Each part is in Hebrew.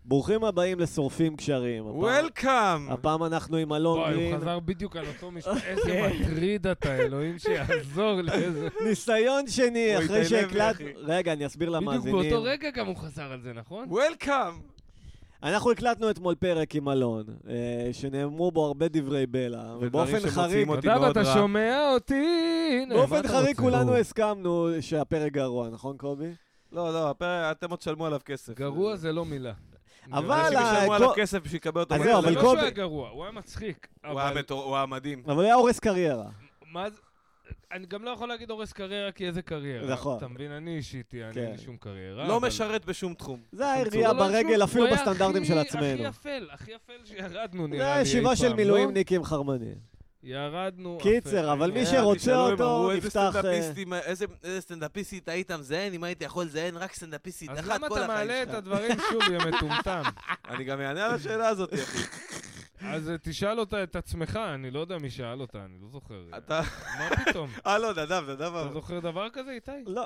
ברוכים הבאים לשורפים קשרים. וולקאם! הפעם אנחנו עם אלון גרין. הוא חזר בדיוק על אותו משפט. איזה מטריד אתה, אלוהים שיעזור לאיזה... ניסיון שני, אחרי שהקלט... רגע, אני אסביר למאזינים. בדיוק באותו רגע גם הוא חזר על זה, נכון? וולקאם! אנחנו הקלטנו אתמול פרק עם אלון, שנאמרו בו הרבה דברי בלע, ובאופן חריג... תודה, אתה שומע אותי? באופן חריג כולנו הסכמנו שהפרק גרוע, נכון קובי? לא, אתם עוד תשלמו עליו כסף. גרוע זה לא מילה. אבל... שמשלמו עליו כסף בשביל לקבל אותו. זה לא שהוא היה גרוע, הוא היה מצחיק. הוא היה מדהים. אבל היה הורס קריירה. מה זה? אני גם לא יכול להגיד הורס קריירה, כי איזה קריירה. נכון. אתה מבין, אני אישיתי, אני אין לי שום קריירה. לא משרת בשום תחום. זה היריעה ברגל, אפילו בסטנדרטים של עצמנו. הכי אפל שירדנו, נראה זה לי. ישיבה של מילואימניקים חרמנים. ירדנו... קיצר, אבל מי שרוצה אותו, יפתח... איזה סטנדאפיסטית היית מזיין, אם הייתי יכול לזיין רק סטנדאפיסטית אחת כל החיים שלך. אז למה אתה מעלה את הדברים שוב, יא מטומטם? אני גם אענה על השאלה הזאת, אחי. אז תשאל אותה את עצמך, אני לא יודע מי שאל אותה, אני לא זוכר. אתה... מה פתאום? לא, נדב. אתה זוכר דבר כזה, איתי? לא,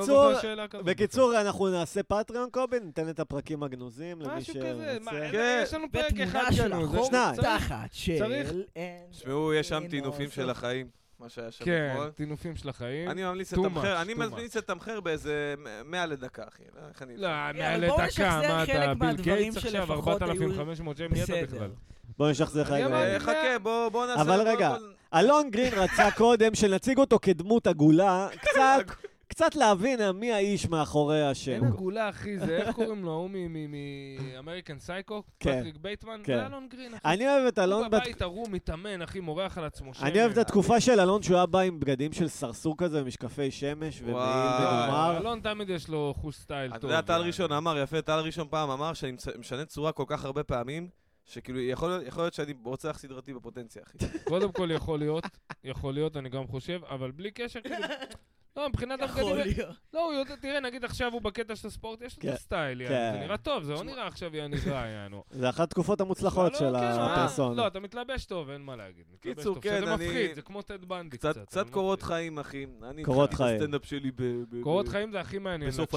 בקיצור, אנחנו נעשה פטריון קובי, ניתן את הפרקים הגנוזים למי משהו כזה, שרוצה. יש לנו פרק אחד גנוז. תחת של... שמעו, יש שם טינופים של החיים, מה שהיה שם כן, אתמול. טינופים של החיים. אני ממליץ לתמחר באיזה 100 לדקה, אחי. לא, 100 לדקה, מה אתה, ביל גייטס עכשיו, 4,500 שם, מי אתה בכלל? בוא נשחזר לך רגע. חכה, בוא נעשה... אבל רגע, אלון גרין רצה קודם שנציג אותו כדמות עגולה, קצת להבין מי האיש מאחורי השם. אין עגולה, אחי, זה איך קוראים לו? הוא מאמריקן סייקו? פטריק בייטמן? זה אלון גרין, אחי. אני אוהב את אלון... הוא בבית ערום, מתאמן, אחי, מורח על עצמו שמש. אני אוהב את התקופה של אלון שהוא היה בא עם בגדים של סרסור כזה ומשקפי שמש ומעיל ודומר. אלון תמיד יש לו חוש סטייל טוב. אתה יודע, טל ראשון אמר, יפה, טל ראשון פעם אמר שאני משנה צורה כל כך הרבה פעמים, שכאילו יכול להיות שאני רוצח סדרתי בפוטנציה, אחי. קודם כל יכול להיות, אני גם חושב, אבל בלי קשר, כאילו... לא, מבחינת הבגדים... לא, הוא יודע, תראה, נגיד עכשיו הוא בקטע של הספורט, יש לו את הסטייל, זה נראה טוב, זה לא נראה עכשיו יהיה נראה, יענו. זה אחת התקופות המוצלחות של הפרסונה. לא, אתה מתלבש טוב, אין מה להגיד. קיצור, כן, זה מפחיד, זה כמו טד בנדי קצת. קצת קורות חיים, אחי. קורות חיים. הסטנדאפ שלי קורות חיים זה הכי מעניין. בסוף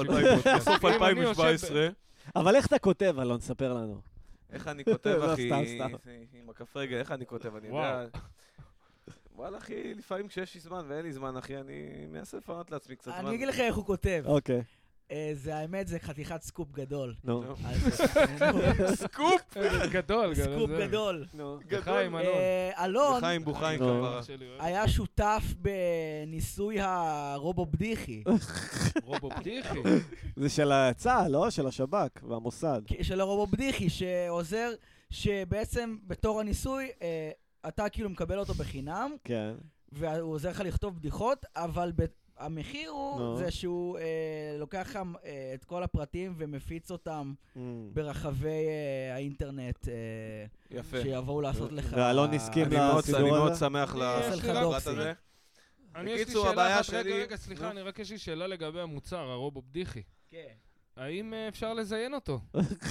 2017. אבל איך אתה כותב, אלון, ספר לנו. איך אני כותב, אחי? עם הכף רגע, איך אני כותב, אני יודע... וואלה, אחי, לפעמים כשיש לי זמן ואין לי זמן, אחי, אני מנסה לפנות לעצמי קצת זמן. אני אגיד לך איך הוא כותב. אוקיי. זה האמת, זה חתיכת סקופ גדול. נו. סקופ? גדול. סקופ גדול. לחיים, אלון. אלון לחיים בוחיים כפרה. היה שותף בניסוי הרובו-בדיחי. רובו-בדיחי? זה של הצה"ל, לא? של השב"כ והמוסד. של הרובו-בדיחי, שעוזר, שבעצם בתור הניסוי... אתה כאילו מקבל אותו בחינם, כן. והוא עוזר לך לכתוב בדיחות, אבל המחיר הוא זה שהוא לוקח את כל הפרטים ומפיץ אותם ברחבי האינטרנט, שיבואו לעשות לך... ואלון הסכים לסידור הזה? אני מאוד שמח לפרט הזה. יש לי שאלה אחת, רגע, סליחה, אני רק יש לי שאלה לגבי המוצר, הרובו בדיחי. כן. האם אפשר לזיין אותו?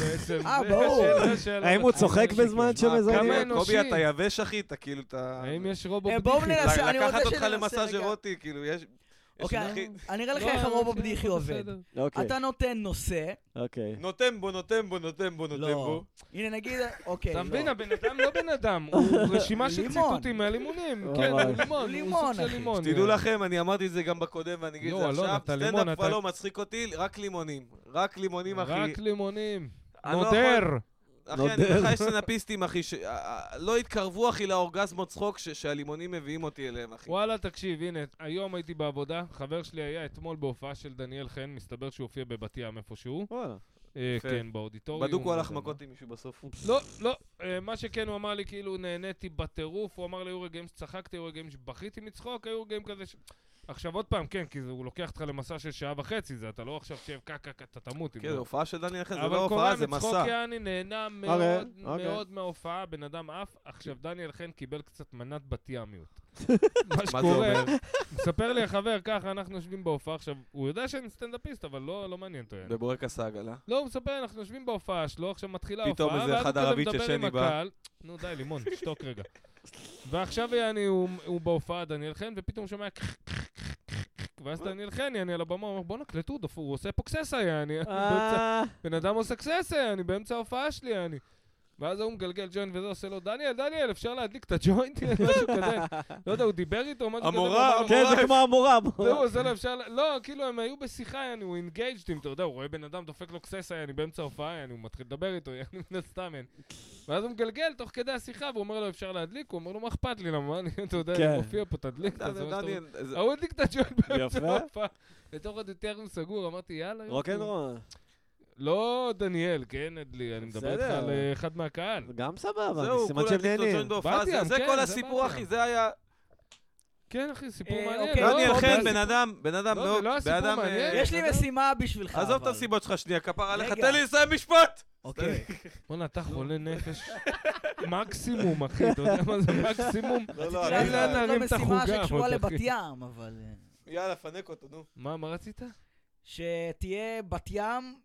ברור. האם הוא צוחק בזמן שמזיינים? קובי, אתה יבש, אחי, אתה כאילו, אתה... האם יש רובו בדיחי? בואו ננסה, אני רוצה לקחת אותך למסאז' אירוטי, כאילו, יש... אוקיי, אני אראה לך איך הרובו בדיחי עובד. אתה נותן נושא. נותן בו. לא. הנה נגיד, אוקיי. אתה מבין, הבן אדם לא בן אדם, הוא רשימה של ציטוטים מהלימונים. כן, לימון, אחי. תדעו לכם, אני אמרתי את זה גם בקודם ואני אגיד את זה עכשיו, סטנדאפ כבר לא מצחיק אותי, רק לימונים. רק לימונים, אחי. רק לימונים. נודר. אחי, אני אומר לך, יש סטנדאפיסטים, אחי, שלא התקרבו, אחי, לאורגזמות צחוק שהלימונים מביאים אותי אליהם, אחי. וואלה, תקשיב, הנה, היום הייתי בעבודה, חבר שלי היה אתמול בהופעה של דניאל חן, מסתבר שהוא הופיע בבת ים איפשהו. וואלה. כן, באודיטוריום. בדוקו הלך מכות עם מישהו בסוף. לא, מה שכן, הוא אמר לי, כאילו, נהניתי בטירוף, הוא אמר לי, היו רגעים שצחקתי, היו רגעים שבכיתי מצחוק, היו רגעים כזה עכשיו עוד פעם, כן, כי הוא לוקח אותך למסע של שעה וחצי, זה אתה לא עכשיו שב קקק, אתה תמות. כן, זה הופעה של דניאל חן, זה לא הופעה, זה מסע. אבל קוראים לצחוק יעני נהנה מאוד מההופעה, בן אדם אף. עכשיו דניאל חן קיבל קצת מנת בת ימיות. מה שקורה, מספר לי החבר, ככה אנחנו יושבים בהופעה, עכשיו, הוא יודע שאני סטנדאפיסט, אבל לא מעניין אותו. בבורקס העגלה. לא, הוא מספר, אנחנו יושבים בהופעה שלו, עכשיו מתחילה ההופעה, פתאום איזה אחד ערבית ששני בא. נו די, לימון, שתוק רגע. ועכשיו הוא בהופעה, דניאל חן, ופתאום הוא שומע ואז דניאל חן, אני על הבמה, אומר, בוא נקלטו, הוא עושה פה קססה, בן אדם עושה קססה, אני באמצע ההופעה שלי, אני. ואז הוא מגלגל ג'וינט וזה עושה לו, דניאל, אפשר להדליק את הג'וינט? משהו כזה. לא יודע, הוא דיבר איתו, משהו כזה. המורה, כן, זה כמו המורה. זהו, עושה לו, אפשר... לא, כאילו, הם היו בשיחה, הוא אינגייג'ד, אתה יודע, הוא רואה בן אדם, דופק לו קססה, אני באמצע ההופעה, הוא מתחיל לדבר איתו, אני מן הסתם. ואז הוא מגלגל תוך כדי השיחה, והוא אומר לו, אפשר להדליק? הוא אומר לו, מה אכפת לי, למה? אתה יודע, אני מופיע פה, תדליק. הוא הדליק את הג'וינט באמצע ההופעה. לתוך הדיוטריום סגור, אמרתי, יאללה. רוקנרול. לא דניאל, כן, אני מדבר איתך על אחד מהקהל. גם סבבה, זהו, סימן של נהנים. זה כל הסיפור, אחי, זה היה... כן, אחי, סיפור מעניין. דניאל חן, בן אדם מאוד... לא הסיפור מעניין. יש לי משימה בשבילך. עזוב את הסיבות שלך שנייה, כפר עליך, תן לי לסיים משפט! אוקיי. בוא'נה, אתה חולה נפש. מקסימום, אחי, אתה יודע מה זה מקסימום? אין לה נערים את החוגה. משימה שקשורה לבת ים, אבל... יאללה, פנק אותו, נו. מה רצית? שתהיה בת ים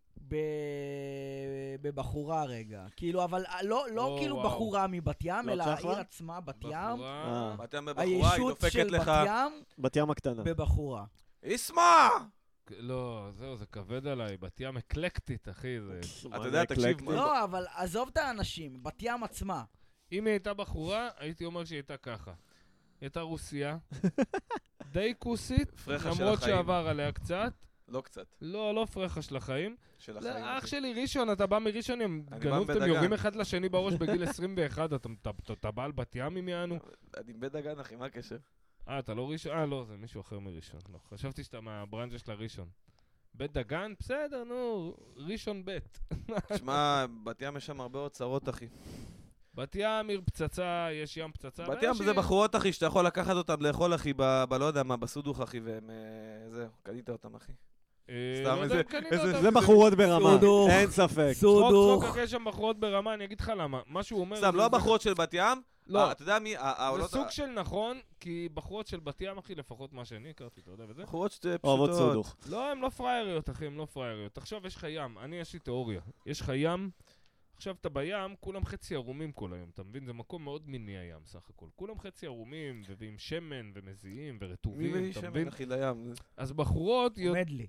בבחורה רגע. כאילו, אבל לא כאילו בחורה מבת ים, אלא העיר עצמה, בת ים. בת ים בבחורה, היא דופקת לך. בת ים הקטנה. בבחורה. ישמע! לא, זהו, זה כבד עליי. בת ים אקלקטית, אחי. אתה יודע, תקשיב. לא, אבל עזוב את האנשים, בת ים עצמה. אם היא הייתה בחורה, הייתי אומר שהיא הייתה ככה. היא הייתה רוסיה, די כוסית, למרות שעבר עליה קצת. לא קצת. לא פרחה של החיים. של החיים. אח שלי ראשון, אתה בא מראשון, הם גנוב, אתם יורים אחד לשני בראש בגיל 21, אתה בא על בת ים עם יענו? אני בדגן, אחי, מה הקשר? אתה לא ראשון? לא, זה מישהו אחר מראשון. לא, חשבתי שאתה מהברנג'ה של הראשון. בית דגן? בסדר, נו, ראשון בית. תשמע, בת ים יש שם הרבה אוצרות, אחי. בת ים עיר פצצה, יש ים פצצה. בת ים זה בחורות, אחי, שאתה יכול לקחת אותם לאכול, אחי, לא יודע מה, בסודוך, אחי, והם... זהו, קנית אותם, אחי. זה בחורות ברמה, אין ספק. צחוק אחרי שם בחורות ברמה, אני אגיד לך למה. מה שהוא אומר... סתם, לא הבחורות של בת ים? לא. אתה יודע מי... זה סוג של נכון, כי בחורות של בת ים, אחי, לפחות מה שאני הכרתי, אתה יודע וזה? בחורות שפשוטות. אוהבות סודוך. לא, הן לא פרייריות, אחי, הן לא פרייריות. עכשיו יש לך ים, יש לי תיאוריה. יש לך ים, עכשיו אתה בים, כולם חצי ערומים כל היום, אתה מבין? זה מקום מאוד מיני הים, סך הכל. כולם חצי ערומים, ועם שמן, ומזיעים, ורטובים, אתה מבין? אחי, לים. אז בחורות... עומד לי.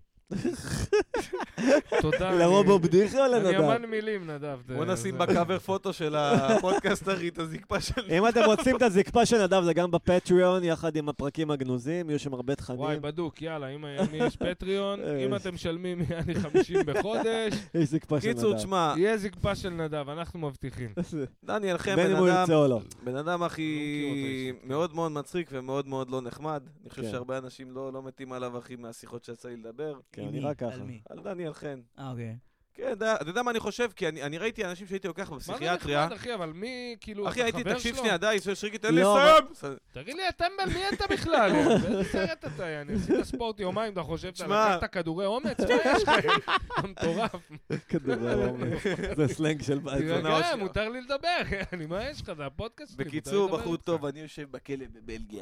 תודה. לרובו בדיחה או לנדב? אני אמן מילים, נדב. בוא נשים בקאבר פוטו של הפודקאסט, אחי, את הזקפה של נדב. אם אתם רוצים את הזקפה של נדב, זה גם בפטריון, יחד עם הפרקים הגנוזים, יהיו שם הרבה תכנים. וואי, בדוק, יאללה, אם יש פטריון, אם אתם משלמים, יעני 50 בחודש, יש זקפה של נדב. קיצור, תשמע. יהיה זקפה של נדב, אנחנו מבטיחים. דניאל חן, בן אדם הכי מאוד מאוד מצחיק ומאוד מאוד לא נחמד. אני חושב שהרבה אנשים לא מתים עליו, אחי, מהשיחות שיצא לי לדבר. כן, נראה ככה. על דניאל חן. אוקיי. כן, אתה יודע מה אני חושב? כי אני ראיתי אנשים שהייתי לוקח בפסיכיאטריה. מה זה נחמד, אחי? אבל מי, כאילו, אחי, הייתי, תקשיב שנייה, די, שריקי, תן לי לא, לסיים! תגיד לי, הטמבל, מי אתה בכלל? באיזה סרט אתה? אני עשית ספורט יומיים, אתה חושב שאתה לקחת כדורי אומץ? מה יש לך? אתה מטורף. כדורי אומץ. זה סלנג של בעצם. תרגע, מותר לי לדבר. מה יש לך? זה הפודקאסט שלי. בקיצור, בחור טוב, אני יושב בכלא בבלגיה.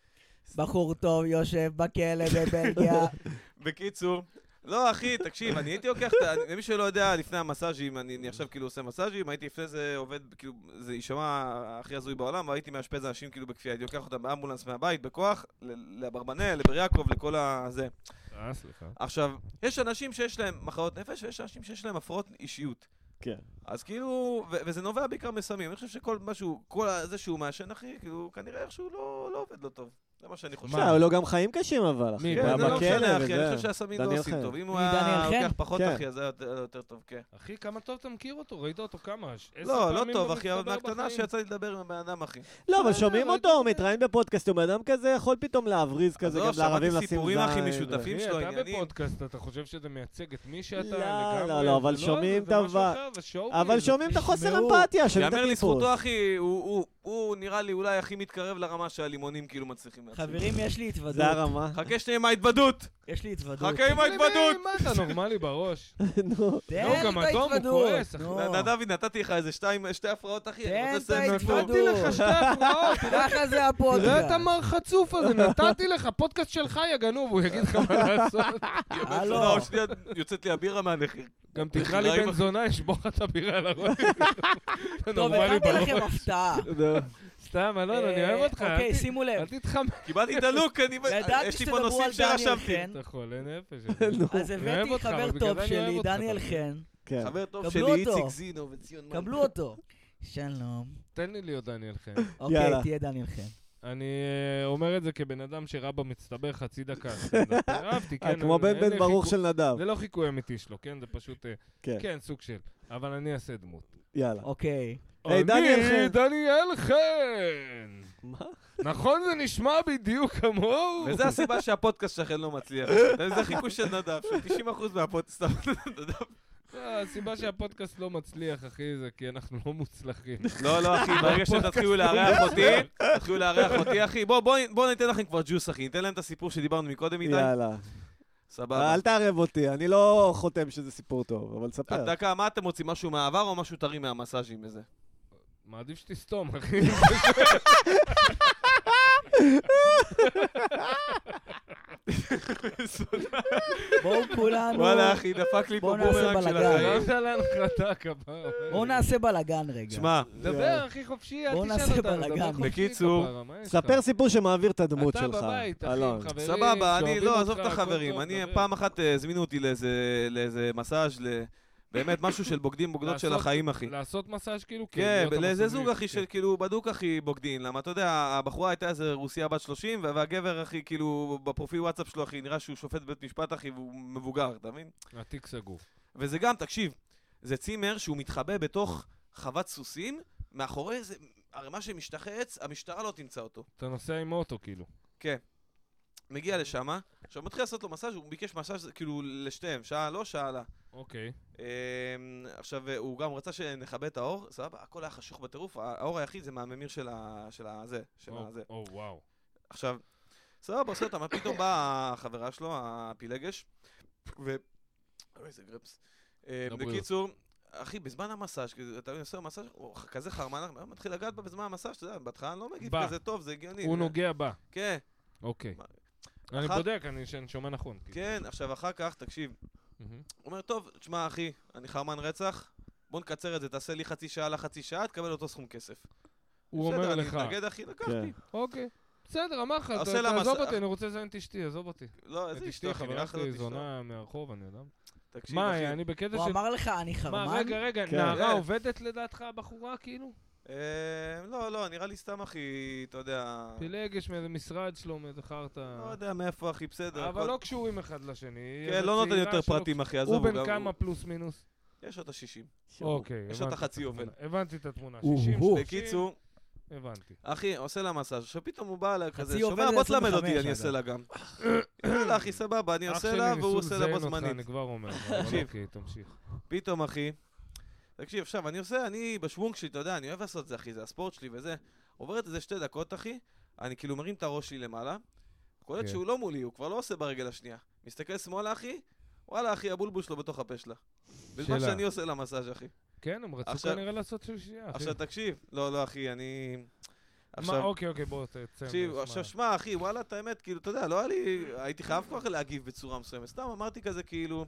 בחור טוב יושב בכלא בבלגיה. בקיצור, לא, אחי, תקשיב, אני הייתי לוקח, למי שלא יודע, לפני המסאז'ים, אני עכשיו כאילו עושה מסאז'ים, הייתי לפני זה עובד, כאילו, זה יישמע הכי הזוי בעולם, והייתי מאשפז אנשים כאילו בכפייה, הייתי לוקח אותם באמבולנס מהבית, בכוח, לאברבנאל, לבר יעקב, לכל הזה. סליחה. עכשיו, יש אנשים שיש להם מחלות נפש, ויש אנשים שיש להם הפרעות אישיות. כן. אז כאילו, וזה נובע בעיקר מסמים, אני חושב שכל משהו, כל זה שהוא מעשן, אחי, כאילו, כנראה איכשהו לא עובד לו טוב. זה מה שאני חושב. היו לו גם חיים קשים אבל, אחי. כן, זה לא משנה, אחי, אני חושב שהסמים לא עושים טוב. אם הוא היה לוקח פחות, אחי, אז זה היה יותר טוב, כן. אחי, כמה טוב אתה מכיר אותו? ראית אותו כמה? לא טוב, אחי, אבל מהקטנה שיצא לי לדבר עם הבן אדם, אחי. לא, אבל שומעים אותו, הוא מתראיין בפודקאסט, הוא בן אדם כזה יכול פתאום להבריז כזה, גם לערבים לשים זין. סיפורים, אחי, משותפים שלו, אתה בפודקאסט, אתה חושב שזה מייצג את מי שאתה לגמרי? לא, אבל שומעים את החוסר אמפתיה, יאמר לזכותו, אחי, הוא נראה לי אולי הכי מתקרב לרמה שהלימונים כאילו מצליחים להציג. חברים, יש לי התוודות. זה הרמה. חכה שנייה עם ההתוודות. יש לי התוודות. חכה עם ההתוודות. מה אתה נורמלי בראש? נו. תן את ההתוודות. דוד, נתתי לך איזה שתי הפרעות, אחי. תן את ההתוודות. נתתי לך 2 הפרעות. ככה זה הפודקאסט. תראה את המר חצוף הזה, נתתי לך, פודקאסט שלך יגנוב, הוא יגיד לך מה לעשות. עוד שנייה יוצאת לי הבירה מהנחיר. גם תקרא לי בן זונה, ישבור את הבירה על הראש. טוב, הכנתי לכם הפתעה. סתם, אלון, אני אוהב אותך. אוקיי, שימו לב. אל תתחמם. קיבלתי את הלוק, יש לי פה נושאים שרשמתי. אתה חולה נפש. אז הבאתי חבר טוב שלי, דניאל חן. חבר טוב שלי, איציק זינו וציון מנקה. קבלו אותו. שלום. תן לי להיות דניאל חן. אוקיי, תהיה דניאל חן. אני אומר את זה כבן אדם שרב במצטבר חצי דקה. אהבתי, כן. כמו בן ברוך של נדב. זה לא חיקוי אמיתי שלו, כן? זה פשוט, כן, סוג של. אבל אני אעשה דמות. יאללה. אוקיי. היי, דניאל חן. אני דניאל חן. מה? נכון, זה נשמע בדיוק כמוהו. וזה הסיבה שהפודקאסט שלכם לא מצליח. זה חיקוי של נדב, של 90% מהפודקאסט. הסיבה שהפודקאסט לא מצליח, אחי, זה כי אנחנו לא מוצלחים. לא, אחי, ברגע שתתחילו לארח אותי, אחי, בוא ניתן לכם כבר ג'וס, אחי. ניתן להם את הסיפור שדיברנו מקודם איתי. יאללה. סבבה. אל תערב אותי, אני לא חותם שזה סיפור טוב, אבל ספר. דקה, מה אתם רוצים? משהו מהעבר או משהו טרי מהמסאז'ים וזה? מעדיף שתסתום, אחי. בואו כולנו... וואלה, אחי, דפק לי פה בומרנג של החיים. בואו נעשה בלגן רגע. שמע, דבר, אחי, חופשי, אל תשאל אותנו. בקיצור, ספר סיפור שמעביר את הדמות שלך. אתה בבית, אחי, עם חברים. סבבה, אני לא, עזוב את החברים. אני פעם אחת הזמינו אותי לאיזה מסאז' באמת משהו של בוגדים, בוגדות של החיים, אחי. לעשות מסאז' כאילו? כן, לאיזה זוג, אחי, של כאילו בדוק, אחי, בוגדין. למה, אתה יודע, הבחורה הייתה איזה רוסיה בת 30, והגבר, אחי, כאילו, בפרופיל וואטסאפ שלו, אחי, נראה שהוא שופט בית משפט, אחי, והוא מבוגר, אתה מבין? התיק סגור. וזה גם, תקשיב, זה צימר שהוא מתחבא בתוך חוות סוסים, מאחורי זה, הרי מה שמשתחץ, המשטרה לא תמצא אותו. אתה נוסע עם אוטו, כאילו. כן. מגיע לשם, עכשיו מתחיל לעשות לו מסאז', הוא ביקש מסאז' כאילו לשתיהם, שעה לא, שעה לה. אוקיי. עכשיו, הוא גם רצה שנכבה את האור, סבבה, הכל היה חשוך בטירוף, האור היחיד זה מהממיר של הזה. או, וואו. עכשיו, סבבה, עושה אותם, פתאום באה החברה שלו, הפילגש, איזה גרפס. בקיצור, אחי, בזמן המסאז', אתה עושה מסאז', הוא כזה חרמן, מתחיל לגעת בה בזמן המסאז', אתה יודע, בהתחלה אני לא מגיב כזה טוב, זה הגיוני. הוא נוגע בה. כן. אוקיי. אני בודק, אני שומע נכון. כן, עכשיו אחר כך, תקשיב. הוא אומר, טוב, תשמע אחי, אני חרמן רצח, בוא נקצר את זה, תעשה לי חצי שעה לחצי שעה, תקבל אותו סכום כסף. הוא אומר לך. אני מתנגד אחי, לקחתי. אוקיי. בסדר, אמר לך, תעזוב אותי, אני רוצה לזיין את אשתי, עזוב אותי. לא, איזה אשתי, אחי, חברה שלי זונה מהרחוב, אני יודע. תקשיב, מה, אחי. אני בקטע הוא אמר לך, אני חרמן? מה, רגע, נערה עובדת לדעתך הבחורה, כאילו? לא, נראה לי סתם אחי, אתה יודע... פילגש מאיזה משרד שלו, מאיזה חרטה... לא יודע מאיפה אחי, בסדר. אבל לא קשורים אחד לשני. כן, לא נותן יותר פרטים אחי, עזוב. הוא בן כמה פלוס מינוס? יש אותה 60. אוקיי, יש אותה חצי יובל. הבנתי את התמונה, 60, בקיצור... הבנתי. אחי, עושה לה מסאז' עכשיו פתאום הוא בא אליי כזה, שומע, בוא תלמד אותי, אני אעשה לה גם. יאללה אחי, סבבה, אני עושה לה והוא עושה לה בו זמנית. אני כבר אומר, תמשיך. פתאום אחי, תקשיב, עכשיו, אני בשוונג שלי, אתה יודע, אני אוהב לעשות את זה, אחי, זה הספורט שלי וזה. עוברת איזה 2 דקות, אחי, אני כאילו מרים את הראש שלי למעלה, קולט שהוא לא מולי, הוא כבר לא עושה ברגל השנייה. מסתכל שמאלה, אחי, וואלה, אחי, הבולבול שלו בתוך הפה שלה. בזמן שאני עושה לה מסאז' אחי. כן, הם רצו כנראה לעשות שלישייה, אחי. עכשיו, תקשיב, לא, אחי, אני... אוקיי, בוא תצא. תקשיב, עכשיו, שמע, אחי, וואלה, את האמת, כאילו, אתה יודע, לא היה לי... הייתי חייב כבר להגיב בצורה מסוימת. סתם אמרתי כזה, כאילו...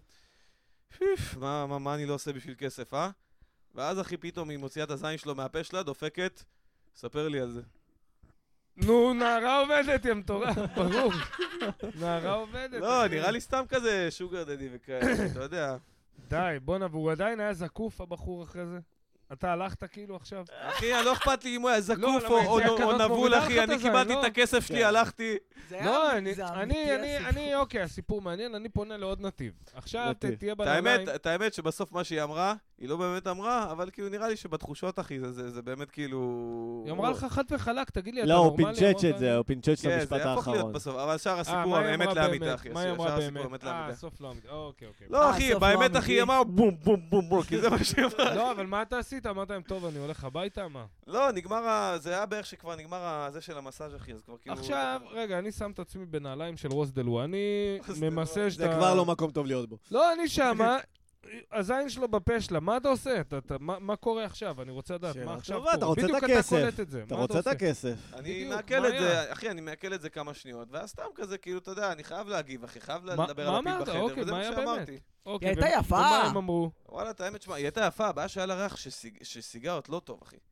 מה אני לא עושה בשביל כסף, אה? ואז, אחי, פתאום היא מוציאה את הזין שלו מהפה שלה, דופקת, ספר לי על זה. נו, נערה עובדת, יא מטורף, ברור. נערה עובדת. לא, נראה לי סתם כזה שוגר דדי וכאלה, אתה יודע. די, בוא והוא עדיין היה זקוף, הבחור אחרי זה? אתה הלכת כאילו עכשיו? אחי, לא אכפת לי אם הוא היה זקוף או נבול, אחי, אני קיבלתי את הכסף שלי, הלכתי. לא, אני, אוקיי, הסיפור מעניין, אני פונה לעוד נתיב. עכשיו תהיה בנעליים. את האמת שבסוף מה שהיא אמרה, היא לא באמת אמרה, אבל כאילו נראה לי שבתחושות, אחי, זה באמת כאילו... היא אמרה לך חד וחלק, תגיד לי, אתה לא, נורמלי? הוא פינצ'ץ' את זה, הוא פינצ'ץ' למשפט כן, זה יהפוך להיות האחרון. בסוף, אבל שאר הסיפור האמת לאמיתה, אחי. מה היא אמרה באמת? סוף לא אמיתה, אוקיי. לא, אחי, באמת, אחי, היא אמרה בום, בום, בום, בום, כי זה מה שהיא אמרה. לא, אבל מה אתה עשית? אמרת להם, טוב, אני הולך הביתה, מה? לא, נגמר, זה היה בערך שכבר נגמר זה של המסאז' אחי, אז כבר כאילו... עכשיו, רגע, אני שם את עצמי בנעליים של רוס דלו, אני ממסש את זה כבר לא מקום טוב להיות בו. לא, אני שמה, הזין שלו בפה שלה, מה אתה עושה? מה קורה עכשיו? אני רוצה לדעת, מה עכשיו קורה? אתה רוצה את הכסף. אתה רוצה את הכסף. אני מעכל את זה, אחי, אני מעכל את זה כמה שניות, ואז סתם כזה, כאילו, אתה יודע, אני חייב להגיב, אחי, חייב לדבר על הפיל בחדר, וזה מה שאמרתי. היא הייתה יפה. ומה הם אמרו? וואלה, את האמת, שמה, היא הייתה יפה, הבעיה שהיה לה ריח שסיגרות לא טוב, אחי.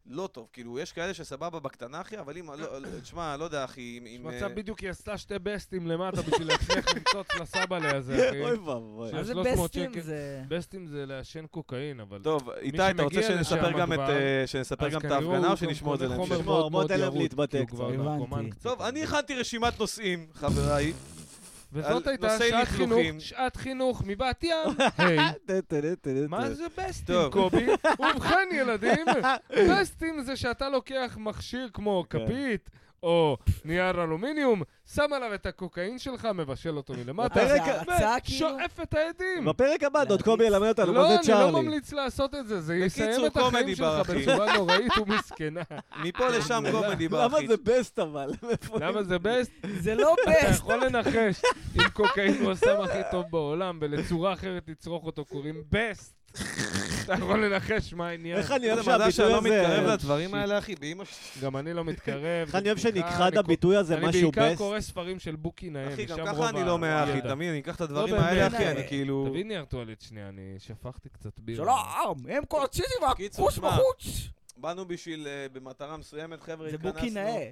לא טוב. כאילו, יש כאלה שסבבה בקטנה, אחי, אבל אם, תשמע, לא יודע, אחי, אם... מצא בדיוק היא עשתה 2 בסטים למטה בשביל להצליח למצוץ לסבא לזה, אחי. אוי ואבוי. מה זה בסטים? זה... בסטים זה לעשן קוקאין, אבל... טוב, איתי, אתה רוצה שנספר גם את ההפגנה או שנשמור את זה להמשך? נשמור, בוא תן להם להתבטא קצת. טוב, אני הכנתי רשימת נושאים, חבריי. וזאת הייתה שעת חינוך מבת ים. היי, מה זה בסטים, קובי? ובכן ילדים, בסטים זה שאתה לוקח מכשיר כמו כפית או נייר אלומיניום, שם עליו את הקוקאין שלך, מבשל אותו מלמטה, ושואף את העדים. בפרק הבא דוד קובי ילמד אותנו מה זה צ'ארלי. לא, אני לא ממליץ לעשות את זה, זה יסיים את החיים שלך בצורה נוראית ומסכנה. מפה לשם קומדי בר, אחי. למה זה בסט אבל? למה זה בסט? זה לא בסט. אתה יכול לנחש, אם קוקאין הוא הסם הכי טוב בעולם, ולצורה אחרת לצרוך אותו קוראים בסט. אתה יכול לנחש מה העניין. איך אני אוהב שהביטוי הזה... שהביטוי לא מתקרב הזה... לדברים האלה, אחי, באמא ש... גם אני לא מתקרב. איך אני אוהב שנכחד הביטוי הזה משהו בסט. אני בעיקר קורא ספרים של בוקי נאה. אחי, גם ככה אני לא מאה, אחי, תמיד, אני אקח את הדברים האלה, אחי, אני כאילו... תביא נייר טואלט שנייה, אני שפכתי קצת בירה. שלום, הם כל הציזים והכוס בחוץ. באנו בשביל, במטרה מסוימת, חבר'ה, זה בוקי נאה.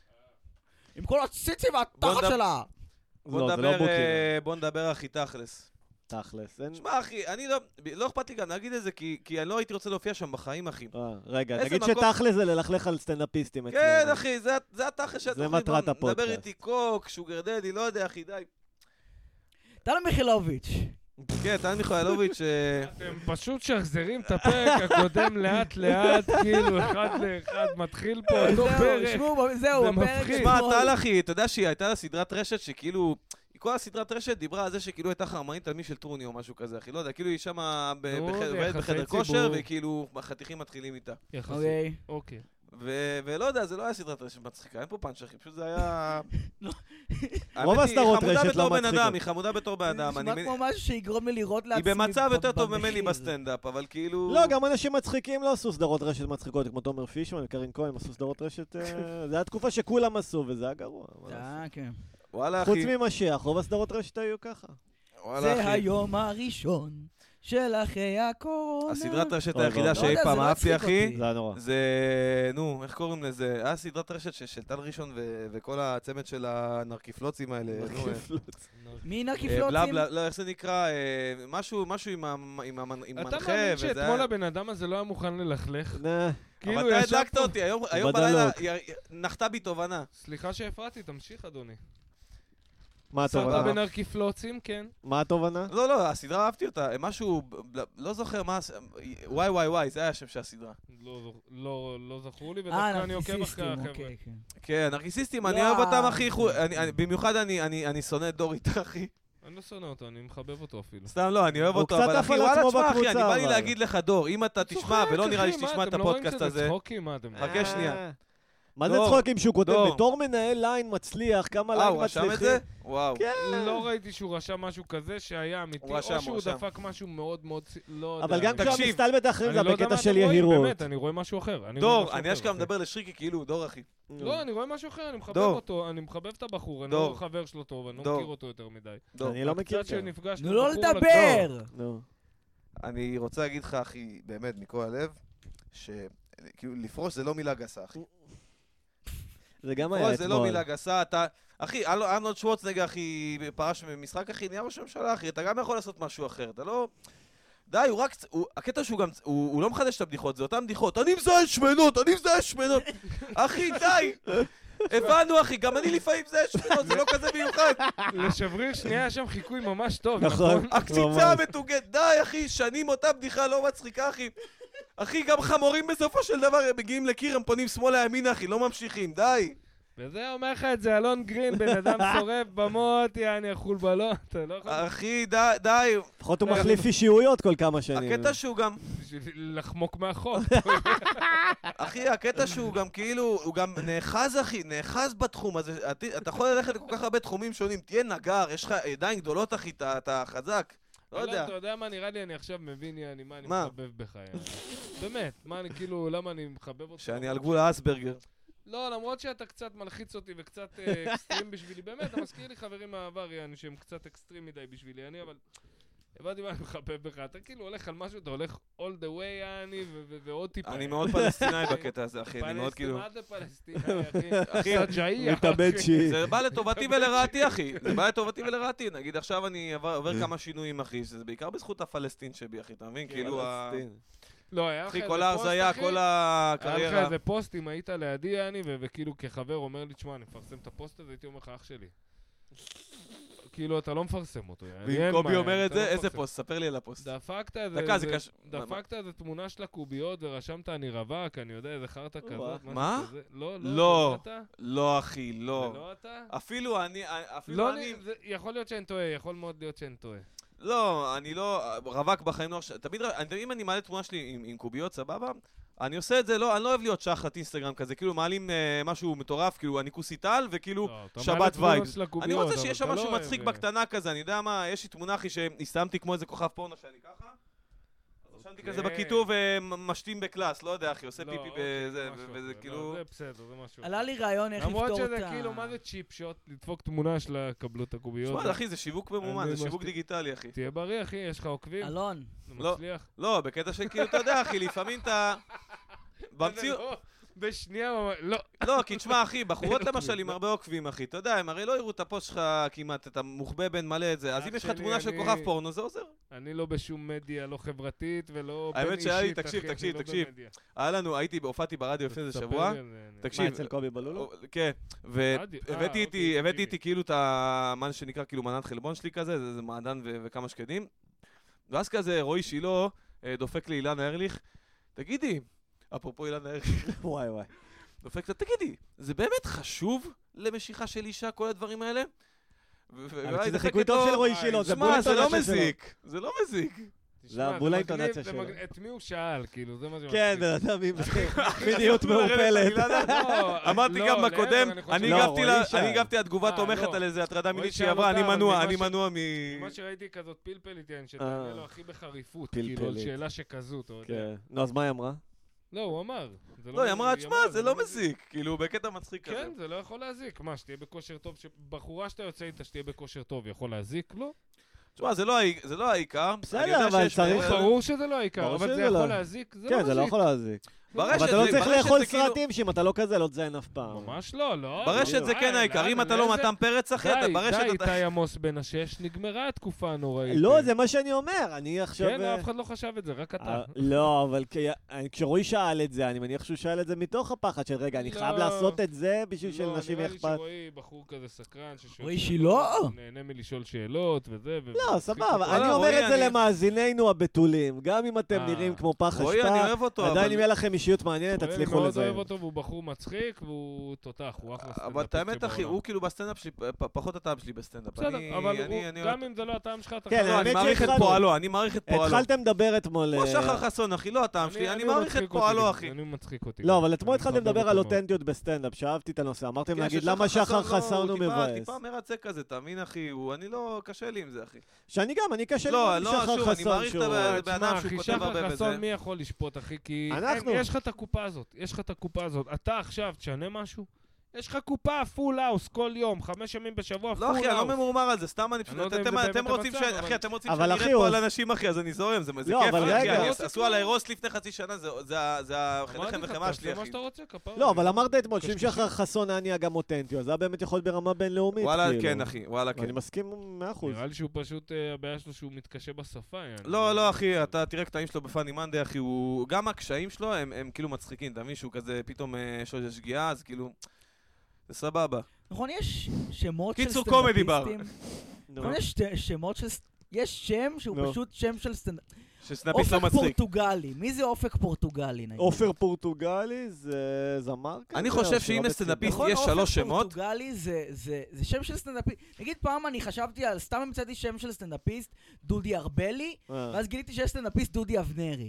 עם כל הציצים והתחת שלה. בוא נדבר, אחי, תכלס. תכלס. שמע, אחי, אני לא אכפת לי גם להגיד את זה, כי אני לא הייתי רוצה להופיע שם בחיים, אחי. רגע, נגיד שתכלס זה ללכלך על סטנדאפיסטים אצלנו. כן, אחי, זה התכלס של התוכנית. זה מטרת הפודקאסט. נדבר איתי קוק, שוגר דדי, לא יודע, אחי, די. טל מיכלוביץ'. כן, טל מיכלוביץ'. אתם פשוט שחזרים את הפרק הקודם לאט לאט, כאילו אחד לאחד מתחיל פה אותו פרק. זהו, הפרק. שמע, טל, אחי, אתה יודע שהיא הייתה לה סדרת רשת שכאילו... כל הסדרת רשת דיברה על זה שכאילו הייתה חרמנית על מי של טרוני או משהו כזה, אחי, לא יודע, כאילו היא שמה בחדר כושר, וכאילו החתיכים מתחילים איתה. אוקיי. ולא יודע, זה לא היה סדרת רשת מצחיקה, אין פה פאנץ' אחי, פשוט זה היה... רוב הסדרות רשת לא מצחיקה. היא חמודה בתור בן אדם. נשמע כמו משהו שיגרום לי לראות לעצמי היא במצב יותר טוב ממני בסטנדאפ, אבל כאילו... לא, גם אנשים מצחיקים לא עשו סדרות רשת מצחיקות, כמו תומר פישמן וקרין כהן עשו סדרות רשת... זה היה תקופה שכולם עשו, וזה היה גרוע. כן. חוץ ממשיח, רוב הסדרות רשת היו ככה. זה היום הראשון של אחרי הקורונה. הסדרת רשת היחידה שאי פעם אהבתי, אחי, זה נורא. זה, נו, איך קוראים לזה? היה סדרת רשת של טל ראשון וכל הצמד של הנרקיפלוצים האלה. מי נרקיפלוצים? לא, איך זה נקרא? משהו עם המנחה. אתה מאמין שאתמול הבן אדם הזה לא היה מוכן ללכלך? אבל אתה הדלקת אותי, היום בלילה נחתה בי תובנה. סליחה שהפרעתי, תמשיך אדוני. מה התובנה? סבא בנרקיפלוצים, כן. מה התובנה? לא, הסדרה אהבתי אותה, משהו, לא זוכר מה, וואי, זה היה השם של הסדרה. לא זכור לי, ודווקא אני עוקב אחרי החבר'ה. כן, נרקיסיסטים, אני אוהב אותם, אחי, במיוחד אני שונא את דור איתה, אחי. אני לא שונא אותו, אני מחבב אותו אפילו. סתם לא, אני אוהב אותו, אבל אחי, וואלה, תשמע, אחי, אני בא לי להגיד לך, דור, אם אתה תשמע, ולא נראה לי שתשמע את הפודקאסט הזה. חכה שנייה. מה זה צחוקים שהוא כותב? בתור מנהל ליין מצליח, כמה ליין מצליחים? הוא רשם את זה? וואו. לא ראיתי שהוא רשם משהו כזה שהיה אמיתי, או שהוא דפק משהו מאוד מאוד... אבל גם כשהוא מסתלבט האחרים זה בקטע של יהירות. באמת, אני רואה משהו אחר. דור, אני אשכרה מדבר לשריקי כאילו, דור אחי. לא, אני רואה משהו אחר, אני מחבב אותו, אני מחבב את הבחור, אני לא חבר שלו טוב, אני לא מכיר אותו יותר מדי. אני לא מכיר. קצת שנפגשנו לא לדבר! אני רוצה להגיד לך, אחי, באמת, מכל הלב, שכאילו לפרוש זה לא מילה גסה, אחי. זה גם היה אתמול. זה לא מילה גסה, אתה... אחי, ארנולד שוורצנגר, אחי, פרש ממשחק, אחי, נהיה ראש הממשלה, אחי, אתה גם יכול לעשות משהו אחר, אתה לא... די, הוא רק... הקטע שהוא גם... הוא לא מחדש את הבדיחות, זה אותן בדיחות. אני מזהה שמנות! אחי, די! הבנו, אחי, גם אני לפעמים מזהה שמנות, זה לא כזה מיוחד. לשבריר שנייה שם חיקוי ממש טוב, נכון? הקציצה המתוגת, די, אחי, שנים אותה בדיחה לא מצחיקה, אחי. אחי, גם חמורים בסופו של דבר הם מגיעים לקיר, הם פונים שמאלה ימינה, אחי, לא ממשיכים, די. וזה אומר לך את זה, אלון גרין, בן אדם שורף במות, יעני, החול בלון, אתה לא יכול... אחי, די. לפחות הוא מחליף אישיויות כל כמה שנים. הקטע שהוא גם... בשביל לחמוק מהחוק. אחי, הקטע שהוא גם כאילו, הוא גם נאחז, אחי, נאחז בתחום הזה. אתה יכול ללכת לכל כך הרבה תחומים שונים, תהיה נגר, יש לך ידיים גדולות, אחי, אתה חזק. לא יודע. אתה יודע מה נראה לי, אני עכשיו מבין מה אני מחבב בך. באמת, מה אני כאילו, למה אני מחבב אותך? שאני על גבול האסברגר. לא, למרות שאתה קצת מלחיץ אותי וקצת אקסטרים בשבילי, באמת, אתה מזכיר לי חברים מהעבר, שהם קצת אקסטרים מדי בשבילי, אבל הבנתי מה אני מחפף בך, אתה כאילו הולך על משהו, אתה הולך all the way, יעני, ועוד טיפה. אני מאוד פלסטינאי בקטע הזה, אחי, אני מאוד כאילו... מה זה פלסטינאי, אחי? סג'אי, מתאבד שיעי. זה בא לטובתי ולרעתי, אחי. זה בא לטובתי ולרעתי. נגיד, עכשיו אני עובר כמה שינויים, אחי, שזה בעיקר בזכות הפלסטין שבי, אחי, אתה מבין? כאילו לא, היה לך אחי, איזה כל פוסט, ההרזיה, אחי. כל היה הקריירה. לך איזה פוסט, אם היית לידי, יעני, וכאילו כחבר אומר לי, תשמע, אני מפרסם את הפוסט הזה, הייתי אומר לך, אח שלי. כאילו, אתה לא מפרסם אותו. ואם קובי אומר את זה, איזה פוסט? ספר לי על הפוסט. דפקת איזה תמונה של הקוביות ורשמת אני רווק, אני יודע, איזה חרטה כזאת. מה? לא, לא. אתה? לא, אחי, לא. זה לא אתה? אפילו אני... יכול להיות שאני טועה, יכול מאוד להיות שאני טועה. לא, אני לא... רווק בחיים לא... תמיד, אם אני מעלה תמונה שלי עם קוביות, סבבה? אני עושה את זה, לא, אני לא אוהב להיות שחלת אינסטגרם כזה, כאילו מעלים משהו מטורף, כאילו אני כוסיטל וכאילו שבת וייבס. אני רוצה שיש שם משהו מצחיק בקטנה כזה, אני יודע מה, יש לי תמונה אחי שהסתמתי כמו איזה כוכב פורנו שאני ככה, אז רשמתי כזה בכיתוב ומשתים בקלאס, לא יודע אחי, עושה פיפי בזה, וזה כאילו... זה בסדר, זה משהו. עלה לי רעיון איך לפתור אותה. למרות שזה כאילו, מה זה צ'יפ שוט? לדפוק תמונה של הקבלות הקוביות. שמע, אחי, זה שיווק ממומן, זה שיווק דיגיטלי, אחי. תהיה בריא, אחי, יש לך עוקבים? אלון. לא, בקטע שכאילו, אתה יודע, אחי, לפעמים אתה... בשנייה, לא. לא, כי תשמע, אחי, בחורות למשל עם הרבה עוקבים, אחי, אתה יודע, הם הרי לא יראו את הפוסט שלך כמעט, אתה מוחבא בין מלא את זה, אז אם יש לך תמונה של כוכב פורנו, זה עוזר. אני לא בשום מדיה, לא חברתית ולא בין האמת אישית, שהיה לי, אחי, תקשיב. היה לנו, הופעתי ברדיו לפני איזה שבוע. תקשיב. מה, אצל קובי בלולו? כן, והבאתי איתי כאילו את מה שנקרא כאילו מנת חלבון שלי כזה, זה מעדן וכמה שקדים. ואז כזה רועי שילה דופק לי אילנה ארליך, תגידי, אפרופו אילנה ארליך, וואי. דופק לה, תגידי, זה באמת חשוב למשיכה של אישה, כל הדברים האלה? אבל זה חיקוי טוב של רועי שילה, זה בול אינטונציה שלו. זה לא מזיק. זה בול האינטונציה שלו. את מי הוא שאל, כאילו, זה מה זה... כן, בן אדם עם מיניות מעופלת. אמרתי גם בקודם, אני הגבתי התגובה תומכת על איזה הטרדה מינית שהיא עברה, אני מנוע מ... מה שראיתי כזאת פלפלית, שתענה לו הכי בחריפות, כאילו, על שאלה שכזו, אתה יודע. נו, אז מה היא אמרה? לא, הוא אמר. לא, היא אמרה, תשמע, זה לא מזיק, כאילו, בקטע מצחיק כזה. כן, זה לא יכול להזיק. מה, שתהיה בכושר טוב, בחורה שאתה יוצא איתה שתהיה בכושר טוב, יכול להזיק? לא. תשמע, זה לא העיקר. בסדר, אבל צריך... ברור שזה לא העיקר, אבל זה יכול להזיק, זה לא מזיק. כן, זה לא יכול להזיק. אבל אתה לא צריך לאכול סרטים שאם אתה לא כזה, לא תזיין אף פעם. ממש לא, לא. ברשת זה כן העיקר, אם אתה לא מתן פרץ אחי, אתה ברשת... די, איתי עמוס בן השש, נגמרה התקופה הנוראית. לא, זה מה שאני אומר, אני עכשיו... כן, אף אחד לא חשב את זה, רק אתה. לא, אבל כשרועי שאל את זה, אני מניח שהוא שאל את זה מתוך הפחד של רגע, אני חייב לעשות את זה בשביל שלנשים יהיה אכפת. נראה לי שרועי בחור כזה סקרן, רועי שילה? נהנה מלשאול שאלות וזה. לא, סבבה, אני אומר את זה למאזיננו הבתולים, גם אם אתם נראים כמו פח אשפה, עדיין אם יהיה לכם אישיות מעניינת, תצליחו אני מאוד אוהב אותו, והוא בחור מצחיק, והוא תותח, הוא אחלה סטנדאפ. אבל האמת אחי, הוא כאילו בסטנדאפ שלי, פחות הטעם שלי בסטנדאפ. בסדר, אבל גם אם זה לא הטעם שלך, אתה כן, אני מעריך את פועלו. התחלתם לדבר אתמול... כמו שחר חסון אחי, לא הטעם שלי, אני מעריך את פועלו אחי. אני מצחיק אותי. לא, אבל אתמול התחלתם לדבר על אותנטיות בסטנדאפ, שאהבתי את הנושא, אמרתם להגיד למה שחר חסון הוא מבאס. טיפה מרצה כזה, תאמין אחי, אני לא, קשה לי עם זה אחי. שאני קשה לי עם שחר חסון שהוא... אחי, שחר חסון מי יכול לשפוט אחי, כי יש לך את הקופה הזאת, אתה עכשיו תשנה משהו? יש לך קופה פול האוס כל יום, 5 ימים בשבוע פול האוס. לא אחי, אני לא ממורמר על זה, סתם אני... אתם רוצים שאני נרד פה על אנשים אחי, אז אני זורם, זה כיף אחי, עשו עליי רוסט לפני חצי שנה, זה החלכם וחמה שלי אחי. לא, אבל אמרת אתמול שאם שחר חסון היה גם אותנטי, אז זה באמת יכול להיות ברמה בינלאומית. וואלה כן אחי, וואלה כן. אני מסכים 100%. נראה לי שהוא פשוט, הבעיה שלו שהוא מתקשה בשפה. לא אחי, אתה תראה קטעים שלו בפאני מנדי אחי, גם הקשיים שלו הם כאילו מצחיקים, אתה מבין שהוא כזה פתאום שגיאה, אז כאילו זה סבבה. נכון, יש שמות של קיצור קומדי בר. נכון, יש שמות של... יש שם שהוא פשוט שם של סטנדאפיסט. שסטנדאפיסט לא מצחיק. אופק פורטוגלי. מי זה אופק פורטוגלי נגיד? אופר פורטוגלי זה זמר כזה? אני חושב שאם לסטנדאפיסט יש 3 שמות... אופק פורטוגלי זה שם של סטנדאפיסט. נגיד פעם אני חשבתי על... סתם המצאתי שם של סטנדאפיסט דודי ארבלי, ואז גיליתי שיש סטנדאפיסט דודי אבנרי.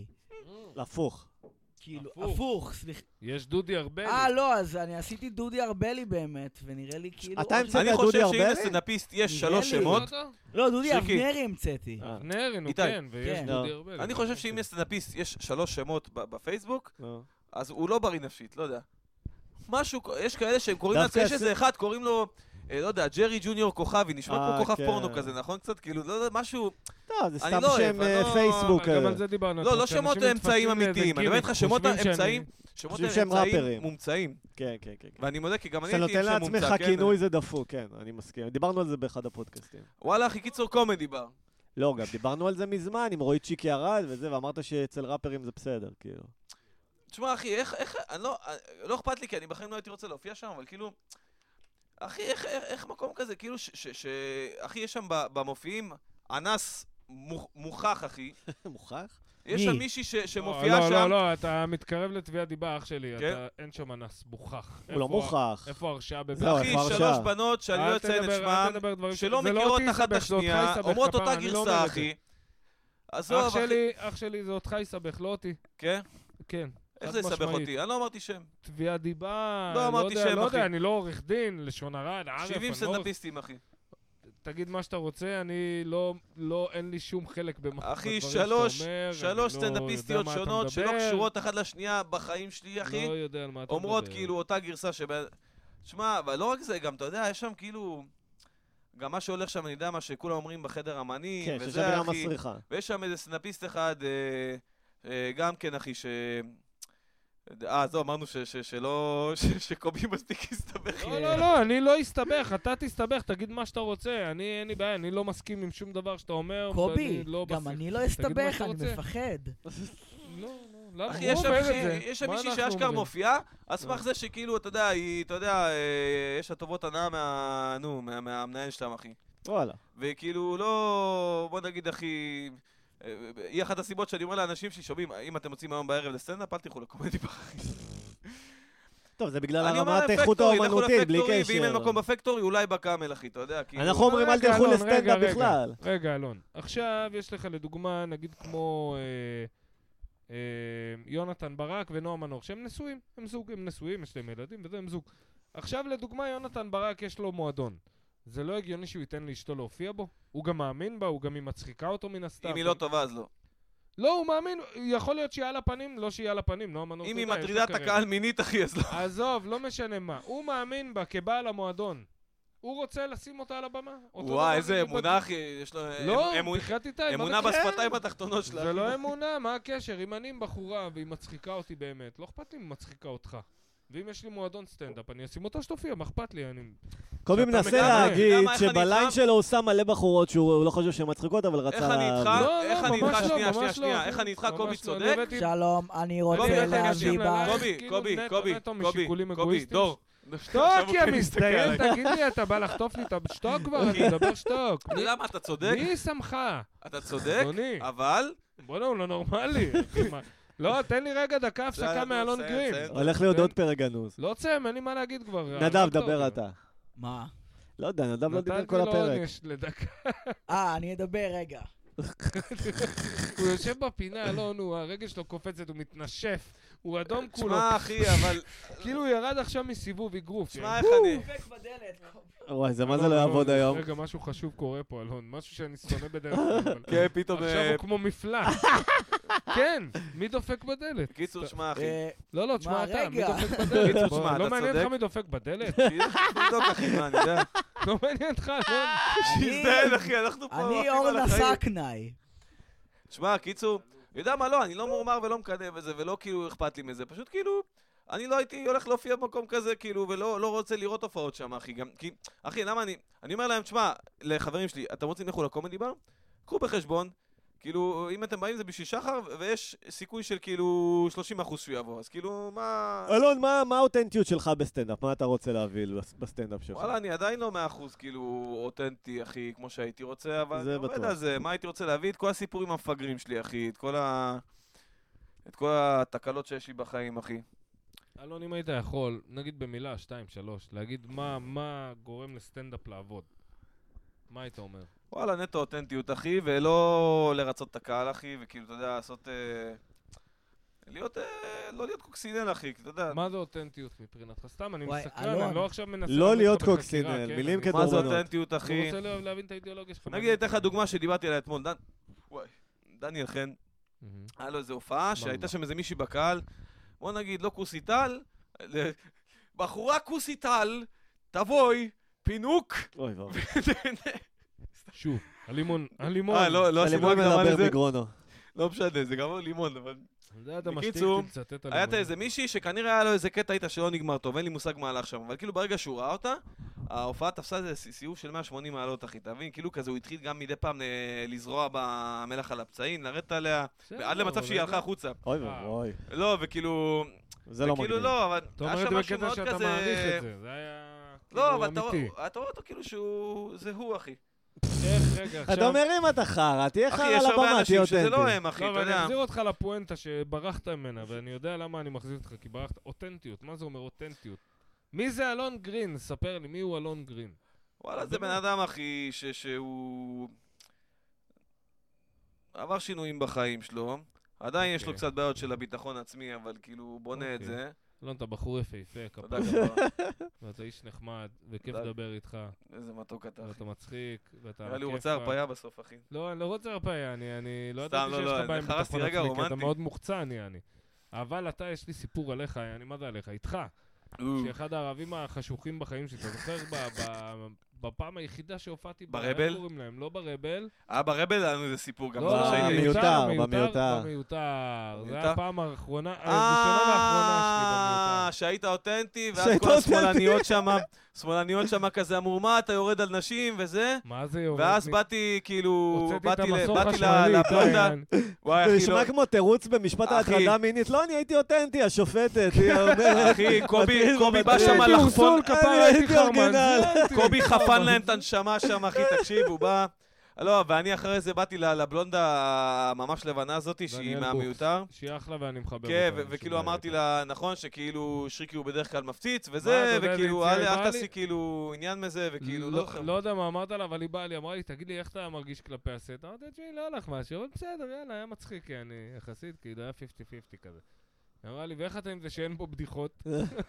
הפוך. כאילו, הפוך, סליחה. יש דודי ארבלי. לא, אז אני עשיתי דודי ארבלי באמת, ונראה לי כאילו... אתה המצאת דודי ארבלי? אני חושב שאם לסטנדאפיסט יש 3 שמות... לא, דודי אבנרי המצאתי. אבנרי, נו כן, ויש דודי ארבלי. אני חושב שאם לסטנדאפיסט יש 3 שמות בפייסבוק, אז הוא לא בריא נפשית, לא יודע. משהו, יש כאלה שהם קוראים לעצמם, יש איזה אחד, קוראים לו לא יודע, ג'רי ג'וניור כוכבי, נשמע כמו כוכב פורנו כזה, נכון? קצת כאילו, לא יודע, משהו... לא, זה סתם שם פייסבוק. גם על זה דיברנו. לא שמות אמצעים אמיתיים, אני אומר לך, שמות האמצעים מומצאים. כן, כן, כן. ואני מודה, כי גם אני הייתי שם מומצא, כן. אתה נותן לעצמך כינוי זה דפוק, כן, אני מסכים. דיברנו על זה באחד הפודקאסטים. וואלה, אחי, קיצור קומדי בר. לא, גם דיברנו על זה מזמן, עם רועי צ'יקי ארד וזה, ואמרת שאצל ראפרים זה בסדר, כאילו. תשמע, אחי, איך, לא אכפת לי, כי אני בחיים לא הייתי רוצה להופיע שם, אבל כאילו, אחי, איך מקום כזה, כאילו, אחי, יש שם במופיעים, אנס מוכח, אחי. מוכח? יש שם מישהי שמופיעה שם. לא, אתה מתקרב לתביעת דיבה, אח שלי, אין שם אנס, מוכח. הוא לא מוכח. איפה הרשעה זהו, אחי, 3 בנות שאני לא אציין את שמם, שלא מכירות אחת את השנייה, אומרות אותה גרסה, אחי. אח שלי, זה אותך יסבך, לא אותי. כן? כן. איך זה יסבך אותי? אני לא אמרתי שם. תביעת דיבה, לא אמרתי שם, אחי. לא יודע, אני לא עורך דין, לשון הרע, 70 סטנדאפיסטים, אחי. תגיד מה שאתה רוצה, אני לא, אין לי שום חלק בדברים שאתה אומר. אחי, 3 סטנדאפיסטיות שונות שלא קשורות אחת לשנייה בחיים שלי, אחי. לא יודע על מה אתה מדבר. אומרות כאילו אותה גרסה שמע, אבל לא רק זה, גם אתה יודע, יש שם כאילו... גם מה שהולך שם, אני יודע מה שכולם אומרים בחדר אמנים, כן, וזה, אחי. מסריחה. ויש שם איזה סטנדאפיסט אחד, גם כן, אחי, זו, אמרנו שקובי מספיק יסתבך. לא, אני לא אסתבך, אתה תסתבך, תגיד מה שאתה רוצה. אין לי בעיה, אני לא מסכים עם שום דבר שאתה אומר. קובי, גם אני לא אסתבך, אני מפחד. לא, אחי, יש שם מישהי שאשכרה מופיעה, על סמך זה שכאילו, אתה יודע, יש לה טובות הנאה מהמנהל שלהם, אחי. וואלה. וכאילו, לא, בוא נגיד, אחי... היא אחת הסיבות שאני אומר לאנשים ששומעים, אם אתם מוצאים היום בערב לסטנדאפ, אל תלכו לקומדי בחיים. טוב, זה בגלל הרמת איכות האומנותית, בלי קשר. ואם אין מקום בפקטורי, אולי בקאמל, אחי, אתה יודע. אנחנו אומרים, אל תלכו לסטנדאפ בכלל. רגע, אלון. עכשיו יש לך לדוגמה, נגיד כמו יונתן ברק ונועם מנור, שהם נשואים, הם נשואים, יש להם ילדים, וזה הם זוג. עכשיו לדוגמה, יונתן ברק יש לו מועדון. זה לא הגיוני שהוא ייתן לאשתו להופיע בו? הוא גם מאמין בה, הוא גם היא מצחיקה אותו מן הסתם. אם היא לא טובה, אז לא. לא, הוא מאמין, יכול להיות שהיא על הפנים, לא שהיא על הפנים, לא אמרנו. אם היא מטרידה את הקהל מינית, אחי, אז לא. עזוב, לא משנה מה. הוא מאמין בה כבעל המועדון. הוא רוצה לשים אותה על הבמה. וואי, איזה אמונה, אחי, יש לו... לא, תחת איתה. אמונה בשפתיים התחתונות שלה. זה לא אמונה, מה הקשר? אם אני עם בחורה והיא מצחיקה אותי באמת, לא אכפת לי אם מצחיקה אותך. ואם יש לי מועדון סטנדאפ, אני אשים אותה שתופיע, מה אכפת לי? קובי מנסה להגיד שבליין שלו הוא שם מלא בחורות שהוא לא חושב שהן מצחיקות, אבל רצה... איך אני איתך? שנייה, איך אני איתך? קובי צודק? שלום, אני רוצה להביא בה... קובי, דור. שתוק, יא מסתיים, תגיד לי, אתה בא לחטוף לי את השתוק כבר? אני מדבר שתוק. למה, אתה צודק? מי שמחה? אתה צודק, אבל... בוא לא, הוא לא נורמלי. לא, תן לי רגע דקה הפסקה מאלון גרין. הולך להיות עוד פרק גנוז. לא צם, אין לי מה להגיד כבר. נדב, דבר אתה. מה? לא יודע, נדב לא דיבר כל הפרק. אני אדבר רגע. הוא יושב בפינה, אלון, הרגל שלו קופצת, הוא מתנשף, הוא אדום כולו. שמע, אחי, אבל... כאילו הוא ירד עכשיו מסיבוב אגרוף. שמע, איך אני... דופק בדלת. וואי, זה מה זה לא יעבוד היום? רגע, משהו חשוב קורה פה, אלון. משהו שאני שונא בדרך כלל. כן, פתאום... עכשיו הוא כמו מפלט. כן, מי דופק בדלת? קיצור, שמע, אחי. לא, תשמע אתה, מי דופק בדלת? קיצור, שמע, אתה צודק. לא מעניין לך מי דופק בדלת? תבדוק, אחי, מה, אני יודע. לא מעניין אותך, אלון. שיזדהן, אחי, אנחנו פה... אני אורנה סקנאי. שמע, קיצור, יודע מה, לא, אני לא מורמר ולא מקדם בזה, ולא כאילו אכפת לי מזה, פשוט כאילו, אני לא הייתי הולך להופיע במקום כזה, כאילו, ולא רוצה לראות הופעות שם, אחי, גם, כי, אחי, למה אני אומר להם, תשמע, לחברים שלי, אתם רוצים לכו לקומדי בר? קחו בחשבון, כאילו, אם אתם באים זה בשביל שחר, ויש סיכוי של כאילו 30% שהוא יבוא, אז כאילו, מה... אלון, מה האותנטיות שלך בסטנדאפ? מה אתה רוצה להביא בסטנדאפ שלך? וואלה, אני עדיין לא 100% כאילו אותנטי, אחי, כמו שהייתי רוצה, אבל אני עובד על זה, מה הייתי רוצה להביא? את כל הסיפורים המפגרים שלי, אחי, את כל התקלות שיש לי בחיים, אחי. אלון, אם היית יכול, נגיד במילה, 2, 3, להגיד מה גורם לסטנדאפ לעבוד. מה היית אומר? וואלה, נטו אותנטיות, אחי, ולא לרצות את הקהל, אחי, וכאילו, אתה יודע, לעשות... לא להיות קוקסינל, אחי, אתה יודע. מה זה אותנטיות מבחינתך? סתם, אני מסקרן, אני לא עכשיו מנסה... לא להיות קוקסינל, מילים כדורבנות. מה זה אותנטיות, אחי? אני רוצה להבין את האידיאולוגיה שלך. נגיד, אתן לך דוגמה שדיברתי עליה אתמול, דניאל חן, היה לו איזו הופעה שהייתה שם איזה מישהי בקהל, בוא נגיד, לא כוסיטל, בחורה כוסיטל, תבואי, פינוק. אוי ואוי. שוב, הלימון. לא הלימון מדבר בגרונו. לא משנה, זה גם לימון, אבל... בקיצור, היה איזה מישהי שכנראה היה לו איזה קטע איתה שלא נגמר טוב, אין לי מושג מה הלך שם, אבל כאילו ברגע שהוא ראה אותה, ההופעה תפסה איזה סיבוב של 180 מעלות, אחי, תבין? כאילו כזה הוא התחיל גם מדי פעם לזרוע במלח על הפצעים, לרדת עליה, עד למצב שהיא הלכה החוצה. אוי ואוי. לא, וכאילו... זה לא מגניב. לא, אבל... אתה אומרת בקטע שאתה מעריך את זה, זה היה... לא, אבל אתה רואה אותו כאילו זה הוא, אחי. רגע, עכשיו... אתה אומר אם אתה חרא, תהיה חרא על הבמה, תהיה אותנטי. אחי, יש הרבה אנשים שזה לא הם, אחי, לא, אתה אבל אני יודע. אחזיר אותך לפואנטה שברחת ממנה, ואני יודע למה אני מחזיר אותך, כי ברחת אותנטיות. מה זה אומר אותנטיות? מי זה אלון גרין? ספר לי, מי הוא אלון גרין? וואלה, זה בן אדם, אחי, שהוא... עבר שינויים בחיים שלו. עדיין יש לו קצת בעיות של הביטחון עצמי, אבל כאילו, הוא בונה את זה. אלון, אתה בחור יפהפה, תודה גדול. ואתה איש נחמד, וכיף לדבר איתך. איזה מתוק אתה, אחי. ואתה מצחיק, ואתה... נראה לי הוא רוצה הרפאיה בסוף, אחי. לא, אני לא רוצה הרפאיה, אני לא ידעתי שיש לך בעיה עם ביטחון עצמי, כי אתה מאוד מוחצן, יעני. אבל אתה, יש לי סיפור עליך, אני מה זה עליך? איתך. שאחד הערבים החשוכים בחיים שלי, אתה זוכר בפעם היחידה שהופעתי... ברבל? לא ברבל. ברבל היה לנו איזה סיפור גם. לא, במיותר. זה היה הפעם האחרונה, הראשונה והאחרונה שלי במיותר. שהיית אותנטי, ואז כל השמאלניות שם כזה אמרו, מה, אתה יורד על נשים וזה? מה זה יורד? ואז באתי, כאילו, הוצאתי את באתי המסור חשמלי, לפלונדה. זה נשמע כמו תירוץ במשפט ההטרדה מינית. לא, אני הייתי אותנטי, השופטת. אחי, קובי בא שם לחפון. אני הייתי אורגינל. קובי חפן להם את הנשמה שם, אחי, תקשיב, הוא בא... לא, ואני אחרי זה באתי לבלונדה הממש לבנה הזאת, שהיא מהמיותר. שהיא אחלה ואני מחבר אותה. כן, וכאילו אמרתי לה, נכון, שכאילו שריקי הוא בדרך כלל מפציץ, וזה, וכאילו, אל תעשי כאילו עניין מזה, וכאילו, לא יודע מה אמרת לה, אבל היא באה לי, אמרה לי, תגיד לי, איך אתה מרגיש כלפי הסט? אמרתי, תשמעי, לא הלך משהו, אבל בסדר, יאללה, היה מצחיק, אני יחסית, כאילו, היה 50-50 כזה. אמרה לי, ואיך אתה עם זה שאין פה בדיחות?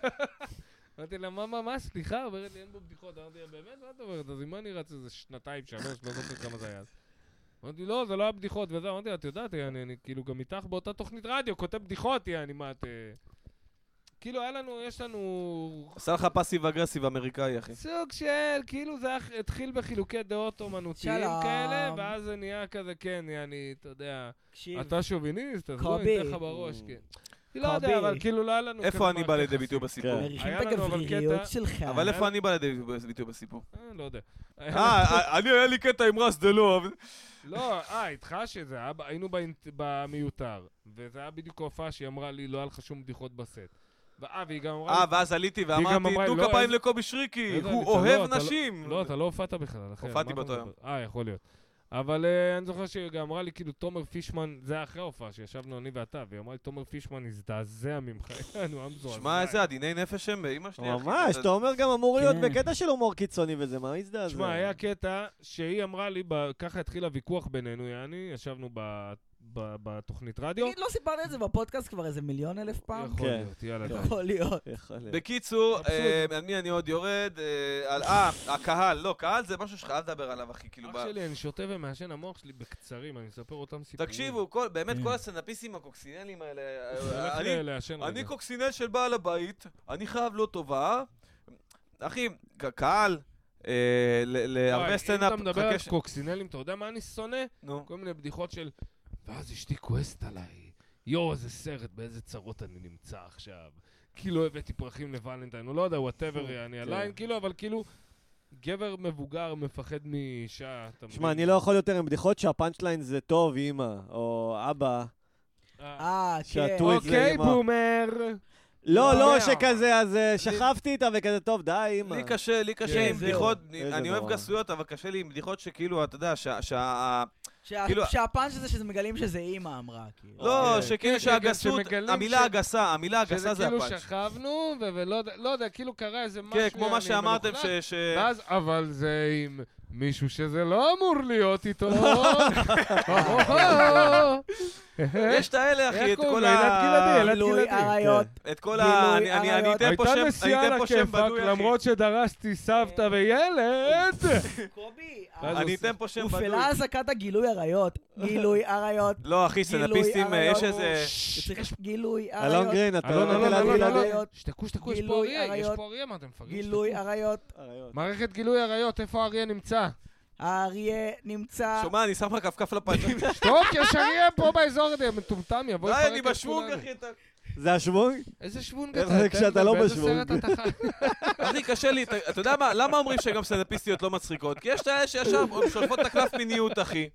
אמרתי לה, מה, סליחה, אומרת לי, אין בו בדיחות. אמרתי לה, באמת, מה את אומרת? אז אם אני רץ איזה 2-3, לא זוכר כמה זה היה. אמרתי, לא, זה לא היה בדיחות וזה. אמרתי לה, את יודעת, אני כאילו גם איתך באותה תוכנית רדיו, כותב בדיחות, מה את... כאילו, יש לנו... עושה לך פאסיב אגרסיב אמריקאי, אחי. סוג של, כאילו, זה התחיל בחילוקי דעות אומנותיים כאלה, ואז זה נהיה כזה, כן, אתה יודע, אתה שוביניסט, אז בוא ניתן לך בראש, כן. לא יודע, אבל כאילו לא היה לנו... איפה אני בא לידי ביטוי בסיפור? מריחים את הגבריריות שלך. אבל איפה אני בא לידי ביטוי בסיפור? לא יודע. היה לי קטע עם רס דלו. לא, איתך שזה, היינו במיותר, וזה היה בדיוק ההופעה שהיא אמרה לי, לא היה לך שום בדיחות בסט. והיא גם אמרה... ואז עליתי ואמרתי, תנו כפיים לקובי שריקי, הוא אוהב נשים. לא, אתה לא הופעת בכלל. הופעתי באותו יום. יכול להיות. אבל אני זוכר שהיא גם אמרה לי, כאילו, תומר פישמן, זה היה אחרי ההופעה, שישבנו אני ואתה, והיא אמרה לי, תומר פישמן הזדעזע ממך. שמע, איזה עדיני נפש הם באמא שלי. ממש, תומר גם אמור להיות בקטע של הומור קיצוני וזה, מה הזדעזע? שמע, היה קטע שהיא אמרה לי, ככה התחיל הוויכוח בינינו, ישבנו בתוכנית רדיו. תגיד, לא סיפרת את זה בפודקאסט כבר איזה 1,000,000 פעם? יכול להיות, יאללה. יכול להיות. בקיצור, על מי אני עוד יורד? הקהל, לא, קהל זה משהו שחייב לדבר עליו, אחי, כאילו... אח שלי, אני שותה ומעשן, המוח שלי בקצרים, אני אספר אותם סיפורים. תקשיבו, באמת כל הסטנדאפיסטים הקוקסינלים האלה, אני קוקסינל של בעל הבית, אני חייב לו טובה. אחי, קהל, להרבה סטנדאפ... אם אתה מדבר על קוקסינלים, אתה יודע מה אני שונא? נו. כל מיני בדיחות של... ואז אשתי כועסת עליי. איזה סרט, באיזה צרות אני נמצא עכשיו. כאילו הבאתי פרחים לוולנטיין, לא יודע, whatever, אני עליין, כאילו, אבל כאילו, גבר מבוגר מפחד מאישה. שמע, אני לא יכול יותר עם בדיחות שהפאנצ'ליין זה טוב, אמא, או אבא. כן. אוקיי, בומר. לא, שכזה, אז שכבתי איתה וכזה, טוב, די, אמא. לי קשה עם בדיחות, אני אוהב גסויות, אבל קשה לי עם בדיחות שכאילו, אתה יודע, שהפאנץ' הזה שזה מגלים שזה אימא אמרה. לא, שכאילו שהגסות, המילה הגסה זה הפאנץ'. שזה כאילו שכבנו, ולא יודע, כאילו קרה איזה משהו... כן, כמו מה שאמרתם ואז, אבל זה עם מישהו שזה לא אמור להיות איתו. יש את האלה, אחי, את כל גילוי עריות. את כל ה... אני אתן פה שם, הייתה נסיעה לכיפק, בדוי, אחי. למרות שדרשתי סבתא וילד. קובי, אני אתן פה שם בדוי. הופעלה הזעקת הגילוי עריות. גילוי עריות. לא, אחי, סטנדאפיסטים, יש איזה... צריך גילוי עריות. אלון גרין, אתה אלון, לא אלון, נותן אלון, להגיד שתקו, יש פה גילוי אריה, יש עריות. פה אריה, מה אתם מפגרים? גילוי עריות. מערכת גילוי עריות, איפה האריה נמצא? האריה נמצא... שומע, אני שם לך כפכף לפנים. שתוק, יש אריה פה באזור הזה, מטומטם, יבוא די, לפרק אני את בשוונג, כולנו. אחי. זה השוונג? איזה שוונג איך אתה? זה כשאתה לא בשוונג? באיזה סרט אתה חי? אחי, קשה לי, אתה יודע מה, למה אומרים שגם סטנדאפיסטיות לא מצחיקות? כי יש את האלה שישר שולפות את הקלף מיניות, אחי.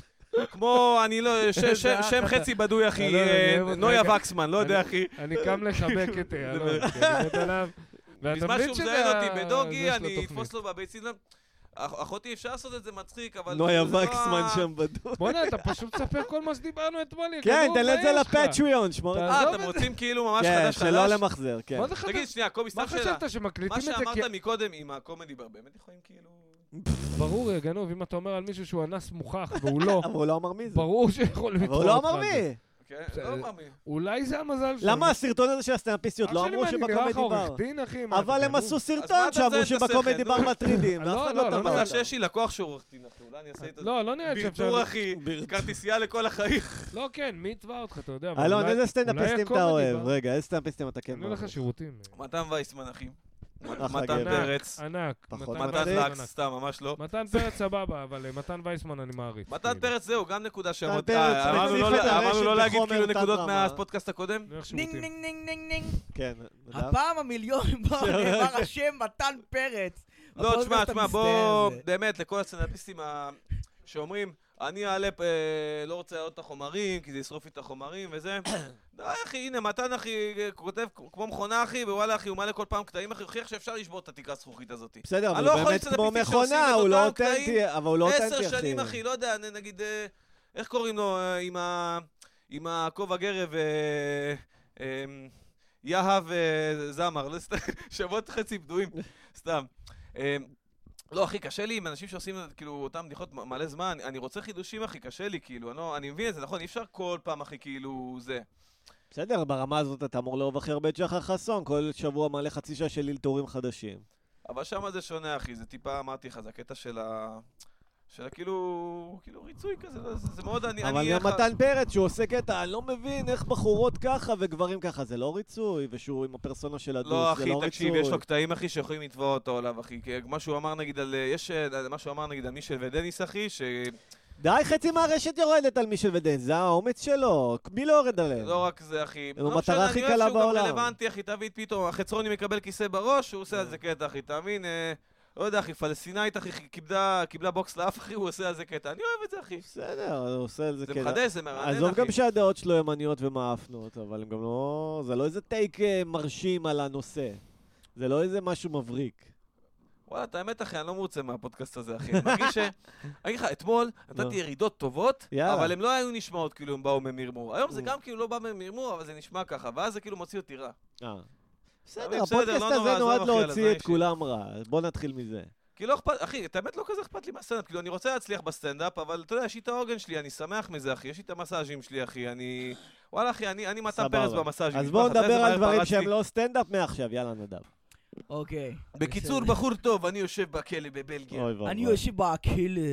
כמו, אני לא, שם חצי בדוי, אחי, נויה וקסמן, לא יודע, אחי. אני קם לחבק את אלון, כי אני מת עליו. בזמן שהוא מזהל אותי בדוגי, אני אתפוס לו בביצים. אחותי, אפשר לעשות את זה מצחיק, אבל... נויה וקסמן שם בדוי. בוא'נה, אתה פשוט תספר כל מה שדיברנו אתמול. כן, תן את זה לפטריון, שמור את זה. אתם רוצים כאילו ממש כן, חדש? שלא למחזר, כן. מה זה חדש? תגיד, שנייה, קובי, מה סתם שאלה. חשבת שמקליטים מה את זה? שאמרת מקודם עם הקומדי בר, באמת יכולים כאילו... ברור, גנוב, אם אתה אומר על מישהו שהוא אנס מוכח והוא לא, אבל הוא לא אמר מי זה. ברור שיכולים אבל הוא לא אמר מי. כן, לא מאמין. אולי זה המזל שלו. למה הסרטון הזה של הסטנדאפיסטיות לא אמרו אח שלי, מה, אני נראה לך שבקומדי בר? עורך דין, אחי? אבל הם עשו סרטון שאמרו שבקומדי בר מטרידים, ואף אחד לא אתה תמר. שיש לי לקוח שהוא עורך דין, אחי, אולי אני אעשה איתו... לא נראה לי שאפשר... בירטור, אחי, כרטיסייה לכל החיים. לא, כן, מי יתבע אותך, אתה יודע. אלון, איזה סטנדאפיסטים אתה אוהב? רגע, איזה סטנדאפיסטים אתה כן אני הולך אוהב? לשירותים. מתן וייסמן, אחי. אחלה מתן גבר. פרץ. ענק. פחות מתן מצחיק. לקס, סתם, ממש לא. מתן פרץ סבבה, אבל מתן וייסמן אני מעריץ. מתן פרץ זהו, גם נקודה שאמרת. פרץ, אמרנו לא להגיד בחומר כאילו נקודות תת-רמה. מהפודקאסט הקודם? אני הולך נינג שירותים. נינג נינג נינג נינג. כן, נדב? הפעם המיליון בו נאמר השם מתן פרץ. לא, הפודקאסט תשמע, המצטער בוא, הזה. באמת, לכל הסטנדאפיסטים שאומרים, אני אעלה, לא רוצה לעלות את החומרים, כי זה ישרוף לי את החומרים וזה. די, אחי, הנה, מתן, אחי, כותב כמו מכונה, אחי, ווואלה, אחי, הוא מעלה כל פעם קטעים, אחי, הוכיח שאפשר לשבור את התקרה הזכוכית הזאת. בסדר, אני אבל לא הוא יכול באמת לצאת כמו לפיצים שעושים מכונה, את הוא לא אותם אותנטי, אבל הוא לא אותנטי, 10 אחי. שנים, אחי, לא יודע, נגיד, איך קוראים לו, עם הכובע גרב, יהב זמר, שבועות חצי בדויים, סתם. לא, אחי, קשה לי עם אנשים שעושים כאילו אותם בדיחות מלא זמן, אני רוצה חידושים, אחי, קשה לי, כאילו, אני מבין את זה, נכון, אי אפשר כל פעם, אחי, כאילו, זה. בסדר, ברמה הזאת אתה אמור לאהוב הכי הרבה את שחר חסון, כל שבוע מעלה חצי שעה של אלתורים חדשים. אבל שמה זה שונה, אחי, זה טיפה, אמרתי לך, זה הקטע של כאילו ריצוי כזה, זה מאוד, אבל גם מתן פרץ, שהוא עושה קטע, אני לא מבין איך בחורות ככה וגברים ככה, זה לא ריצוי, ושהוא עם הפרסונה של הדוס, לא, זה אחי, לא ריצוי. תקשיב, יש לו קטעים, אחי, שיכולים לתבוע אותו עליו, אחי. מה שהוא אמר, נגיד, מה שהוא אמר, נגיד, על מישל ודניס, אחי, די, חצי מהרשת יורדת על מישל ודניס, זה האומץ שלו, מי לא יורד עליהם? לא רק זה, אחי. הם המטרה הכי קלה בעולם. אני אוהב שהוא גם רלוונטי, אחי, תביא פתאום, החצרוני מקבל כיסא בראש, הוא עושה על זה קטע, אחי, תאמין, לא יודע, אחי, פלסטינאית, אחי, קיבלה בוקס לאף, אחי, הוא עושה על זה קטע. אני אוהב את זה, אחי. בסדר, הוא עושה על זה קטע. זה מחדש, זה מרענן, אחי. עזוב גם שהדעות שלו ימניות ומאפנות, אבל הם גם לא... זה לא איזה טייק מרשים על הנושא. זה לא איזה משהו מבריק. וואלה, את האמת, אחי, אני לא מרוצה מהפודקאסט הזה, אחי. אני מרגיש אני אגיד לך, אתמול נתתי ירידות טובות, אבל הם לא היו נשמעות כאילו הם באו ממרמור. היום זה גם כאילו לא בא ממרמור, אבל זה נשמע ככה, ואז זה כאילו מוציא אותי רע. בסדר, הפודקאסט הזה נועד להוציא את כולם רע. בוא נתחיל מזה. כי לא אכפת, אחי, את האמת לא כזה אכפת לי מהסטנדאפ, כאילו אני רוצה להצליח בסטנדאפ, אבל אתה יודע, יש לי את האורגן שלי, אני שמח מזה, אחי, יש לי את המסאז'ים שלי, אחי, וואלה, אחי, אני מתן פרץ במסאז'ים. אז בואו נדבר על דברים שהם לא סטנדאפ מעכשיו, יאללה נדב. אוקיי. בקיצור, בחור טוב, אני יושב בכלא בבלגיה. אני יושב בכלא.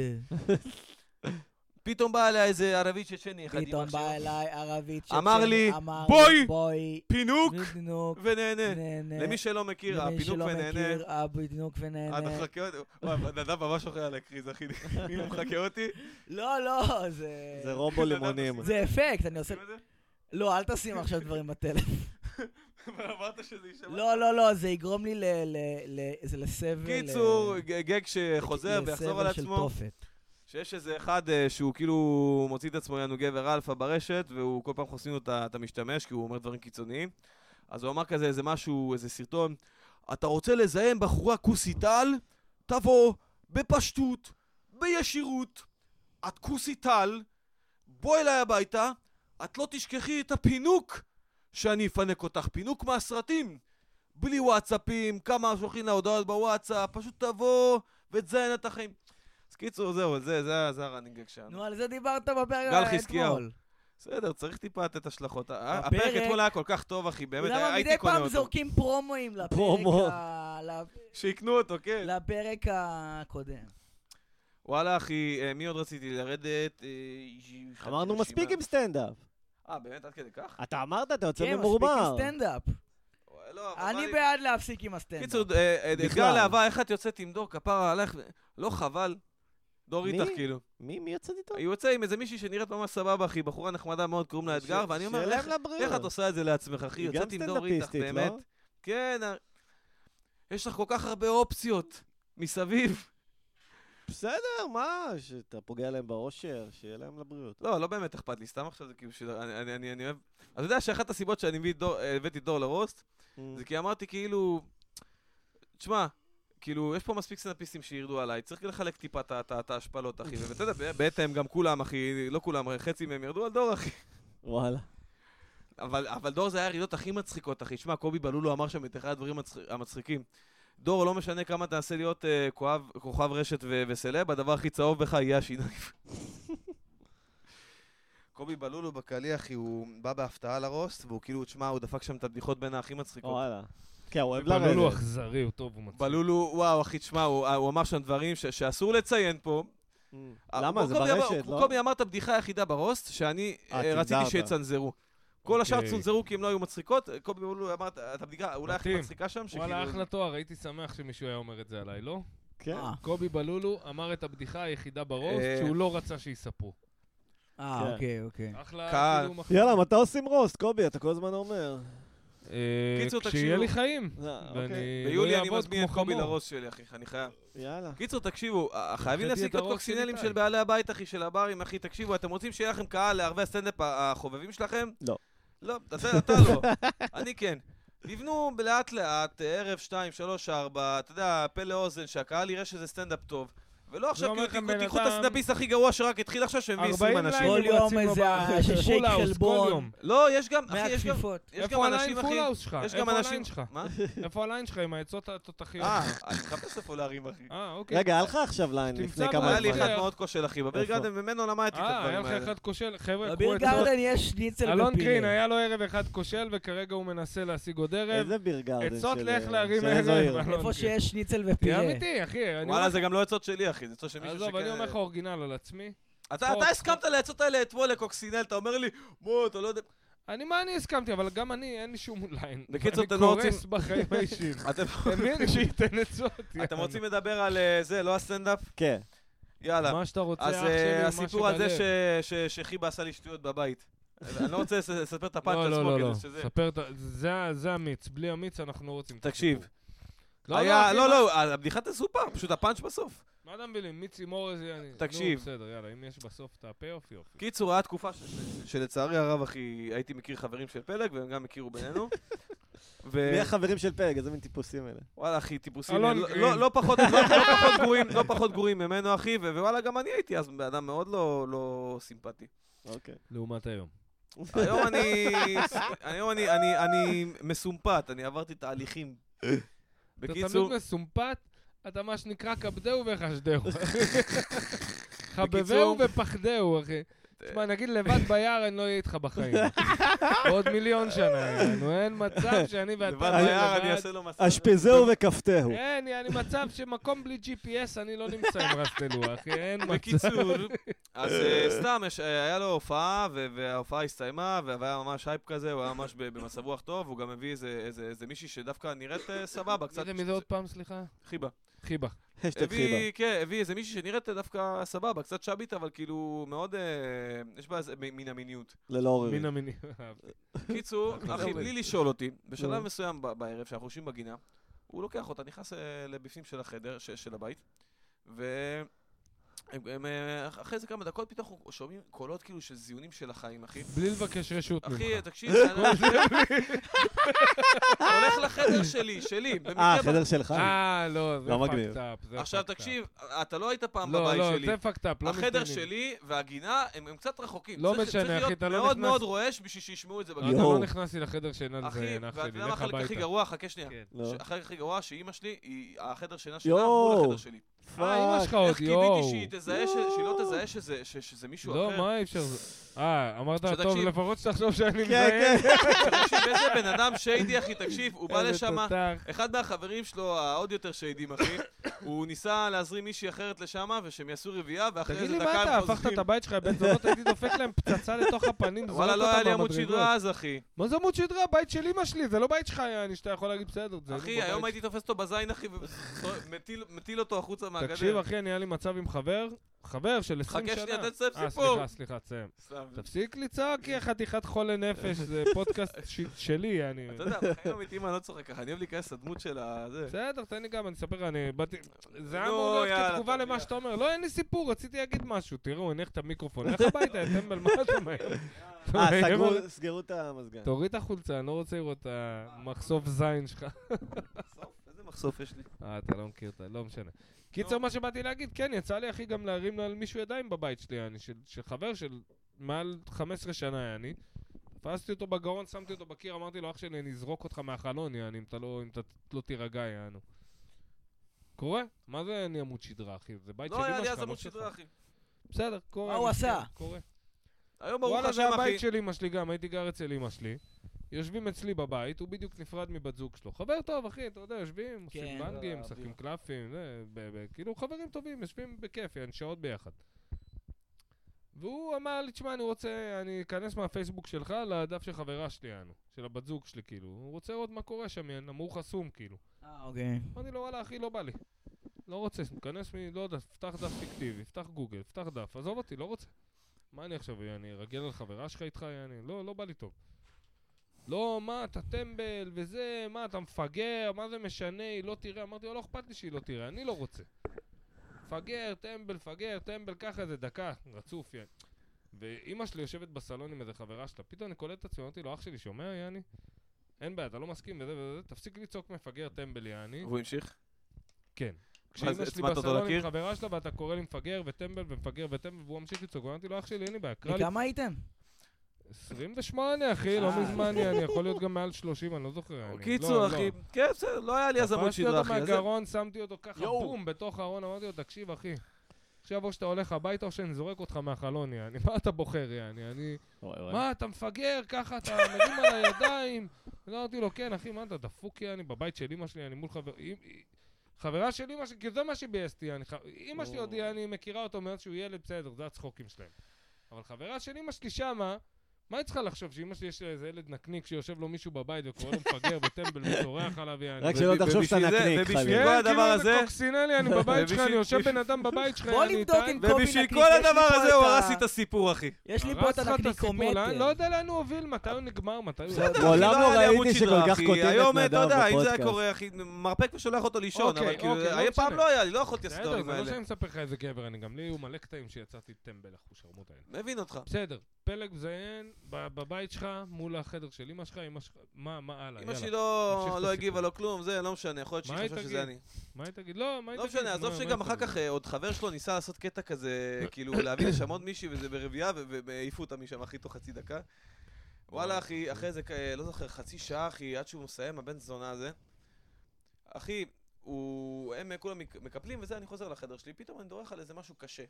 פתאום בא אליי איזה ערבית ששני אחד. פתאום בא אליי ערבית ששני. אמר לי, בואי, פינוק ונהנה. למי שלא מכיר, הפינוק ונהנה. אתה מחכה אותי? נדב ממש אוכל על הקריז, אחי. אם הוא מחכה אותי? לא, זה רובו לימונים. זה אפקט, אני עושה... לא, אל תשים עכשיו דברים בטלפון. אמרת שזה יישמע. לא, זה יגרום לי לסבל. קיצור, גג שחוזר ויחזור על עצמו. שיש איזה אחד שהוא כאילו מוציא את עצמו יענו גבר אלפא ברשת, והוא כל פעם חוסמים לו את המשתמש, כי הוא אומר דברים קיצוניים. אז הוא אמר כזה איזה משהו, איזה סרטון, אתה רוצה לזהם בחורה כוסיטל? תבוא בפשטות, בישירות. את כוסיטל, בוא אליי הביתה, את לא תשכחי את הפינוק שאני אפנק אותך, פינוק מהסרטים. בלי וואטסאפים, כמה שולחים להודעות בוואטסאפ, פשוט תבוא ותזיין את החיים. אז קיצור, זהו, זה הרנינג שלנו. נו, על זה דיברת בפרק גל חזקיהו. בסדר, צריך טיפה לתת השלכות. הפרק אתמול היה כל כך טוב, אחי, באמת, הייתי קונה אותו. למה מדי פעם זורקים פרומואים לפרק שיקנו אותו, כן. לפרק הקודם. וואלה, אחי, מי עוד רציתי לרדת? אמרנו מספיק עם סטנדאפ. באמת, עד כדי כך? אתה אמרת, אתה יוצא כן, ממורמר. מספיק עם סטנדאפ. אני בעד להפסיק עם הסטנדאפ. קיצור, אתגר להבה, איך את יוצאת עם דור? כפרה עליך, לא חבל. דור איתך, כאילו. מי יוצאת איתו? היא יוצא עם איזה מישהי שנראית ממש סבבה, אחי, בחורה נחמדה מאוד, קוראים לה אתגר, ואני אומר, איך את עושה את זה לעצמך, אחי? יוצאת עם דור איתך, באמת. כן, יש לך כל כך הרבה אופציות מסביב. בסדר, מה? שאתה פוגע להם באושר, שיהיה להם לבריאות. לא באמת אכפת לי, סתם עכשיו זה כאילו אני אוהב... אתה יודע שאחת הסיבות שאני הבאתי דור לרוסט, זה כי אמרתי כאילו... תשמע, כאילו, יש פה מספיק סטנדאפיסטים שירדו עליי, צריך לחלק טיפה את ההשפלות, אחי. ואתה יודע, בעצם גם כולם, אחי, לא כולם, חצי מהם ירדו על דור, אחי. וואלה. אבל דור זה היה הרעידות הכי מצחיקות, אחי. שמע, קובי בלולו אמר שם את אחד הדברים המצחיקים. דור, לא משנה כמה תנסה להיות כוכב רשת וסלב, הדבר הכי צהוב בך יהיה השיניים. קובי בלולו בקלי, אחי, הוא בא בהפתעה לרוסט, והוא כאילו, תשמע, הוא דפק שם את הבדיחות בין הכי מצחיקות. וואלה. כן, הוא אוהב לרדת. בלולו אכזרי, הוא טוב, הוא מצחיק. בלולו, וואו, אחי, תשמע, הוא אמר שם דברים שאסור לציין פה. למה? זה ברשת, לא? קובי אמר את הבדיחה היחידה ברוסט, שאני רציתי שיצנזרו. כל השאר צונזרו כי הם לא היו מצחיקות. קובי בלולו אמר את הבדיחה, אולי הכי מצחיקה שם. וואלה, אחלה תואר, הייתי שמח שמישהו היה אומר את זה עליי, לא? כן. קובי בלולו אמר את הבדיחה היחידה ברוסט שהוא לא רצה שיספרו. אוקיי. אחלה, כאילו מחר. יאללה, מתי עושים רוסט, קובי? אתה כל הזמן אומר. כשיהיה לי חיים. ביולי אני מזמין את קובי לרוסט שלי, אחי, אני חייב. יאללה. קיצור, תקשיבו, חייבים להשיג את קוקסינלים של בעלי הבית, אחי, של הברים, אחי, תקשיבו, אתם רוצים שיהיה לכם קהל לערבי הסטנדאפ החובבים שלכם? לא. לא, אתה לא. אני כן. תבנו לאט לאט, ערב 2, 3, 4, אתה יודע, פה לאוזן, שהקהל יראה שזה סטנדאפ טוב. ולא עכשיו, תיקחו את הסטנדאפיסט הכי גרוע שרק התחיל עכשיו, שמביא 20 אנשים. כל יום איזה שייק חלבון. לא, יש גם, אחי, יש גם אנשים, אחי. יש גם אנשים... מה? איפה הליין שלך עם העצות התותחיות? אני מחפש איפה להרים, אחי. אוקיי. רגע, היה לך עכשיו ליין לפני כמה... היה לי אחד מאוד כושל, אחי. בביר גרדן ממנו למדתי את הדברים האלה. היה לך אחד כושל. חבר'ה, בביר גרדן יש שניצל ופילה. אלון קרין, היה לו ערב אחד כושל, וכרגע הוא מנסה להשיג עוד ערב. איזה ביר גרדן? עצות לאיך להרים ערב. איפה שיש שניצל ופילה. אמיתי, אחי. וואלה, זה גם לא עצות שלי, אחי. זה עצות של מישהו אני אומר לך אורגינל על עצמי. אתה הסכמת לעצות האלה אתמול לקוקסינל, אתה אומר לי, בוא, אתה לא יודע... מה אני הסכמתי, אבל גם אין לי שום ליין. בקיצור, אתם לא רוצים... אני קורס בחיים האישיים. מי אני שייתן עצות? אתם רוצים לדבר על זה, לא הסטנדאפ? כן. יאללה. מה שאתה רוצה, אח שלי, אז הסיפור על זה שחיבה עשה לי שטויות בבית. אני לא רוצה לספר את הפאנץ' עצמו כדי שזה... ספר את... זה המיץ. בלי המיץ אנחנו לא רוצים. תקשיב. לא, הבדיחה תסופר, פשוט הפאנץ' בסוף. מה אתה מבינים? מיצי מורז, תקשיב. בסדר, יאללה, אם יש בסוף את הפי-אוף, יופי. קיצור, היה תקופה שלצערי הרב, אחי, הייתי מכיר חברים של פלג, והם גם הכירו בינינו. מי החברים של פלג? איזה מין טיפוסים אלה? וואלה, אחי, טיפוסים... לא פחות גרועים ממנו, אחי, ווואלה, גם אני הייתי אז באדם מאוד לא סימפטי. אוקיי. לעומת היום. היום אני מסומפט, אני עברתי תהליכים. אתה תמיד מסומפט, אתה מה שנקרא כבדהו וחשדהו. חבבהו ופחדהו, אחי. תשמע, נגיד לבד ביער אני לא אהיה איתך בחיים. עוד מיליון שנה, אין מצב שאני ואתה... לבד ביער אני אעשה לו מסע. אשפזהו וכפתהו. אין, אני מצב שמקום בלי GPS אני לא נמצא עם רסטלו, אחי, אין מצב. בקיצור, אז סתם, היה לו הופעה, וההופעה הסתיימה, והיה ממש הייפ כזה, הוא היה ממש במצב רוח טוב, והוא גם הביא איזה מישהי שדווקא נראית סבבה, קצת... מי זה עוד פעם, סליחה? חיבה. הביא איזה מישהי שנראית דווקא סבבה, קצת שבית, אבל כאילו מאוד, יש בה מן המיניות. ללא עוררי. מן המיניות. קיצור, אחי, בלי לשאול אותי, בשלב מסוים בערב, שאנחנו יושבים בגינה, הוא לוקח אותה, נכנס לבפנים של החדר, של הבית, אחרי זה כמה דקות פתאום אנחנו שומעים קולות כאילו של זיונים של החיים, אחי. בלי לבקש רשות ממך. אחי, תקשיב, הולך לחדר שלי. חדר שלך? לא, זה פאקט-אפ. עכשיו תקשיב, אתה לא היית פעם בבית שלי. לא, זה פאקט-אפ, לא מתקנים. החדר שלי והגינה הם קצת רחוקים. לא משנה, אחי, אתה לא נכנס... מאוד מאוד רועש בשביל שישמעו את זה בגינה. אתה לא נכנסי לחדר שינה לזה, אחי, נח ואתה שלי, יודע מה לך החלק הכי הביתה. גרוע? חכה שנייה. החלק הכי גרוע שאימא שלי, החדר שינה שלה מול החדר שלי. אמא שלך עוד, איך קיוויתי שהיא לא תזהה שזה מישהו אחר. לא, מה אפשר? אמרת טוב, לפחות שתחשוב שאני כן, מזיין. תקשיב, איזה בן אדם שיידי, אחי, תקשיב, הוא בא לשם, אחד מהחברים שלו, העוד יותר שיידים, אחי, הוא ניסה להזרים מישהי אחרת לשם, ושהם יעשו רביעה, ואחרי תגיד איזה לי, דקה מה הם אתה חוזרים. הפכת את הבית שלך לבית זונות, הייתי דופק להם פצצה לתוך הפנים, וואלה, לא היה לי עמוד שדרה אז, אחי. מה זה עמוד שדרה? בית של אמא שלי, זה לא בית שלך, יעני, שאתה יכול להגיד בסדר. אחי, היום הייתי תופס אותו בזין, אחי, ומטיל אותו החוצה מהגדר. תקשיב, אחי, אני היה לי מצב עם חבר של 20 שנה. חכה שנייה, תסיים סיפור. סליחה, תסיים. תפסיק לצעוק, כי חתיכת חולה נפש, זה פודקאסט שלי, יעני. אתה יודע, בחיים אמיתיים אני לא צוחק ככה, אני אוהב להיכנס לדמות של הזה. בסדר, תן לי גם, אני אספר, אני באתי... זה היה אמור להיות כתגובה למה שאתה אומר. לא, אין לי סיפור, רציתי להגיד משהו. תראו, הניח את המיקרופון. לך הביתה, טמבל, מה אתה אומר? סגרו את המזגן. תוריד את החולצה, אני לא רוצה לראות את המחשוף זין שלך. איזה מחשוף יש לי? אתה לא מכיר אותה, לא משנה. קיצר, מה שבאתי להגיד, כן, יצא לי אחי גם להרים על מישהו ידיים בבית שלי, של חבר של מעל 15 שנה, יעני. תפסתי אותו בגרון, שמתי אותו בקיר, אמרתי לו, אח שלי, אני אזרוק אותך מהחלון, יעני, אם אתה לא תירגע, יענו. קורה? מה זה אני עמוד שדרה, אחי? זה בית שלי, לא, היה לי אז עמוד שדרה, אחי. בסדר, קורה. מה הוא עשה? קורה. היום ברוך וואלה, השם, זה אחי. הבית של אמא שלי גם, הייתי גר אצל אמא שלי. יושבים אצלי בבית, הוא בדיוק נפרד מבת זוג שלו. חבר טוב, אחי, אתה יודע, יושבים, עושים בנגים, משחקים קלפים, כאילו חברים טובים, יושבים בכיף, שעות ביחד. והוא אמר לי, תשמע, אני אכנס מהפייסבוק שלך לדף של חברה שלי, של הבת זוג שלי, כאילו. הוא רוצה לראות מה קורה שם, אמור חסום, כאילו. אוקיי. אמרתי לו, וואלה, אחי, לא בא לי. לא רוצה, כנס לא יודע, פתח דף פיקטיבי, פתח גוגל, פתח דף, עזוב אותי, לא רוצה. מה אני עכשיו, אני ארגל על חברה שלך איתך, לא בא לי טוב. לא, מה, אתה טמבל וזה, מה, אתה מפגר, מה זה משנה, היא לא תראה. אמרתי לו, לא אכפת לי שהיא לא תראה, אני לא רוצה. פגר, טמבל, ככה איזה דקה, רצוף, יעני. ואמא שלי יושבת בסלון עם איזה חברה שלה, פתאום אני קולט את עצמי, אמרתי לו, אח שלי שומע, יעני? אין בעיה, אתה לא מסכים וזה וזה, תפסיק לצעוק מפגר, טמבל, יעני. והוא המשיך? כן. כשאמא שלי בסלון עם חברה שלה, ואתה קורא לי מפגר וטמבל ומפגר וטמבל, והוא ממשיך לצעוק, אמרתי לו, אח שלי, אין לי בעיה, וכמה הייתם? 28, אחי, לא מזמן, אני יכול להיות גם מעל 30, אני לא זוכר. קיצור, אחי, כן, בסדר, לא היה לי אז עמוד שדרה, אחי. תפסתי אותו מהגרון, שמתי אותו ככה, בום, בתוך הארון, אמרתי לו, תקשיב, אחי, עכשיו או שאתה הולך הביתה או שאני זורק אותך מהחלון, יעני, מה אתה בוחר, יעני, מה, אתה מפגר, ככה אתה מרים על הידיים? אמרתי לו, כן, אחי, מה אתה דפוק, יעני, בבית של אמא שלי, אני מול חברה של אמא שלי, כי זה מה שבייסתי, יעני, אמא שלי עוד, אני מכירה אותו מאז שהוא ילד, בסדר, זה הצחוקים שלהם. אבל חברה של אמא שלי שמה, מה היא צריכה לחשוב? שאמא שלי יש איזה ילד נקניק שיושב לו מישהו בבית וקורא לו מפגר וטמבל וצורח עליו יעני. רק שלא תחשוב שאתה נקניק. ובשביל כל הדבר הזה... כאילו זה קוקסינלי, אני בבית שלך, אני יושב בן אדם בבית שלך, בוא נבדוק אם קובי נקניק. ובשביל כל הדבר הזה הוא הרס לי את הסיפור, אחי. יש לי פה את הנקניקומטר. לא יודע לאן הוא הוביל, מתי הוא נגמר, מתי הוא... מעולם לא ראיתי שכל כך קוטעים את היום, אתה יודע, אם זה היה בפודקאסט. קורה, אחי, מרפק ושולח אותו לישון, אבל כאילו, אי פעם לא היה לי, לא יכולתי לעשות דברים זה לא האלה. שאני מספר לך איזה גבר, אני גם לי היו מלא קטעים שיצאתי טמבל אחושרמות האלה. מבין אותך. בסדר, פלג זיין, בבית שלך, מול החדר של אמא שלך, מה הלאה? אמא שלי לא הגיבה לו כלום, זה לא משנה, יכול להיות שהיא חושב שזה אני. מה היא תגיד? לא, מה היא תגיד? לא משנה, עזוב שגם אחר כך עוד חבר שלו ניסה לעשות קטע כזה, כאילו להביא לשם עוד מישהי וזה ברביעה, והעיפו אותה משם אחי תוך חצי דקה. וואלה אחי, אחרי זה, לא זוכר, חצי שעה אחי, עד שהוא מסיים, הבן זונה הזה. אחי, הם כולם מקפלים וזה, אני חוזר לחדר שלי, פתאום אני דורך על איזה משהו קשה.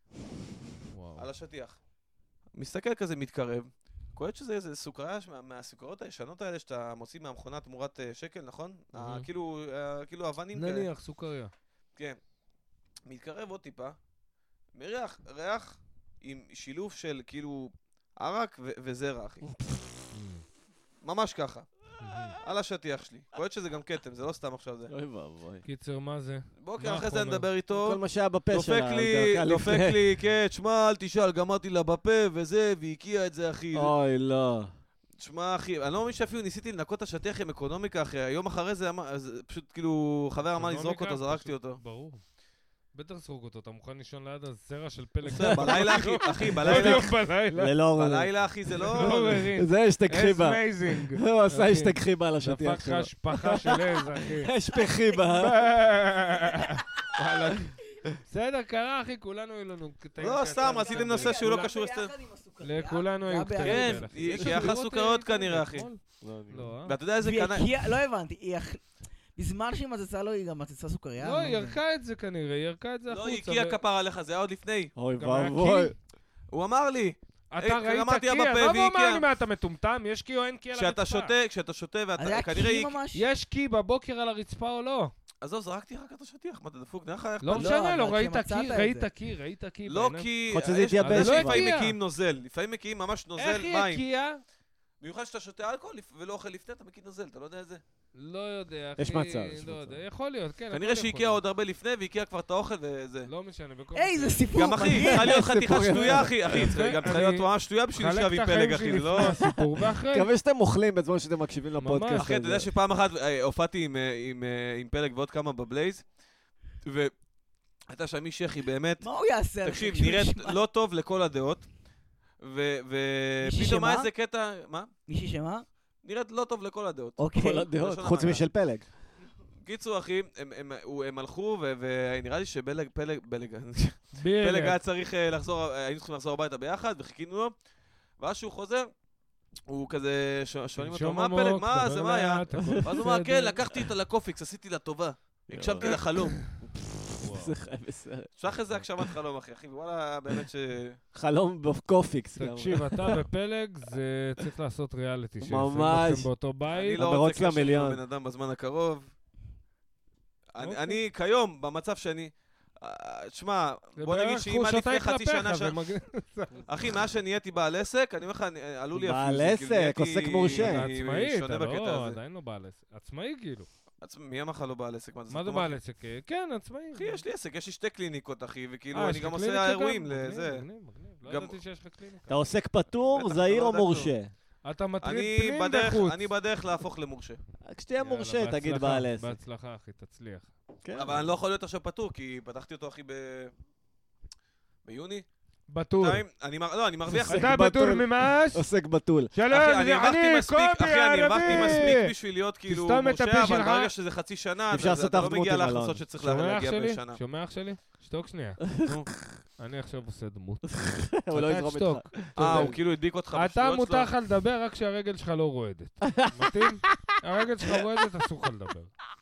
על השטיח. מסתכל כזה, מתקרב. קולט שזה איזה סוכריה מהסוכריות הישנות האלה שאתה מוציא מהמכונה תמורת שקל, נכון? כאילו אבנים כאלה. נניח, סוכריה. כן. מתקרב עוד טיפה, מריח ריח עם שילוב של כאילו ערק וזרע, אחי. ממש ככה. על השטיח שלי. קולט שזה גם קטם, זה לא סתם עכשיו זה. אוי ואבוי. קיצר, מה זה? בוקר אחרי זה נדבר איתו. כל מה שהיה בפה שלה. דופק לי, כן, תשמע, אל תשאל, גמרתי לה בפה וזה, והקיע את זה, אחי. אוי, לא. תשמע, אחי, אני לא מאמין שאפילו ניסיתי לנקות את השטיח עם אקונומיקה, אחי. היום אחרי זה, פשוט כאילו, חבר אמר לזרוק אותו, זרקתי אותו. ברור. בטח זרוק אותו, אתה מוכן לישון ליד הזרע של פלג. בלילה, אחי, בלילה. בלילה, אחי, זה לא... זה אשתק חיבה. אמייזינג. הוא עשה אשתק חיבה על השטיח דפק לך השפחה של עז, אחי. אשפך חיבה. בסדר, קרה, אחי, כולנו היו לנו... לא, סתם, רציתם נושא שהוא לא קשור... לכולנו היו קטעים. כן, כי יחס סוכריות כנראה, אחי. ואתה יודע איזה קנה... לא הבנתי, בזמן שהיא מצצה לו, היא גם מצצה סוכריה? לא, היא ירקה את זה כנראה, היא ירקה את זה החוצה. לא, היא הקיעה כפרה לך, זה היה עוד לפני. אוי ואבוי. הוא אמר לי. אתה ראית קי? עזוב אומר לי מה, אתה מטומטם? יש קי או אין קי על הרצפה? כשאתה שותה, היה קי ממש? יש קי בבוקר על הרצפה או לא? עזוב, זרקתי רק את השטיח, מה אתה דפוק? נראה לך איך... לא משנה, לא, ראית קי. לא כי... חוץ שזה התייבש. לפעמים מקיאים נוזל, לפעמים מקיאים ממש נוזל מים. איך יקיע? במיוחד שאתה שותה אלכוהול ולא אוכל לפני, אתה מקיא נוזל, אתה לא יודע איזה? לא יודע, אחי. יש מצב. יכול להיות, כן. כנראה שהקיא עוד הרבה לפני, והקיא כבר את האוכל וזה. לא משנה. היי, זה סיפור. גם אחי, צריכה להיות חתיכה שטויה, אחי. גם צריכה להיות ממש שטויה בשביל לשכב עם פלג, אחי. זה לא... מקווה שאתם אוכלים בזמן שאתם מקשיבים לפודקאסט. אחי, אתה יודע שפעם אחת הופעתי עם פלג ועוד כמה בבלייז, והייתה שם מי שחי באמת... מה הוא יעשה? תקשיב, נראית לא טוב לכל הדעות. ופתאום היה איזה קטע... מה? מישהי שמה? נראית לא טוב לכל הדעות. אוקיי. כל הדעות, חוץ משל פלג. קיצור, אחי, הם הלכו, ונראה לי פלג היה צריך לחזור, היינו צריכים לחזור הביתה ביחד, וחיכינו לו, ואז שהוא חוזר, הוא כזה, שואלים אותו, מה פלג, מה זה, מה היה? ואז הוא אומר, כן, לקחתי איתה לקופיקס, עשיתי לה טובה, הקשבתי לחלום. זה חי בסרט. שח איזה הגשמת חלום, אחי, וואלה, באמת ש... חלום בקופיקס. תקשיב, אתה ופלג, זה צריך לעשות ריאליטי. ממש. שאתם באותו בית. אני לא רוצה קשר עם הבן אדם בזמן הקרוב. אני כיום, במצב שאני... תשמע, בוא נגיד שאם עד לפני חצי שנה... אחי, מאז שנהייתי בעל עסק, אני אומר לך, עלו לי בעל עסק, עוסק מורשה. עצמאי, אתה לא, עדיין לא בעל עסק. עצמאי כאילו. מי אמר לך לא בעל עסק? מה זה בעל עסק? כן, עצמאי. אחי, יש לי עסק, יש לי 2 קליניקות, אחי, וכאילו אני גם עושה אירועים לזה. לא ידעתי שיש לך קליניקה. אתה עוסק פטור, זהיר או מורשה? אתה מטריד פנים וחוץ. אני בדרך להפוך למורשה. כשתהיה מורשה, תגיד בעל עסק. בהצלחה, אחי, תצליח. אבל אני לא יכול להיות עכשיו פטור, כי פתחתי אותו, אחי, ביוני. בטול. לא, אני מרוויח... אתה בטול ממש? עוסק בטול. שלום, אני הרווחתי מספיק בשביל להיות כאילו מורשה, אבל ברגע שזה חצי שנה, אתה לא מגיע להכנסות שצריך להגיע בשנה. שומע אח שלי? שתוק שנייה. אני עכשיו עושה דמות. הוא לא יזרום איתך. הוא כאילו הדביק אותך בשטויות שלו. אתה מותר לך לדבר רק שהרגל שלך לא רועדת. מתאים? הרגל שלך רועדת, אסור לך לדבר.